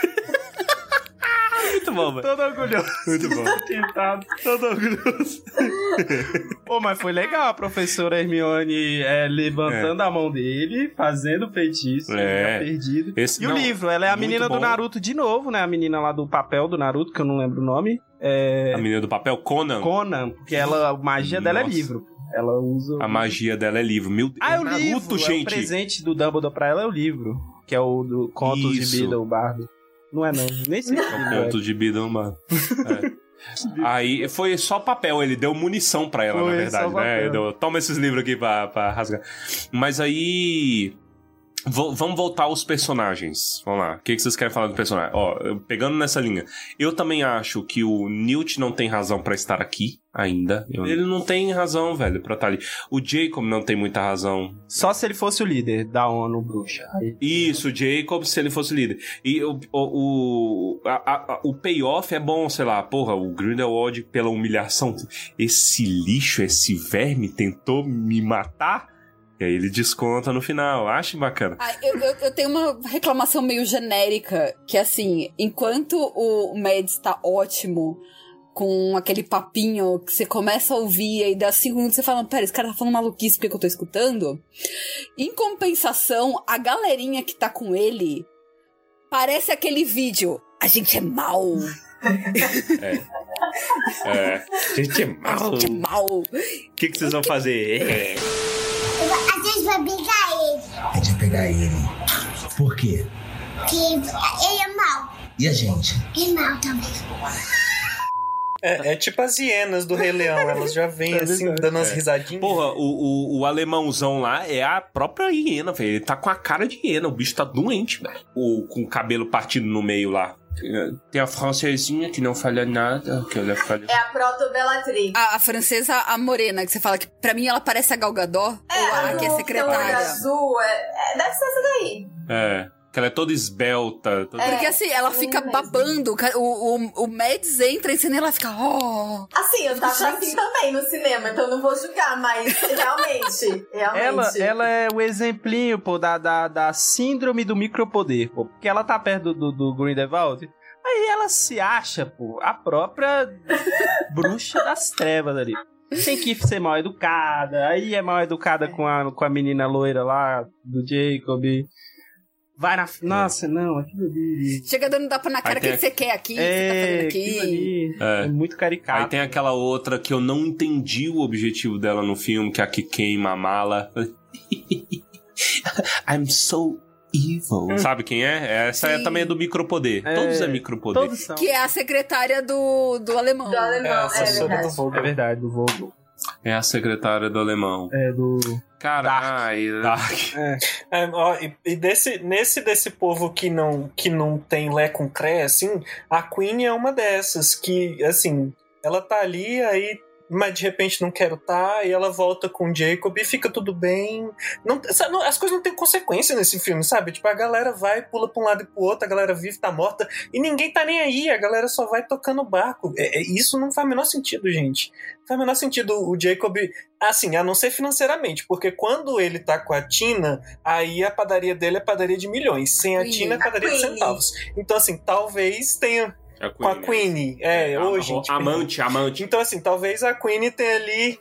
[SPEAKER 3] Muito bom, velho.
[SPEAKER 2] Todo orgulhoso.
[SPEAKER 3] Muito bom.
[SPEAKER 2] Tentado. Todo orgulhoso. Pô, mas foi legal a professora Hermione levantando a mão dele, fazendo feitiço, perdido. O livro, ela é a menina do Naruto de novo, né? A menina lá do papel do Naruto, que eu não lembro o nome.
[SPEAKER 3] A menina do papel? Conan,
[SPEAKER 2] porque a magia dela é livro. Ela usa...
[SPEAKER 3] A magia dela é livro. Meu Deus.
[SPEAKER 2] É o Naruto, livro, gente. O presente do Dumbledore pra ela é o livro, que é o do Contos de Bida, o bardo. Não é não, nem sei.
[SPEAKER 3] O Conto de Bida, mano. Aí foi só papel, ele deu munição pra ela, na verdade, né? Toma esses livros aqui pra rasgar. Mas aí... Vamos voltar aos personagens. Vamos lá. O que vocês querem falar do personagem? Pegando nessa linha. Eu também acho que o Newt não tem razão pra estar aqui ainda. Ele não tem razão, velho, pra estar ali. O Jacob não tem muita razão.
[SPEAKER 2] Só se ele fosse o líder da ONU bruxa.
[SPEAKER 3] Isso, o Jacob, se ele fosse o líder. E o payoff é bom, sei lá, o Grindelwald pela humilhação. Esse lixo, esse verme tentou me matar? E aí ele desconta no final. Acho bacana.
[SPEAKER 1] Eu tenho uma reclamação meio genérica, que assim, enquanto o Mads tá ótimo, com aquele papinho que você começa a ouvir e dá 5 minutos você fala, pera, esse cara tá falando maluquice porque eu tô escutando. Em compensação, a galerinha que tá com ele parece aquele vídeo. A gente é mal.
[SPEAKER 3] A gente é mal.
[SPEAKER 1] A gente é mal. O
[SPEAKER 3] que vocês vão fazer?
[SPEAKER 14] A gente vai pegar ele.
[SPEAKER 15] A gente vai pegar ele. Por quê?
[SPEAKER 14] Porque ele é mau.
[SPEAKER 15] E a gente?
[SPEAKER 14] É mau também.
[SPEAKER 5] É tipo as hienas do Rei Leão, elas já vêm assim, dando umas risadinhas.
[SPEAKER 3] Porra, o alemãozão lá é a própria hiena, velho. Ele tá com a cara de hiena, o bicho tá doente, velho. Com o cabelo partido no meio lá. Tem a francesinha que não falha nada. Que ela falha...
[SPEAKER 4] É a proto-Bellatrix.
[SPEAKER 1] A francesa, a morena, que você fala que pra mim ela parece a Gal Gadot. Ou a que é secretária.
[SPEAKER 4] Azul, deve ser essa daí.
[SPEAKER 3] Que ela é toda esbelta.
[SPEAKER 1] Porque assim, ela fica babando. O Mads entra em cena e ela fica...
[SPEAKER 4] Assim, eu tava assim também no cinema, então não vou julgar, mas realmente.
[SPEAKER 2] Ela é o exemplinho, da síndrome do micropoder, porque ela tá perto do Grindelwald. Aí ela se acha, a própria bruxa das trevas ali. Tem que ser mal educada. Aí é mal educada com a menina loira lá, do Jacob... Vai na... Nossa, não, aquilo ali...
[SPEAKER 1] Chega dando tapa na cara, o que você quer aqui? Você tá fazendo aqui?
[SPEAKER 2] É muito caricato.
[SPEAKER 3] Aí tem aquela outra que eu não entendi o objetivo dela no filme, que é a que queima a mala. I'm so evil. Sabe quem é? Essa também é do micropoder. Todos é micropoder.
[SPEAKER 1] Todos são. Que é a secretária do alemão.
[SPEAKER 4] Do alemão,
[SPEAKER 5] do Vogel.
[SPEAKER 2] É verdade, do Vogel.
[SPEAKER 3] É a secretária do alemão.
[SPEAKER 2] Do...
[SPEAKER 3] Cara, Dark.
[SPEAKER 5] E desse povo que não tem lé com cré, assim, a Queen é uma dessas que, assim, ela tá ali, aí mas de repente não quero tá, e ela volta com o Jacob e fica tudo bem. As coisas não têm consequência nesse filme, sabe? Tipo, a galera vai, pula pra um lado e pro outro, a galera vive, tá morta, e ninguém tá nem aí, a galera só vai tocando o barco. Isso não faz o menor sentido, gente. Não faz o menor sentido o Jacob, assim, a não ser financeiramente, porque quando ele tá com a Tina, aí a padaria dele é padaria de milhões, sem a Tina é padaria de centavos. Então, assim, talvez tenha... Com a Queenie. Gente.
[SPEAKER 3] Amante.
[SPEAKER 5] Então, assim, talvez a Queenie tenha ali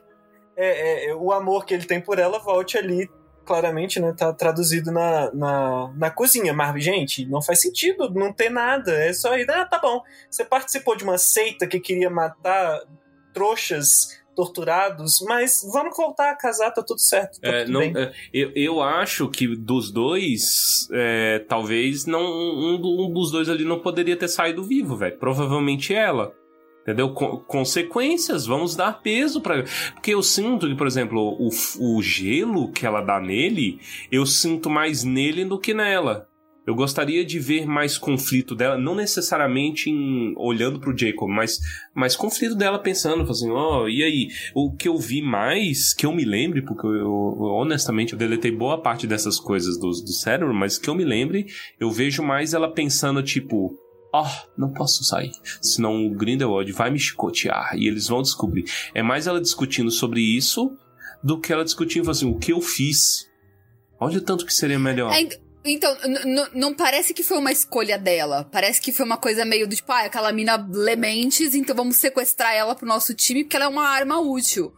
[SPEAKER 5] o amor que ele tem por ela volte ali, claramente, né? Tá traduzido na cozinha. Mas, gente, não faz sentido não ter nada. É só ir, tá bom. Você participou de uma seita que queria matar trouxas torturados, mas vamos voltar a casar, tá tudo certo. Tá tudo bem.
[SPEAKER 3] Eu acho que dos dois, talvez um dos dois ali não poderia ter saído vivo, velho. Provavelmente ela. Entendeu? Consequências, vamos dar peso pra... Porque eu sinto que, por exemplo, o gelo que ela dá nele, eu sinto mais nele do que nela. Eu gostaria de ver mais conflito dela, não necessariamente olhando pro Jacob, mas conflito dela pensando, assim, e aí? O que eu vi mais, que eu me lembre, porque eu honestamente, eu deletei boa parte dessas coisas do cérebro, mas que eu me lembre, eu vejo mais ela pensando, tipo, não posso sair, senão o Grindelwald vai me chicotear, e eles vão descobrir. É mais ela discutindo sobre isso, do que ela discutindo, assim, o que eu fiz. Olha o tanto que seria melhor.
[SPEAKER 1] Então, não parece que foi uma escolha dela. Parece que foi uma coisa meio do tipo, aquela mina lê mentes, então vamos sequestrar ela pro nosso time, porque ela é uma arma útil.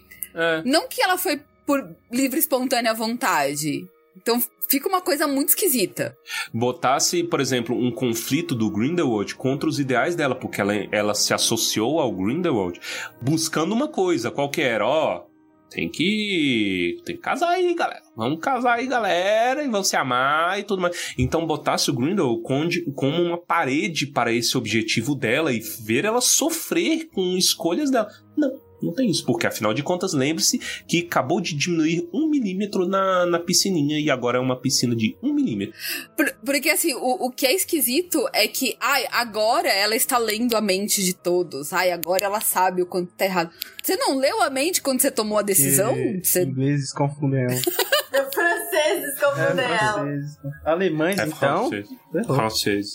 [SPEAKER 1] Não que ela foi por livre e espontânea vontade. Então fica uma coisa muito esquisita.
[SPEAKER 3] Botasse, por exemplo, um conflito do Grindelwald contra os ideais dela, porque ela se associou ao Grindelwald buscando uma coisa qualquer, Tem que casar aí, galera. Vamos casar aí, galera, e vão se amar e tudo mais. Então, botasse o Grindelwald como uma parede para esse objetivo dela e ver ela sofrer com escolhas dela. Não tem isso, porque afinal de contas, lembre-se que acabou de diminuir 1 milímetro na piscininha e agora é uma piscina de 1 milímetro.
[SPEAKER 1] Porque assim, o que é esquisito é que, agora ela está lendo a mente de todos. Agora ela sabe o quanto tá errado. Você não leu a mente quando você tomou a decisão?
[SPEAKER 2] Ingleses confundem ela.
[SPEAKER 4] Franceses confundem ela.
[SPEAKER 2] Alemães, então?
[SPEAKER 3] Francês.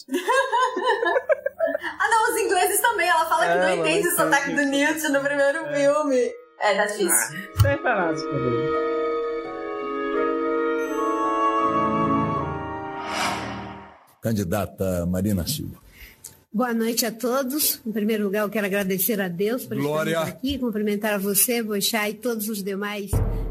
[SPEAKER 4] Não, os ingleses também. Ela fala que não entende o sotaque do Newt no primeiro filme. Tá difícil.
[SPEAKER 2] Sem parar,
[SPEAKER 15] Candidata Marina Silva.
[SPEAKER 16] Boa noite a todos. Em primeiro lugar, eu quero agradecer a Deus por estarmos aqui, cumprimentar a você, Boixá, e todos os demais.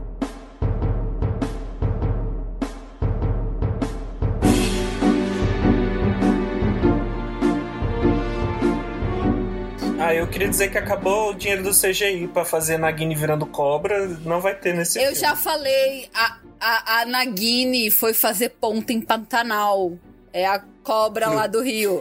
[SPEAKER 5] Eu queria dizer que acabou o dinheiro do CGI pra fazer Nagini virando cobra. Não vai ter nesse filme.
[SPEAKER 1] Eu já falei, a Nagini foi fazer ponta em Pantanal. É a cobra lá do Rio.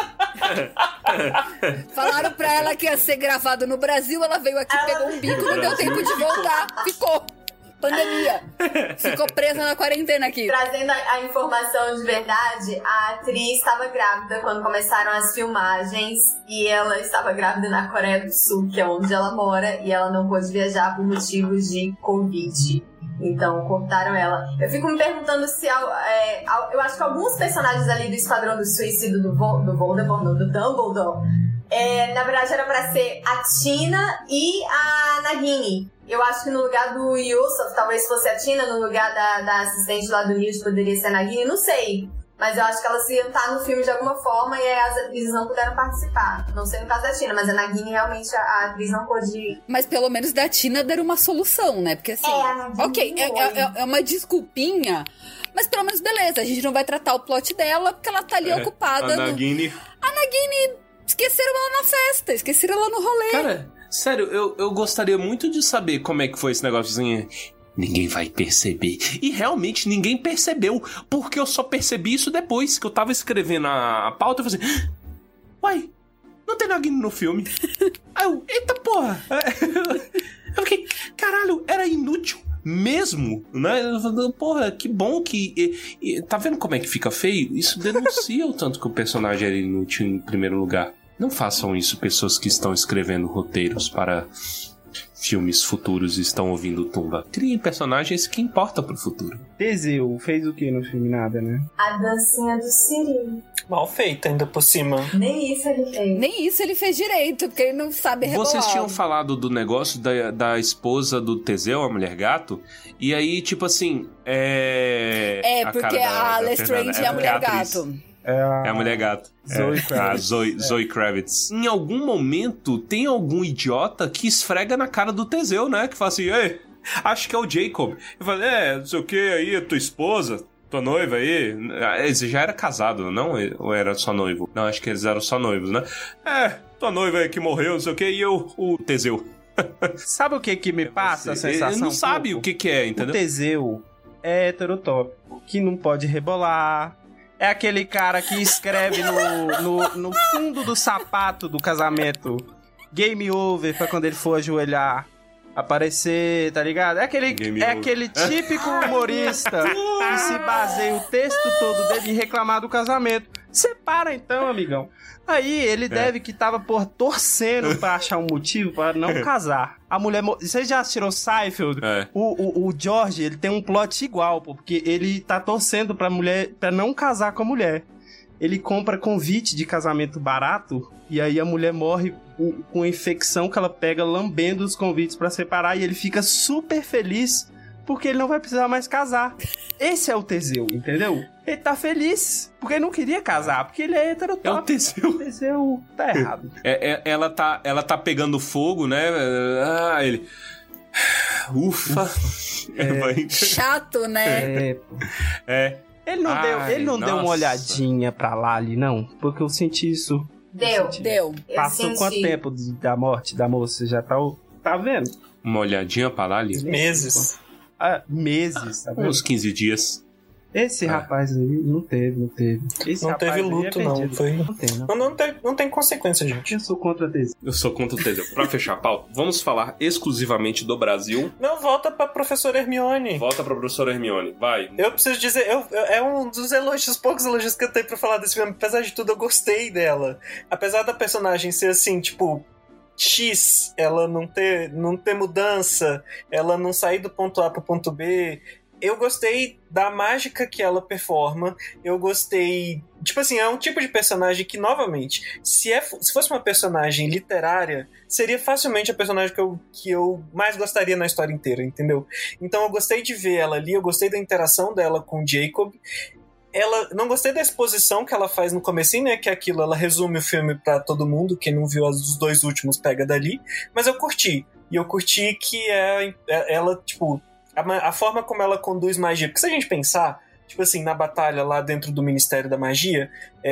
[SPEAKER 1] Falaram pra ela que ia ser gravado no Brasil, ela veio aqui, pegou um bico, não deu tempo de voltar. Ficou. Pandemia. Ficou presa na quarentena aqui.
[SPEAKER 4] Trazendo a informação de verdade, a atriz estava grávida quando começaram as filmagens e ela estava grávida na Coreia do Sul, que é onde ela mora, e ela não pôde viajar por motivos de Covid. Então, cortaram ela. Eu fico me perguntando se... eu acho que alguns personagens ali do Esquadrão do Suicídio do Voldemort, do Dumbledore, na verdade era pra ser a Tina e a Nagini. Eu acho que no lugar do Yusuf, talvez fosse a Tina, no lugar da assistente lá do Newt poderia ser a Nagini, não sei. Mas eu acho que elas iam estar no filme de alguma forma e as atrizes não puderam participar. Não sei no caso da Tina, mas a Nagini realmente a atriz não pôde...
[SPEAKER 1] Mas pelo menos da Tina deram uma solução, né? Porque assim... ok, é uma desculpinha, mas pelo menos beleza, a gente não vai tratar o plot dela porque ela tá ali ocupada.
[SPEAKER 3] A Nagini...
[SPEAKER 1] Esqueceram ela na festa, esqueceram ela no rolê.
[SPEAKER 3] Cara, sério, eu gostaria muito de saber como é que foi esse negóciozinho. Ninguém vai perceber. E realmente ninguém percebeu, porque eu só percebi isso depois que eu tava escrevendo a pauta. Eu falei assim, uai, não tem Nagini no filme. Aí eu, eita porra. Eu fiquei, caralho, era inútil mesmo, né? Porra, que bom que... tá vendo como é que fica feio? Isso denuncia o tanto que o personagem era inútil em primeiro lugar. Não façam isso, pessoas que estão escrevendo roteiros para filmes futuros estão ouvindo Tumba. Criem personagens que importam pro futuro.
[SPEAKER 2] Teseu fez o que no filme? Nada, né?
[SPEAKER 4] A dancinha do Cirilo.
[SPEAKER 5] Mal feita ainda por cima.
[SPEAKER 4] Nem isso ele fez.
[SPEAKER 1] Nem isso ele fez direito, porque ele não sabe rebolar.
[SPEAKER 3] Vocês tinham falado do negócio da esposa do Teseu, a mulher gato, e aí, tipo assim,
[SPEAKER 1] porque a Lestrange é a mulher gato.
[SPEAKER 3] É a mulher gato.
[SPEAKER 2] Zoe Kravitz.
[SPEAKER 3] Zoe Kravitz. Em algum momento, tem algum idiota que esfrega na cara do Teseu, né? Que fala assim, ei, acho que é o Jacob. Eu falei, não sei o que, aí, a tua esposa, tua noiva aí. Você já era casado, não? Ou era só noivo? Não, acho que eles eram só noivos, né? Tua noiva aí que morreu, não sei o que, e eu, o Teseu.
[SPEAKER 2] Sabe o que me passa a sensação?
[SPEAKER 3] Ele não sabe o que é, entendeu?
[SPEAKER 2] O Teseu é heterotópico, que não pode rebolar. É aquele cara que escreve no fundo do sapato do casamento game over pra quando ele for ajoelhar aparecer, tá ligado? É aquele típico humorista que se baseia o texto todo dele em reclamar do casamento. Separa então, amigão. Aí ele deve que tava torcendo pra achar um motivo pra não casar. A mulher... Vocês já assistiram Seinfeld? O George, ele tem um plot igual, porque ele tá torcendo pra mulher, pra não casar com a mulher. Ele compra convite de casamento barato e aí a mulher morre com a infecção que ela pega lambendo os convites pra separar e ele fica super feliz porque ele não vai precisar mais casar. Esse é o Teseu, entendeu? Ele tá feliz porque ele não queria casar, porque ele é heterotópico.
[SPEAKER 3] É o Teseu.
[SPEAKER 2] O Teseu tá errado.
[SPEAKER 3] Ela tá pegando fogo, né? Ele... Ufa.
[SPEAKER 1] Chato, né?
[SPEAKER 2] Ele não deu uma olhadinha pra lá ali, não? Porque eu senti isso.
[SPEAKER 1] Deu.
[SPEAKER 2] Passou quanto tempo da morte da moça? Já tá vendo?
[SPEAKER 3] Uma olhadinha pra lá ali?
[SPEAKER 5] Meses.
[SPEAKER 2] Meses, tá vendo?
[SPEAKER 3] Uns 15 dias.
[SPEAKER 2] Esse rapaz aí não teve.
[SPEAKER 5] Não teve luto, não. Não tem consequência, gente.
[SPEAKER 2] Eu sou contra o Teseu.
[SPEAKER 3] Eu sou contra o Teseu. Pra fechar a pauta, vamos falar exclusivamente do Brasil.
[SPEAKER 5] Não, volta pra professora Hermione.
[SPEAKER 3] Volta pra professora Hermione, vai.
[SPEAKER 5] Eu preciso dizer, é um dos poucos elogios que eu tenho pra falar desse filme. Apesar de tudo, eu gostei dela. Apesar da personagem ser assim, tipo... X, ela não ter mudança, ela não sair do ponto A pro ponto B. Eu gostei da mágica que ela performa. Eu gostei... Tipo assim, é um tipo de personagem que, novamente, se fosse uma personagem literária, seria facilmente a personagem que eu mais gostaria na história inteira, entendeu? Então eu gostei de ver ela ali, eu gostei da interação dela com o Jacob. Não gostei da exposição que ela faz no comecinho, né? Que é aquilo, ela resume o filme pra todo mundo. Quem não viu os dois últimos pega dali. Mas eu curti. E eu curti que ela, tipo... A forma como ela conduz magia. Porque se a gente pensar, tipo assim, na batalha lá dentro do Ministério da Magia...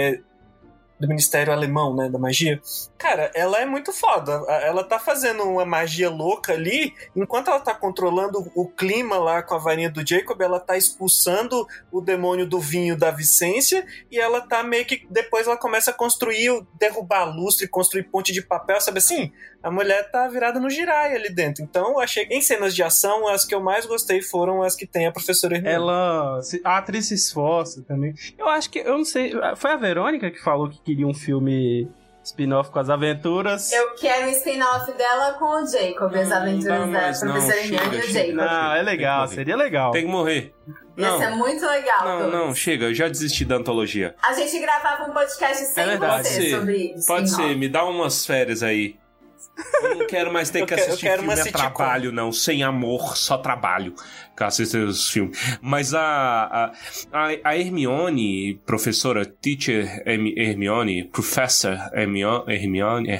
[SPEAKER 5] do Ministério Alemão, né, da magia. Cara, ela é muito foda. Ela tá fazendo uma magia louca ali, enquanto ela tá controlando o clima lá com a varinha do Jacob, ela tá expulsando o demônio do vinho da Vicência, e ela tá meio que... Depois ela começa a derrubar lustre, construir ponte de papel, sabe assim? A mulher tá virada no Jiraiya ali dentro. Então, eu achei que em cenas de ação, as que eu mais gostei foram as que tem a professora Hermione.
[SPEAKER 2] A atriz se esforça também. Eu acho que, eu não sei, foi a Verônica que falou que queria um filme spin-off com as aventuras.
[SPEAKER 4] Eu quero um spin-off dela com o Jacob, as aventuras da professora Hermione e o Jacob.
[SPEAKER 2] Não, é legal, seria legal.
[SPEAKER 3] Tem que morrer.
[SPEAKER 4] Ia ser muito legal.
[SPEAKER 3] Não, chega, eu já desisti da antologia.
[SPEAKER 4] A gente gravava um podcast sem você sobre
[SPEAKER 3] Pode ser, me dá umas férias aí. Eu não quero mais ter que assistir filme a trabalho, não. Sem amor, só trabalho. Que assistir os filmes. Mas a Hermione, professora, teacher Hermione, professor Hermione,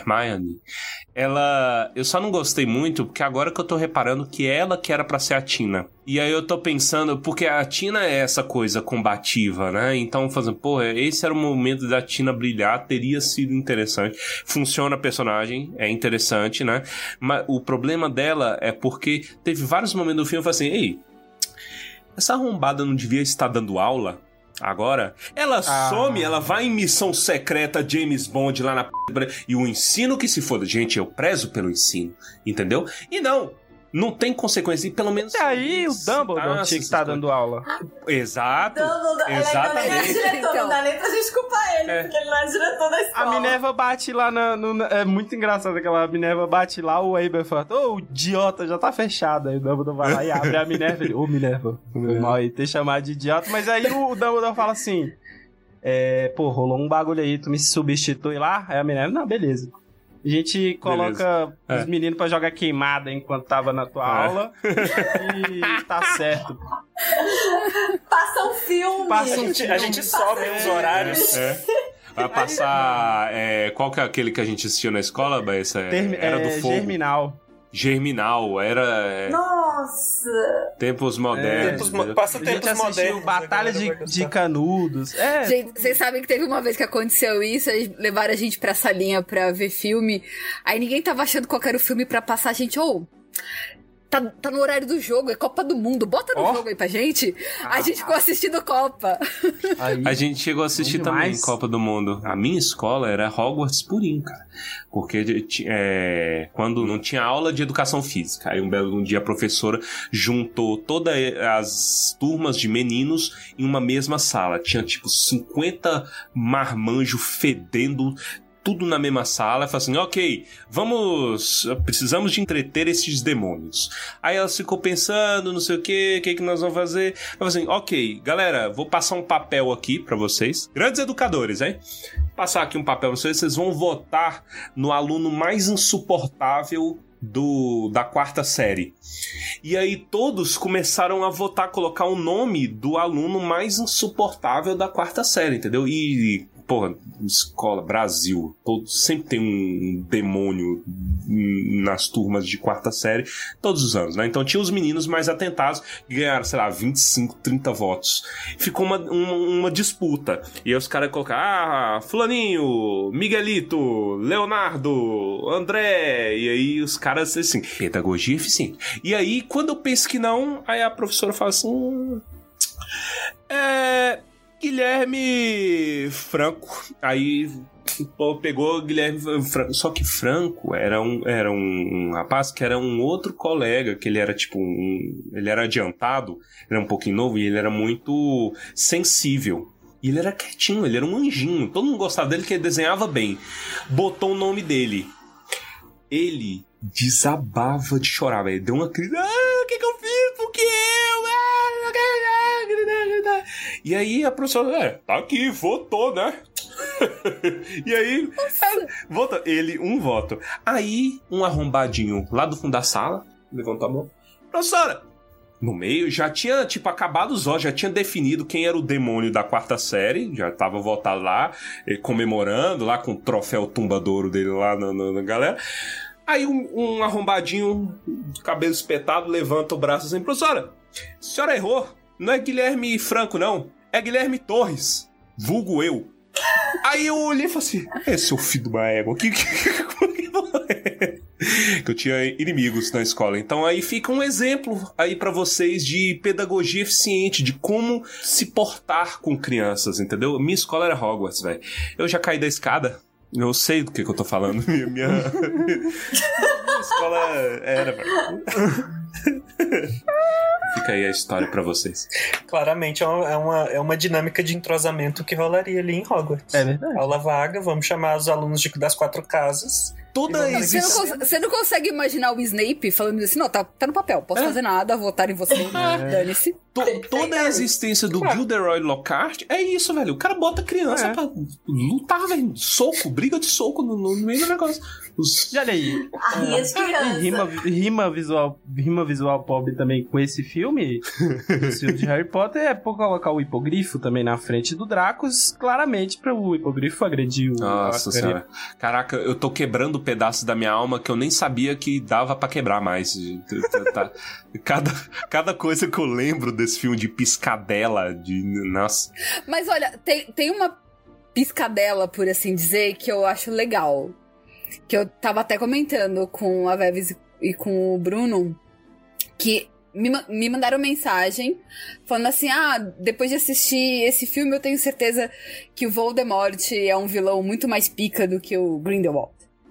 [SPEAKER 3] eu só não gostei muito porque agora que eu tô reparando que ela que era pra ser a Tina. E aí eu tô pensando, porque a Tina é essa coisa combativa, né? Então, fazendo, esse era o momento da Tina brilhar, teria sido interessante. Funciona a personagem, é interessante, né? Mas o problema dela é porque teve vários momentos do filme que eu falei assim, ei, essa arrombada não devia estar dando aula? Agora, ela some, ela vai em missão secreta James Bond lá na e o ensino que se foda. Gente, eu prezo pelo ensino, entendeu? E não, Não tem consequência. E pelo menos...
[SPEAKER 2] E aí o Dumbledore tinha que estar dando aula.
[SPEAKER 3] Exato.
[SPEAKER 4] Dumbledore,
[SPEAKER 3] Exatamente.
[SPEAKER 4] Ele é diretor, não dá nem pra gente culpar ele, porque ele não é diretor da escola.
[SPEAKER 2] A Minerva bate lá é muito engraçado aquela Minerva bate lá, o Aber fala, o idiota já tá fechado. Aí o Dumbledore vai lá e abre a Minerva. Ele, Minerva, foi mal aí ter chamado de idiota. Mas aí o Dumbledore fala assim, rolou um bagulho aí, tu me substitui lá? Aí a Minerva, não, beleza. A gente coloca os meninos pra jogar queimada enquanto tava na tua aula. E tá certo.
[SPEAKER 4] Passa um filme.
[SPEAKER 5] A gente sobe os horários.
[SPEAKER 3] Vai passar... qual que é aquele que a gente assistiu na escola? Era do Fogo. Germinal, era...
[SPEAKER 4] Nossa!
[SPEAKER 3] Tempos modernos.
[SPEAKER 5] Passa tempos modernos.
[SPEAKER 2] Batalha de Canudos.
[SPEAKER 1] Gente, vocês sabem que teve uma vez que aconteceu isso, aí levaram a gente pra salinha pra ver filme, aí ninguém tava achando qual era o filme pra passar, a gente, tá no horário do jogo, é Copa do Mundo, bota no jogo aí pra gente. A gente ficou assistindo Copa.
[SPEAKER 3] Aí, a gente chegou a assistir também Copa do Mundo. A minha escola era Hogwarts purinho, cara. Porque quando não tinha aula de educação física, aí um dia a professora juntou todas as turmas de meninos em uma mesma sala. Tinha tipo 50 marmanjos fedendo, tudo na mesma sala, e falou assim, ok, precisamos de entreter esses demônios. Aí ela ficou pensando, não sei o que nós vamos fazer? Ela falou assim, ok, galera, vou passar um papel aqui pra vocês, grandes educadores, hein? Passar aqui um papel pra vocês vão votar no aluno mais insuportável da quarta série. E aí todos começaram a votar, colocar o nome do aluno mais insuportável da quarta série, entendeu? E escola, Brasil, sempre tem um demônio nas turmas de quarta série, todos os anos, né? Então tinha os meninos mais atentados que ganharam, sei lá, 25, 30 votos. Ficou uma disputa. E aí os caras colocaram, fulaninho, Miguelito, Leonardo, André, e aí os caras, assim, pedagogia eficiente. E aí, quando eu penso que não, aí a professora fala assim, Guilherme Franco. Aí pegou Guilherme Franco. Só que Franco era um rapaz que era um outro colega, que ele era tipo ele era adiantado, ele era um pouquinho novo e ele era muito sensível. E ele era quietinho, ele era um anjinho. Todo mundo gostava dele porque ele desenhava bem. Botou o nome dele. Ele desabava de chorar, velho. Deu uma crise. O que eu fiz? Por que eu? E aí a professora, tá aqui, votou, né? E aí, votou. Ele, um voto. Aí, um arrombadinho lá do fundo da sala, levantou a mão. Professora, no meio, já tinha, acabado os votos, já tinha definido quem era o demônio da quarta série, já tava votado lá, comemorando, lá com o troféu tumbadouro dele lá na galera. Aí um arrombadinho, cabelo espetado, levanta o braço assim, professora, a senhora errou. Não é Guilherme Franco, não. É Guilherme Torres. Vulgo eu. Aí eu olhei e falei assim, seu filho de uma égua. Que eu tinha inimigos na escola. Então aí fica um exemplo aí pra vocês de pedagogia eficiente, de como se portar com crianças, entendeu? Minha escola era Hogwarts, velho. Eu já caí da escada. Eu sei do que eu tô falando. Minha escola era, velho. Fica aí a história pra vocês.
[SPEAKER 5] Claramente é uma dinâmica de entrosamento que rolaria ali em Hogwarts.
[SPEAKER 2] É verdade.
[SPEAKER 5] Aula vaga, vamos chamar os alunos das 4 casas.
[SPEAKER 1] Você não consegue imaginar o Snape falando assim, não, tá no papel, posso fazer nada, votar em você, dane-se.
[SPEAKER 3] Toda a existência do Gilderoy Lockhart é isso, velho. O cara bota criança pra lutar, velho. Soco, briga de soco no meio do negócio.
[SPEAKER 2] E olha aí. Rima visual pobre também com esse filme. Esse filme de Harry Potter é por colocar o hipogrifo também na frente do Dracos, claramente para o hipogrifo agredir o.
[SPEAKER 3] Nossa senhora. Caraca, eu tô quebrando pedaços da minha alma que eu nem sabia que dava pra quebrar mais. Cada coisa que eu lembro desse filme de piscadela, nossa.
[SPEAKER 1] Mas olha, tem uma piscadela, por assim dizer, que eu acho legal. Que eu tava até comentando com a Veves e com o Bruno, que me mandaram mensagem falando assim, depois de assistir esse filme eu tenho certeza que o Voldemort é um vilão muito mais pica do que o Grindelwald.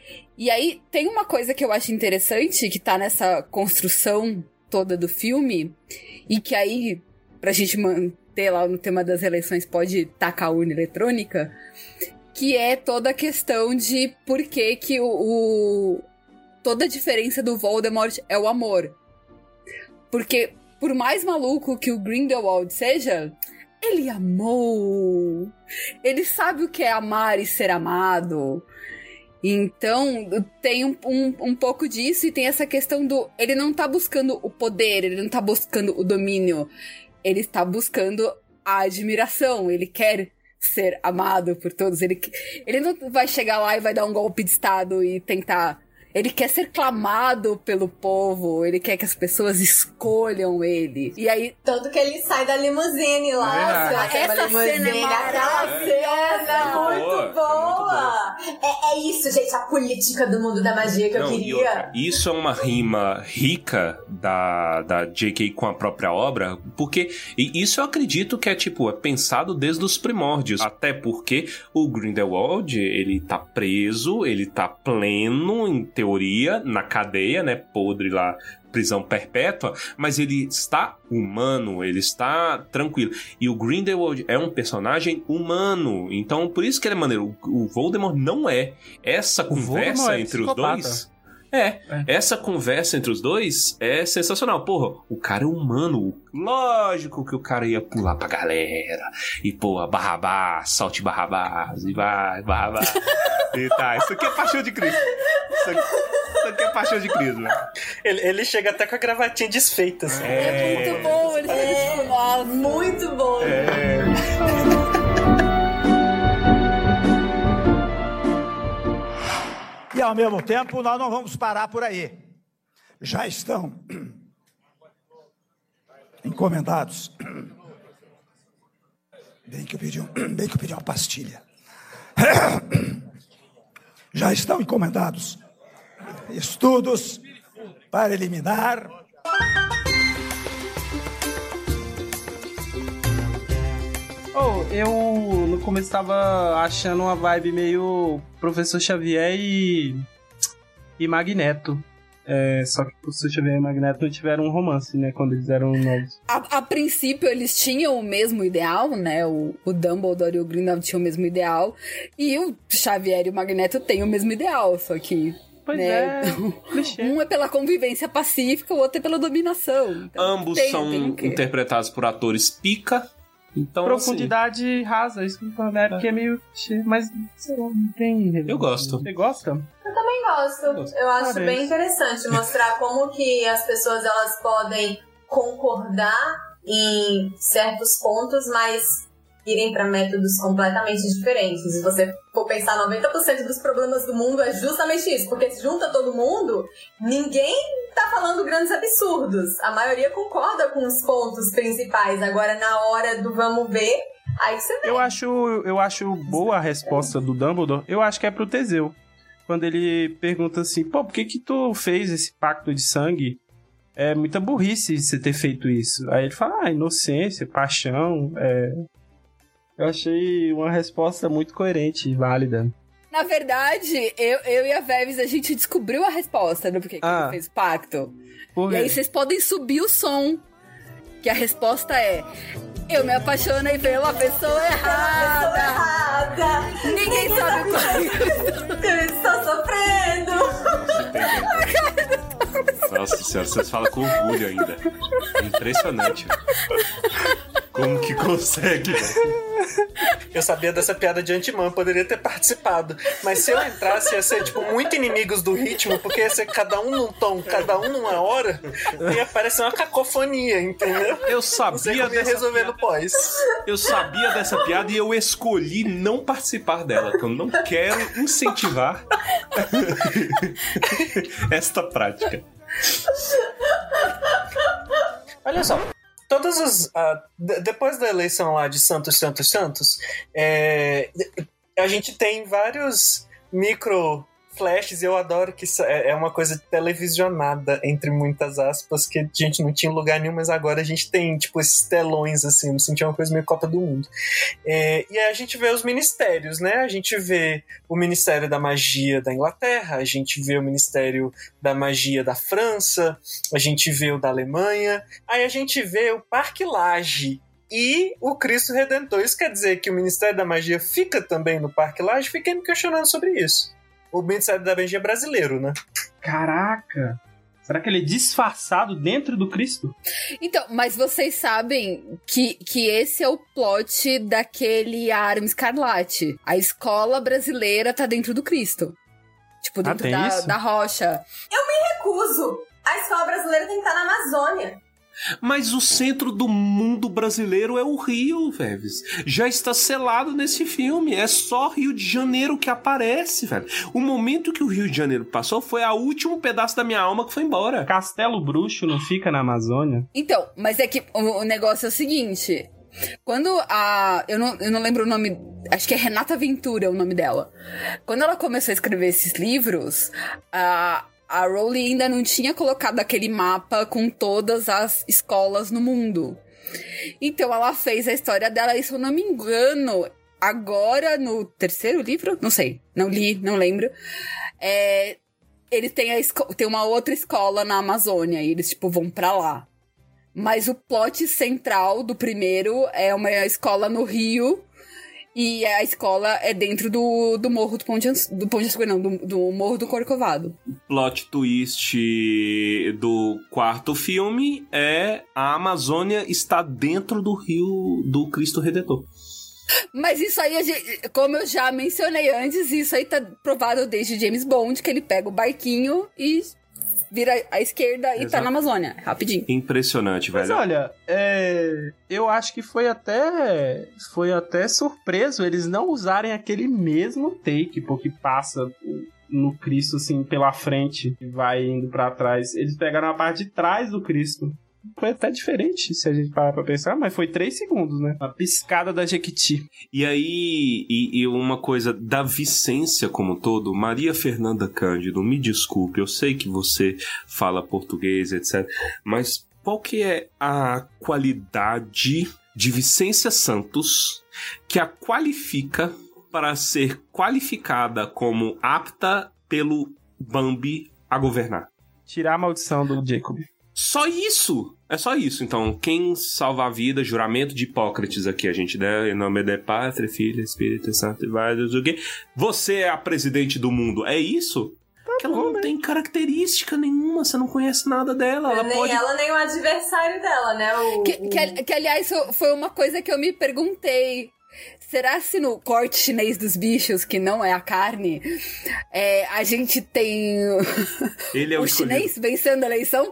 [SPEAKER 1] E aí, tem uma coisa que eu acho interessante, que tá nessa construção toda do filme, e que aí, pra gente manter lá no tema das eleições, pode tacar a urna eletrônica, que é toda a questão de por que toda a diferença do Voldemort é o amor. Porque, por mais maluco que o Grindelwald seja, ele amou. Ele sabe o que é amar e ser amado. Então, tem um pouco disso, e tem essa questão do... Ele não tá buscando o poder, ele não tá buscando o domínio. Ele está buscando a admiração, ele quer ser amado por todos. Ele não vai chegar lá e vai dar um golpe de estado e tentar... Ele quer ser clamado pelo povo, ele quer que as pessoas escolham ele. E aí...
[SPEAKER 4] Tanto que ele sai da limusine lá.
[SPEAKER 1] Essa cena é
[SPEAKER 4] aquela cena muito boa. É isso, gente, a política do mundo da magia que eu queria.
[SPEAKER 3] Isso é uma rima rica da J.K. com a própria obra, porque isso eu acredito que é pensado desde os primórdios. Até porque o Grindelwald, ele tá preso, ele tá pleno, em teoria, na cadeia, né, podre lá, prisão perpétua, mas ele está humano, ele está tranquilo. E o Grindelwald é um personagem humano, então por isso que ele é maneiro. O Voldemort não é. Essa conversa entre os dois... Essa conversa entre os dois é sensacional. Porra, o cara é humano. Lógico que o cara ia pular pra galera. E, porra, Barrabás, solte Barrabás. E vai, Barrabás. E tá, isso aqui é paixão de Cristo. Isso aqui é paixão de Cristo, velho.
[SPEAKER 5] Ele chega até com a gravatinha desfeita, assim.
[SPEAKER 1] É muito bom, ele fica tipo, nossa,
[SPEAKER 4] muito bom.
[SPEAKER 17] E ao mesmo tempo, nós não vamos parar por aí. Já estão encomendados. Bem que eu pedi uma pastilha. Já estão encomendados estudos para eliminar
[SPEAKER 2] eu no começo tava achando uma vibe meio Professor Xavier e Magneto. Só que o Professor Xavier e Magneto não tiveram um romance, né? Quando eles eram novos.
[SPEAKER 1] A princípio, eles tinham o mesmo ideal, né? O Dumbledore e o Grindelwald tinham o mesmo ideal. E o Xavier e o Magneto têm o mesmo ideal, só que...
[SPEAKER 2] Pois
[SPEAKER 1] né? Um é pela convivência pacífica, o outro é pela dominação. Então,
[SPEAKER 3] ambos são interpretados por atores pica. Então,
[SPEAKER 2] profundidade rasa, isso que é meio... Mas, sei lá, não tem...
[SPEAKER 3] Eu gosto.
[SPEAKER 2] Você gosta?
[SPEAKER 4] Eu também gosto. Eu acho bem interessante mostrar como que as pessoas elas podem concordar em certos pontos, mas irem para métodos completamente diferentes. Se você for pensar, 90% dos problemas do mundo é justamente isso, porque se junta todo mundo, ninguém tá falando grandes absurdos. A maioria concorda com os pontos principais. Agora, na hora do vamos ver, aí você vê.
[SPEAKER 2] Eu acho boa a resposta do Dumbledore. Eu acho que é pro Teseu. Quando ele pergunta assim, por que tu fez esse pacto de sangue? É muita burrice você ter feito isso. Aí ele fala, inocência, paixão, Eu achei uma resposta muito coerente e válida.
[SPEAKER 1] Na verdade, eu e a Veves, a gente descobriu a resposta do porquê que ele fez o pacto. E aí vocês podem subir o som. Que a resposta é... Eu me apaixonei pela pessoa errada. Ninguém sabe como
[SPEAKER 4] eu estou sofrendo.
[SPEAKER 3] Nossa senhora, vocês falam com orgulho ainda. É impressionante. Como que consegue, velho?
[SPEAKER 5] Eu sabia dessa piada de antemão, poderia ter participado. Mas se eu entrasse, ia ser, muito inimigos do ritmo, porque ia ser cada um num tom, cada um numa hora, ia parecer uma cacofonia, entendeu?
[SPEAKER 3] Eu sabia
[SPEAKER 5] dessa resolver piada. No pós.
[SPEAKER 3] Eu sabia dessa piada e eu escolhi não participar dela, porque eu não quero incentivar esta prática.
[SPEAKER 5] Olha só. Todas as... depois da eleição lá de Santos, a gente tem vários micro flashes, eu adoro que isso é uma coisa televisionada, entre muitas aspas, que a gente não tinha lugar nenhum, mas agora a gente tem, tipo, esses telões, assim, eu me senti uma coisa meio Copa do Mundo. E aí a gente vê os ministérios, né? A gente vê o Ministério da Magia da Inglaterra, a gente vê o Ministério da Magia da França, a gente vê o da Alemanha, aí a gente vê o Parque Lage e o Cristo Redentor. Isso quer dizer que o Ministério da Magia fica também no Parque Lage? Fiquei me questionando sobre isso. O Ministério da Magia é brasileiro, né?
[SPEAKER 2] Caraca! Será que ele é disfarçado dentro do Cristo?
[SPEAKER 1] Então, mas vocês sabem que esse é o plot daquele Arma Escarlate. A escola brasileira tá dentro do Cristo. Tipo, dentro da rocha.
[SPEAKER 4] Eu me recuso. A escola brasileira tem que estar na Amazônia.
[SPEAKER 3] Mas o centro do mundo brasileiro é o Rio, Veves. Já está selado nesse filme. É só Rio de Janeiro que aparece, velho. O momento que o Rio de Janeiro passou foi o último pedaço da minha alma que foi embora.
[SPEAKER 2] Castelo Bruxo não fica na Amazônia?
[SPEAKER 1] Então, mas é que o negócio é o seguinte. Quando eu não lembro o nome, acho que é Renata Ventura o nome dela. Quando ela começou a escrever esses livros, a Rowling ainda não tinha colocado aquele mapa com todas as escolas no mundo. Então ela fez a história dela, e se eu não me engano, agora no terceiro livro, não sei, não li, não lembro, eles tem uma outra escola na Amazônia e eles tipo vão pra lá. Mas o plot central do primeiro é uma escola no Rio. E a escola é dentro do Morro do Pão de Açúcar, não, do Morro do Corcovado.
[SPEAKER 3] Plot twist do quarto filme é a Amazônia está dentro do Rio do Cristo Redentor.
[SPEAKER 1] Mas isso aí, como eu já mencionei antes, isso aí tá provado desde James Bond, que ele pega o barquinho e vira à esquerda e tá na Amazônia, rapidinho.
[SPEAKER 3] Impressionante, velho.
[SPEAKER 2] Mas olha, eu acho que foi até surpreso eles não usarem aquele mesmo take, porque passa no Cristo, assim, pela frente e vai indo pra trás. Eles pegaram a parte de trás do Cristo. Foi até diferente, se a gente parar pra pensar, mas foi 3 segundos, né? A piscada da Jequiti.
[SPEAKER 3] E aí, e uma coisa da Vicência como um todo, Maria Fernanda Cândido, me desculpe, eu sei que você fala português, etc., mas qual que é a qualidade de Vicência Santos que a qualifica para ser qualificada como apta pelo Bambi a governar?
[SPEAKER 2] Tirar a maldição do Jacob.
[SPEAKER 3] Só isso! É só isso. Então, quem salva a vida, juramento de Hipócrates aqui, a gente, né? Em nome da Pátria, Filho, Espírito Santo e vai, não sei o quê. Você é a presidente do mundo. É isso? Porque ela não tem característica nenhuma, você não conhece nada dela. Ela
[SPEAKER 4] nem
[SPEAKER 3] pode...
[SPEAKER 4] ela, nem o adversário dela, né?
[SPEAKER 1] Que, aliás, foi uma coisa que eu me perguntei. Será se no corte chinês dos bichos, que não é a carne, a gente tem
[SPEAKER 3] Ele é o
[SPEAKER 1] chinês vencendo a eleição?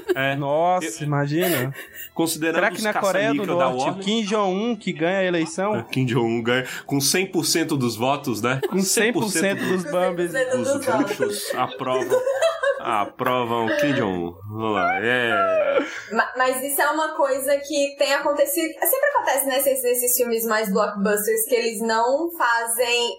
[SPEAKER 2] Nossa, imagina.
[SPEAKER 3] Considerando
[SPEAKER 2] será que na Coreia do Norte o Kim Jong-un que ganha a eleição?
[SPEAKER 3] Kim Jong-un ganha com 100% dos votos, né?
[SPEAKER 2] Com 100% dos Bambis.
[SPEAKER 3] Os bruxos aprovam Kim Jong-un. Vamos lá,
[SPEAKER 4] Mas isso é uma coisa que tem acontecido. Sempre acontece, né? Nesses filmes mais blockbusters, que eles não fazem.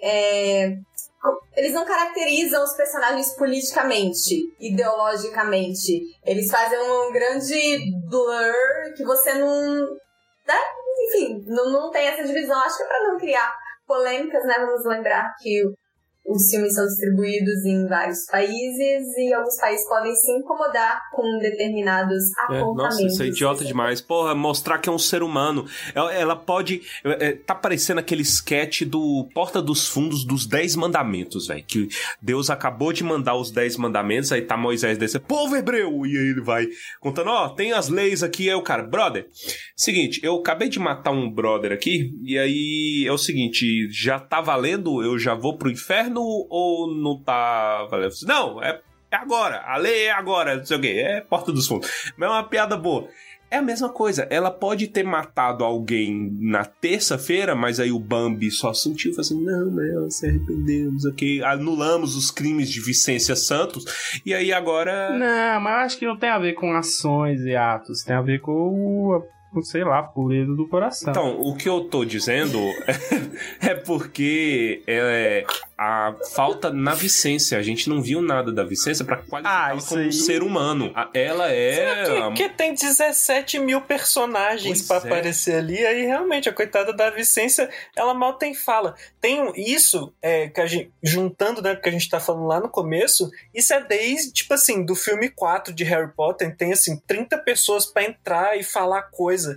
[SPEAKER 4] Eles não caracterizam os personagens politicamente, ideologicamente. Eles fazem um grande blur que você não. Né? Enfim, não tem essa divisão. Acho que é pra não criar polêmicas, né? Vamos lembrar que os filmes são distribuídos em vários países e alguns países podem se incomodar com determinados apontamentos.
[SPEAKER 3] Nossa, isso é idiota demais. Porra, mostrar que é um ser humano. Ela pode... tá parecendo aquele sketch do Porta dos Fundos dos 10 Mandamentos, velho. Que Deus acabou de mandar os 10 Mandamentos, aí tá Moisés descendo, povo hebreu! E aí ele vai contando, tem as leis aqui. Aí o cara, brother, seguinte, eu acabei de matar um brother aqui, e aí é o seguinte, já tá valendo? Eu já vou pro inferno ou não tá valendo? Não, é agora, a lei é agora, não sei o quê, é Porta dos Fundos. Mas é uma piada boa. É a mesma coisa, ela pode ter matado alguém na terça-feira, mas aí o Bambi só sentiu, falou assim, não, mas ela se arrependeu, não sei o quê, anulamos os crimes de Vicência Santos, e aí agora...
[SPEAKER 2] Não, mas acho que não tem a ver com ações e atos, tem a ver com sei lá, pureza do coração.
[SPEAKER 3] Então, o que eu tô dizendo é porque a falta na Vicência. A gente não viu nada da Vicência pra qualificar como um ser humano. Ela é...
[SPEAKER 5] Que tem 17 mil personagens pra aparecer ali, aí realmente a coitada da Vicência, ela mal tem fala. Tem isso, que a gente, juntando, né, que a gente tá falando lá no começo, isso é desde, tipo assim, do filme 4 de Harry Potter, tem assim, 30 pessoas pra entrar e falar coisa.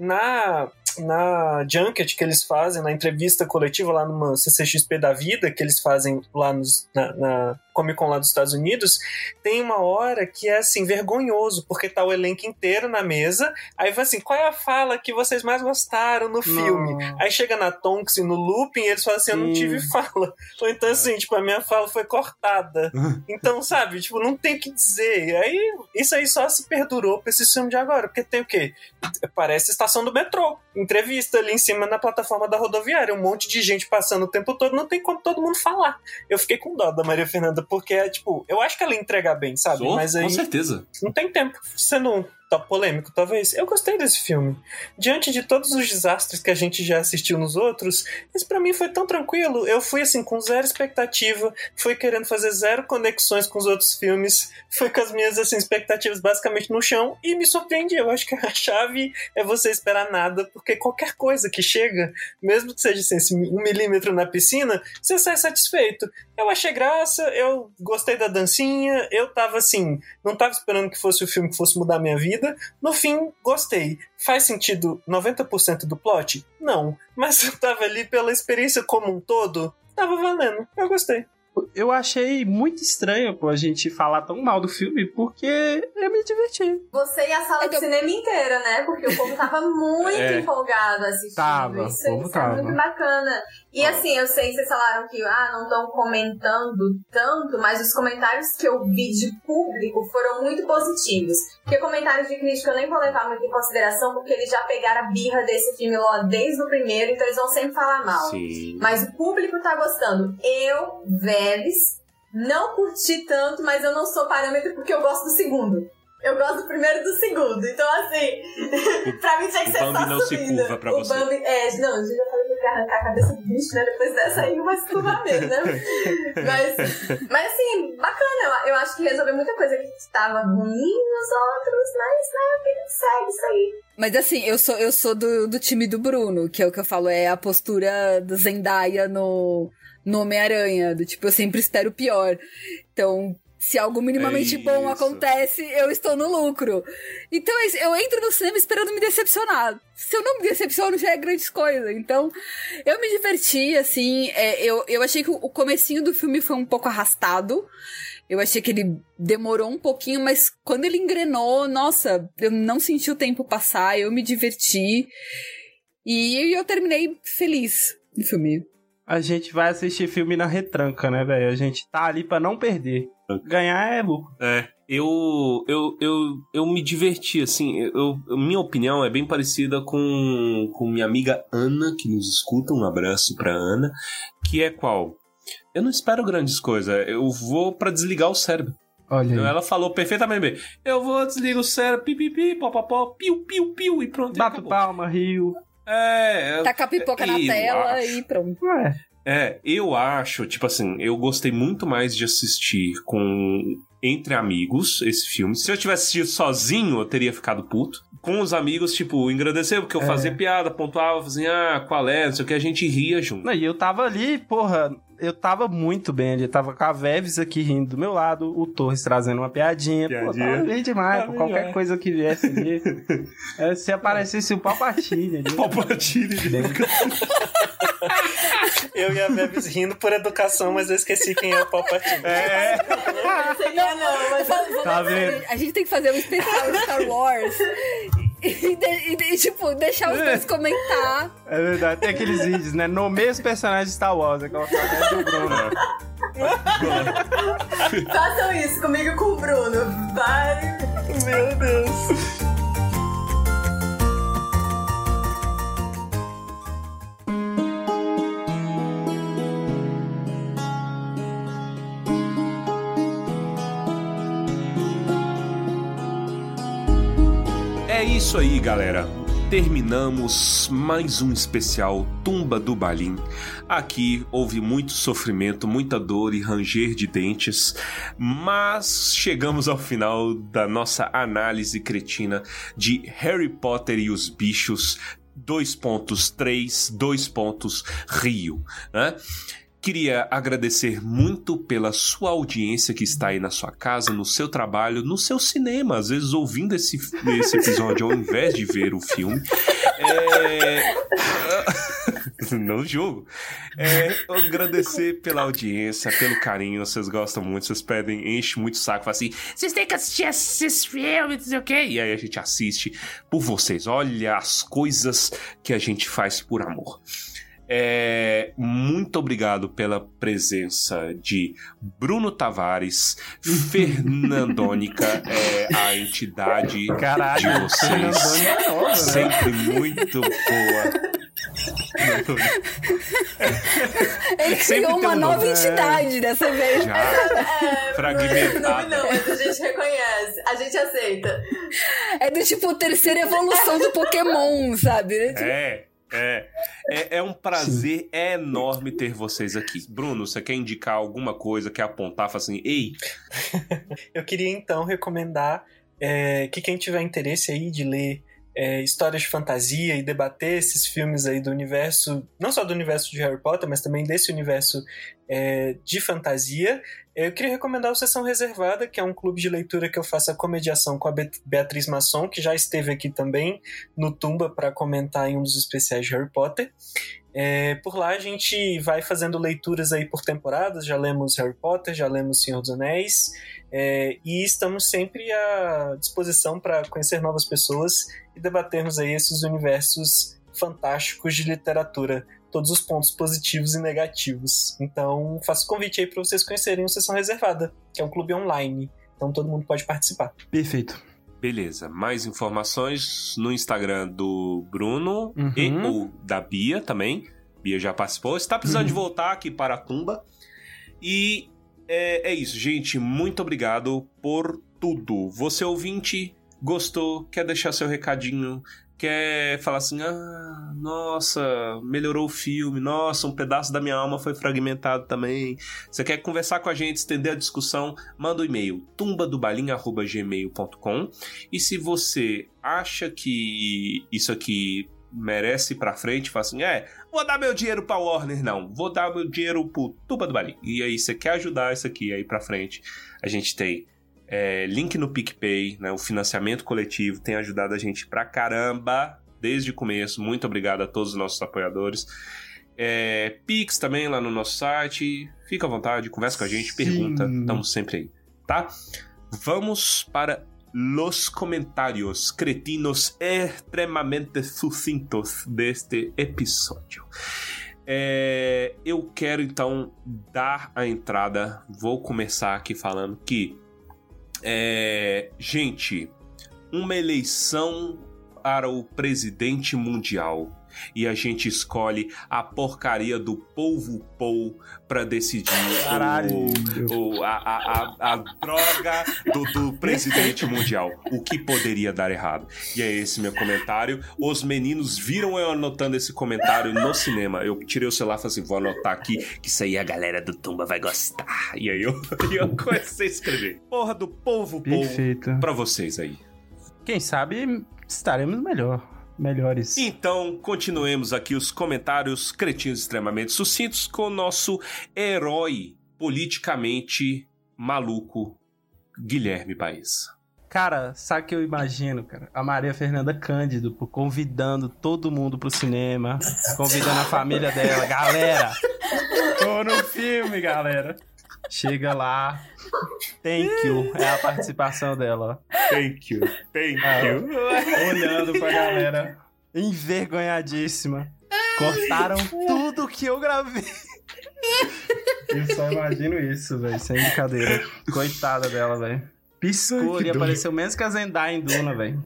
[SPEAKER 5] Na junket que eles fazem, na entrevista coletiva lá numa CCXP da vida, que eles fazem lá na Comic Con lá dos Estados Unidos, tem uma hora que é assim, vergonhoso, porque tá o elenco inteiro na mesa, aí vai assim, qual é a fala que vocês mais gostaram no filme? Aí chega na Tonks e no Looping, eles falam assim, eu não tive fala. Ou então assim, tipo, a minha fala foi cortada. Então, sabe, tipo, não tem o que dizer. Aí, isso aí só se perdurou pra esse filme de agora, porque tem o quê? Parece estação do metrô. Entrevista ali em cima na plataforma da rodoviária, um monte de gente passando o tempo todo, não tem como todo mundo falar. Eu fiquei com dó da Maria Fernanda, porque é tipo, eu acho que ela ia entregar bem, sabe? Mas aí,
[SPEAKER 3] com certeza.
[SPEAKER 5] Não tem tempo. Sendo top polêmico, talvez. Eu gostei desse filme. Diante de todos os desastres que a gente já assistiu nos outros, esse pra mim foi tão tranquilo. Eu fui assim, com zero expectativa, fui querendo fazer zero conexões com os outros filmes, fui com as minhas assim, expectativas basicamente no chão e me surpreendi. Eu acho que a chave é você esperar nada, porque qualquer coisa que chega, mesmo que seja assim, 1 milímetro na piscina, você sai satisfeito. Eu achei graça, eu gostei da dancinha, eu tava assim, não tava esperando que fosse o filme que fosse mudar a minha vida. No fim, gostei. Faz sentido 90% do plot? Não. Mas eu tava ali pela experiência como um todo, tava valendo. Eu gostei.
[SPEAKER 2] Eu achei muito estranho, pô, a gente falar tão mal do filme, porque eu me diverti.
[SPEAKER 4] Você e a sala de cinema inteira, né? Porque o povo tava muito empolgado assistindo.
[SPEAKER 2] Tava,
[SPEAKER 4] isso é muito bacana. E assim, eu sei que vocês falaram que não estão comentando tanto, mas os comentários que eu vi de público foram muito positivos. Porque comentários de crítica eu nem vou levar muito em consideração, porque eles já pegaram a birra desse filme lá desde o primeiro, então eles vão sempre falar mal.
[SPEAKER 3] Sim.
[SPEAKER 4] Mas o público tá gostando. Eu, Vélez, não curti tanto, mas eu não sou parâmetro porque eu gosto do segundo. Eu gosto do primeiro e do segundo. Então, assim, pra mim tinha que ser só
[SPEAKER 3] Bambi não se curva pra você.
[SPEAKER 4] Bambi, não, eu já falei que eu ia arrancar a cabeça do bicho, né? Depois dessa aí não vai se curvar mesmo, né? Mas assim, bacana. Eu acho que resolveu muita coisa que estava ruim nos outros, mas, né, ele segue isso aí.
[SPEAKER 1] Mas assim, eu sou do time do Bruno, que é o que eu falo, é a postura do Zendaya no Homem-Aranha, do tipo, eu sempre espero o pior. Então, se algo minimamente bom acontece, eu estou no lucro. Então, eu entro no cinema esperando me decepcionar. Se eu não me decepciono, já é grande coisa. Então, eu me diverti, assim. Eu achei que o comecinho do filme foi um pouco arrastado. Eu achei que ele demorou um pouquinho, mas quando ele engrenou, nossa, eu não senti o tempo passar, eu me diverti. E eu terminei feliz no filme.
[SPEAKER 2] A gente vai assistir filme na retranca, né, velho? A gente tá ali pra não perder. Ganhar é lucro.
[SPEAKER 3] Eu me diverti, assim. Minha opinião é bem parecida com minha amiga Ana, que nos escuta. Um abraço pra Ana. Que é qual? Eu não espero grandes coisas. Eu vou pra desligar o cérebro.
[SPEAKER 2] Olha aí.
[SPEAKER 3] Ela falou perfeitamente bem. Eu vou desligar o cérebro, pipipi, popopó, piu, piu, piu, e pronto.
[SPEAKER 2] Bato palma, rio.
[SPEAKER 1] Taca a pipoca na tela e pronto.
[SPEAKER 3] Eu acho, tipo assim, eu gostei muito mais de assistir entre amigos esse filme. Se eu tivesse assistido sozinho, eu teria ficado puto. Com os amigos, tipo, engrandeceu, porque eu fazia piada, pontuava, fazia, qual é, não sei o que, a gente ria junto.
[SPEAKER 2] Não, e eu tava ali, porra, eu tava muito bem ali. Tava com a Veves aqui rindo do meu lado, o Torres trazendo uma piadinha. Pô, tava bem demais, por qualquer coisa que viesse ali. Se aparecesse o Palpatine ali.
[SPEAKER 3] Palpatine.
[SPEAKER 5] Eu e a Veves rindo por educação, mas eu esqueci quem é o Palpatine.
[SPEAKER 2] Tá vendo?
[SPEAKER 1] A gente tem que fazer um especial de Star Wars e tipo, deixar os dois comentar.
[SPEAKER 2] É verdade, tem aqueles vídeos, né? Nomeia os personagens de Star Wars, aquela frase do Bruno.
[SPEAKER 4] Façam isso comigo e com o Bruno. Vai.
[SPEAKER 5] Meu Deus.
[SPEAKER 3] É isso aí, galera. terminamos mais um especial Tumba do Balim. Aqui houve muito sofrimento, muita dor e ranger de dentes, mas chegamos ao final da nossa análise cretina de Harry Potter e os Bichos 2.3, Rio, né? Queria agradecer muito pela sua audiência que está aí na sua casa, no seu trabalho, no seu cinema, às vezes ouvindo esse episódio ao invés de ver o filme. Não julgo. Agradecer pela audiência, pelo carinho, vocês gostam muito, vocês pedem, enchem muito o saco, falam assim, vocês têm que assistir esses filmes, não sei o quê. E aí a gente assiste por vocês. Olha as coisas que a gente faz por amor. Muito obrigado pela presença de Bruno Tavares, Fernandônica, a entidade de vocês.
[SPEAKER 2] Nova,
[SPEAKER 3] sempre muito boa.
[SPEAKER 1] Ele criou uma nova entidade dessa vez.
[SPEAKER 3] Fragmentada.
[SPEAKER 4] Não, mas a gente reconhece, a gente aceita.
[SPEAKER 1] É do tipo terceira evolução do Pokémon, sabe?
[SPEAKER 3] É um prazer enorme ter vocês aqui. Bruno, você quer indicar alguma coisa, quer apontar, fala assim, ei?
[SPEAKER 5] Eu queria então recomendar que quem tiver interesse aí de ler histórias de fantasia e debater esses filmes aí do universo, não só do universo de Harry Potter, mas também desse universo de fantasia, eu queria recomendar o Sessão Reservada, que é um clube de leitura que eu faço a comediação com a Beatriz Masson, que já esteve aqui também no Tumba para comentar em um dos especiais de Harry Potter. Por lá a gente vai fazendo leituras aí por temporadas, já lemos Harry Potter, já lemos Senhor dos Anéis, e estamos sempre à disposição para conhecer novas pessoas e debatermos aí esses universos fantásticos de literatura, todos os pontos positivos e negativos. Então faço convite aí para vocês conhecerem o Sessão Reservada, que é um clube online, então todo mundo pode participar.
[SPEAKER 2] Perfeito.
[SPEAKER 3] Beleza, mais informações no Instagram do Bruno e ou da Bia também. Bia já participou. Você tá precisando de voltar aqui para a Tumba. E é isso, gente. Muito obrigado por tudo. Você ouvinte, gostou, quer deixar seu recadinho, quer falar assim, nossa, melhorou o filme, nossa, um pedaço da minha alma foi fragmentado também. Você quer conversar com a gente, estender a discussão, manda um e-mail, tumbadobalim@gmail.com. E se você acha que isso aqui merece ir pra frente, fala assim, vou dar meu dinheiro pra Warner, não, vou dar meu dinheiro pro Tumba do Balim. E aí você quer ajudar isso aqui aí pra frente, a gente tem link no PicPay, né? O financiamento coletivo tem ajudado a gente pra caramba desde o começo. Muito obrigado a todos os nossos apoiadores. Pix também lá no nosso site. Fica à vontade, conversa com a gente, pergunta, estamos sempre aí, tá? Vamos para los comentários cretinos extremamente sucintos deste episódio. Eu quero então dar a entrada. Vou começar aqui falando que gente, uma eleição para o presidente mundial e a gente escolhe a porcaria do polvo Paul pra decidir a droga do presidente mundial. O que poderia dar errado? E é esse meu comentário. Os meninos viram eu anotando esse comentário no cinema. Eu tirei o celular e falei assim, vou anotar aqui que isso aí a galera do Tumba vai gostar. E aí eu comecei a escrever. Porra do polvo Paul pra vocês aí.
[SPEAKER 2] Quem sabe estaremos melhores.
[SPEAKER 3] Então, continuemos aqui os comentários cretinos extremamente sucintos com o nosso herói politicamente maluco, Guilherme Paes.
[SPEAKER 2] Cara, sabe o que eu imagino, cara? A Maria Fernanda Cândido convidando todo mundo pro cinema, convidando a família dela. Galera, tô no filme, galera. Chega lá. Thank you. É a participação dela.
[SPEAKER 3] Thank you.
[SPEAKER 2] Olhando pra galera. Envergonhadíssima. Cortaram tudo que eu gravei. Eu só imagino isso, velho. Sem brincadeira. Coitada dela, velho. Piscou e apareceu menos que a Zendaya em Duna, velho.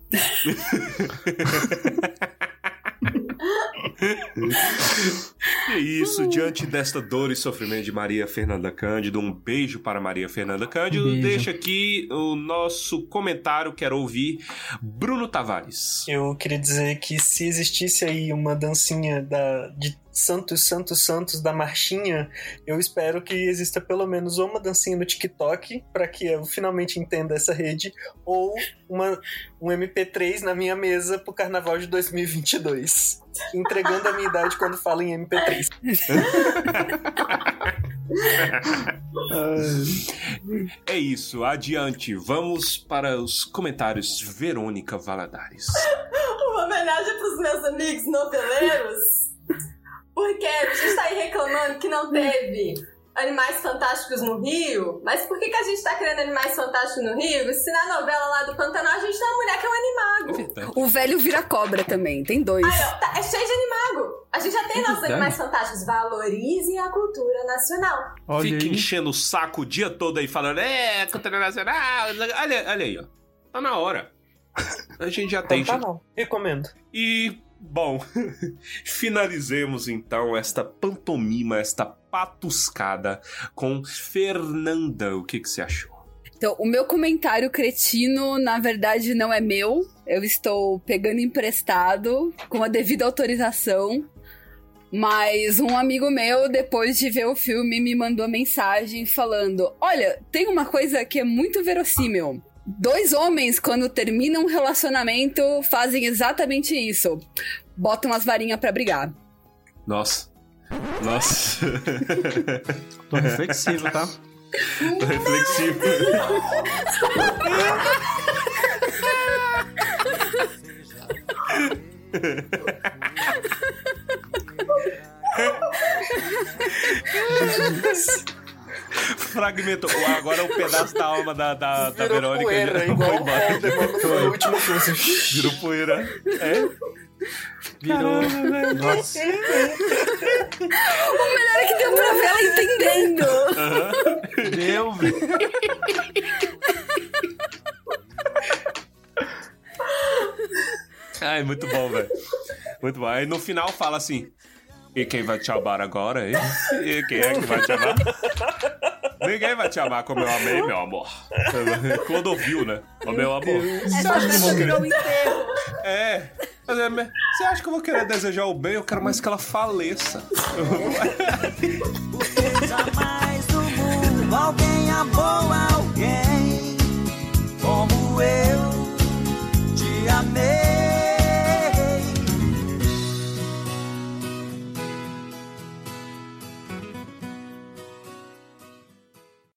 [SPEAKER 3] E é isso, diante desta dor e sofrimento de Maria Fernanda Cândido, um beijo para Maria Fernanda Cândido. Deixa aqui o nosso comentário, quero ouvir Bruno Tavares.
[SPEAKER 5] Eu queria dizer que se existisse aí uma dancinha de Santos, Santos, Santos da marchinha, eu espero que exista pelo menos uma dancinha no TikTok para que eu finalmente entenda essa rede, ou um MP3 na minha mesa pro Carnaval de 2022, entregando a minha idade quando falo em MP3.
[SPEAKER 3] É isso, adiante, vamos para os comentários. Verônica Valadares.
[SPEAKER 4] Uma homenagem pros meus amigos noveleiros, porque a gente tá aí reclamando que não teve Animais Fantásticos no Rio, mas por que a gente tá criando Animais Fantásticos no Rio? Se na novela lá do Pantanal a gente tem uma mulher que é um animago.
[SPEAKER 1] O velho vira cobra também, tem 2.
[SPEAKER 4] Aí, ó, é cheio de animago. A gente já tem nossos Animais Fantásticos. Valorizem a cultura nacional.
[SPEAKER 3] Fica enchendo o saco o dia todo aí falando, cultura nacional. Olha aí, ó. Tá na hora. A gente já tem.
[SPEAKER 5] Tá não. Recomendo.
[SPEAKER 3] E, bom, finalizemos então esta pantomima, esta patuscada com Fernanda. O que você achou?
[SPEAKER 1] Então, o meu comentário cretino, na verdade, não é meu. Eu estou pegando emprestado, com a devida autorização. Mas um amigo meu, depois de ver o filme, me mandou mensagem falando: olha, tem uma coisa que é muito verossímil. 2 homens, quando terminam um relacionamento, fazem exatamente isso. Botam as varinhas pra brigar.
[SPEAKER 3] Nossa.
[SPEAKER 2] Tô reflexivo, tá?
[SPEAKER 3] Tô reflexivo. Fragmento. Agora o pedaço da alma da Verônica.
[SPEAKER 5] Poeira, igual o Voldemort no último filme.
[SPEAKER 3] Virou poeira.
[SPEAKER 2] Virou. Nossa.
[SPEAKER 1] O melhor é que deu pra ver ela entendendo.
[SPEAKER 2] Deu, velho.
[SPEAKER 3] Ai, muito bom, velho. Muito bom. Aí no final fala assim: e quem vai te amar agora, hein? E quem é que vai te amar? Ninguém vai te amar como eu amei, meu amor. Quando ouviu, né? O meu amor. Você acha que eu vou querer? Você acha que eu vou querer desejar o bem? Eu quero mais que ela faleça.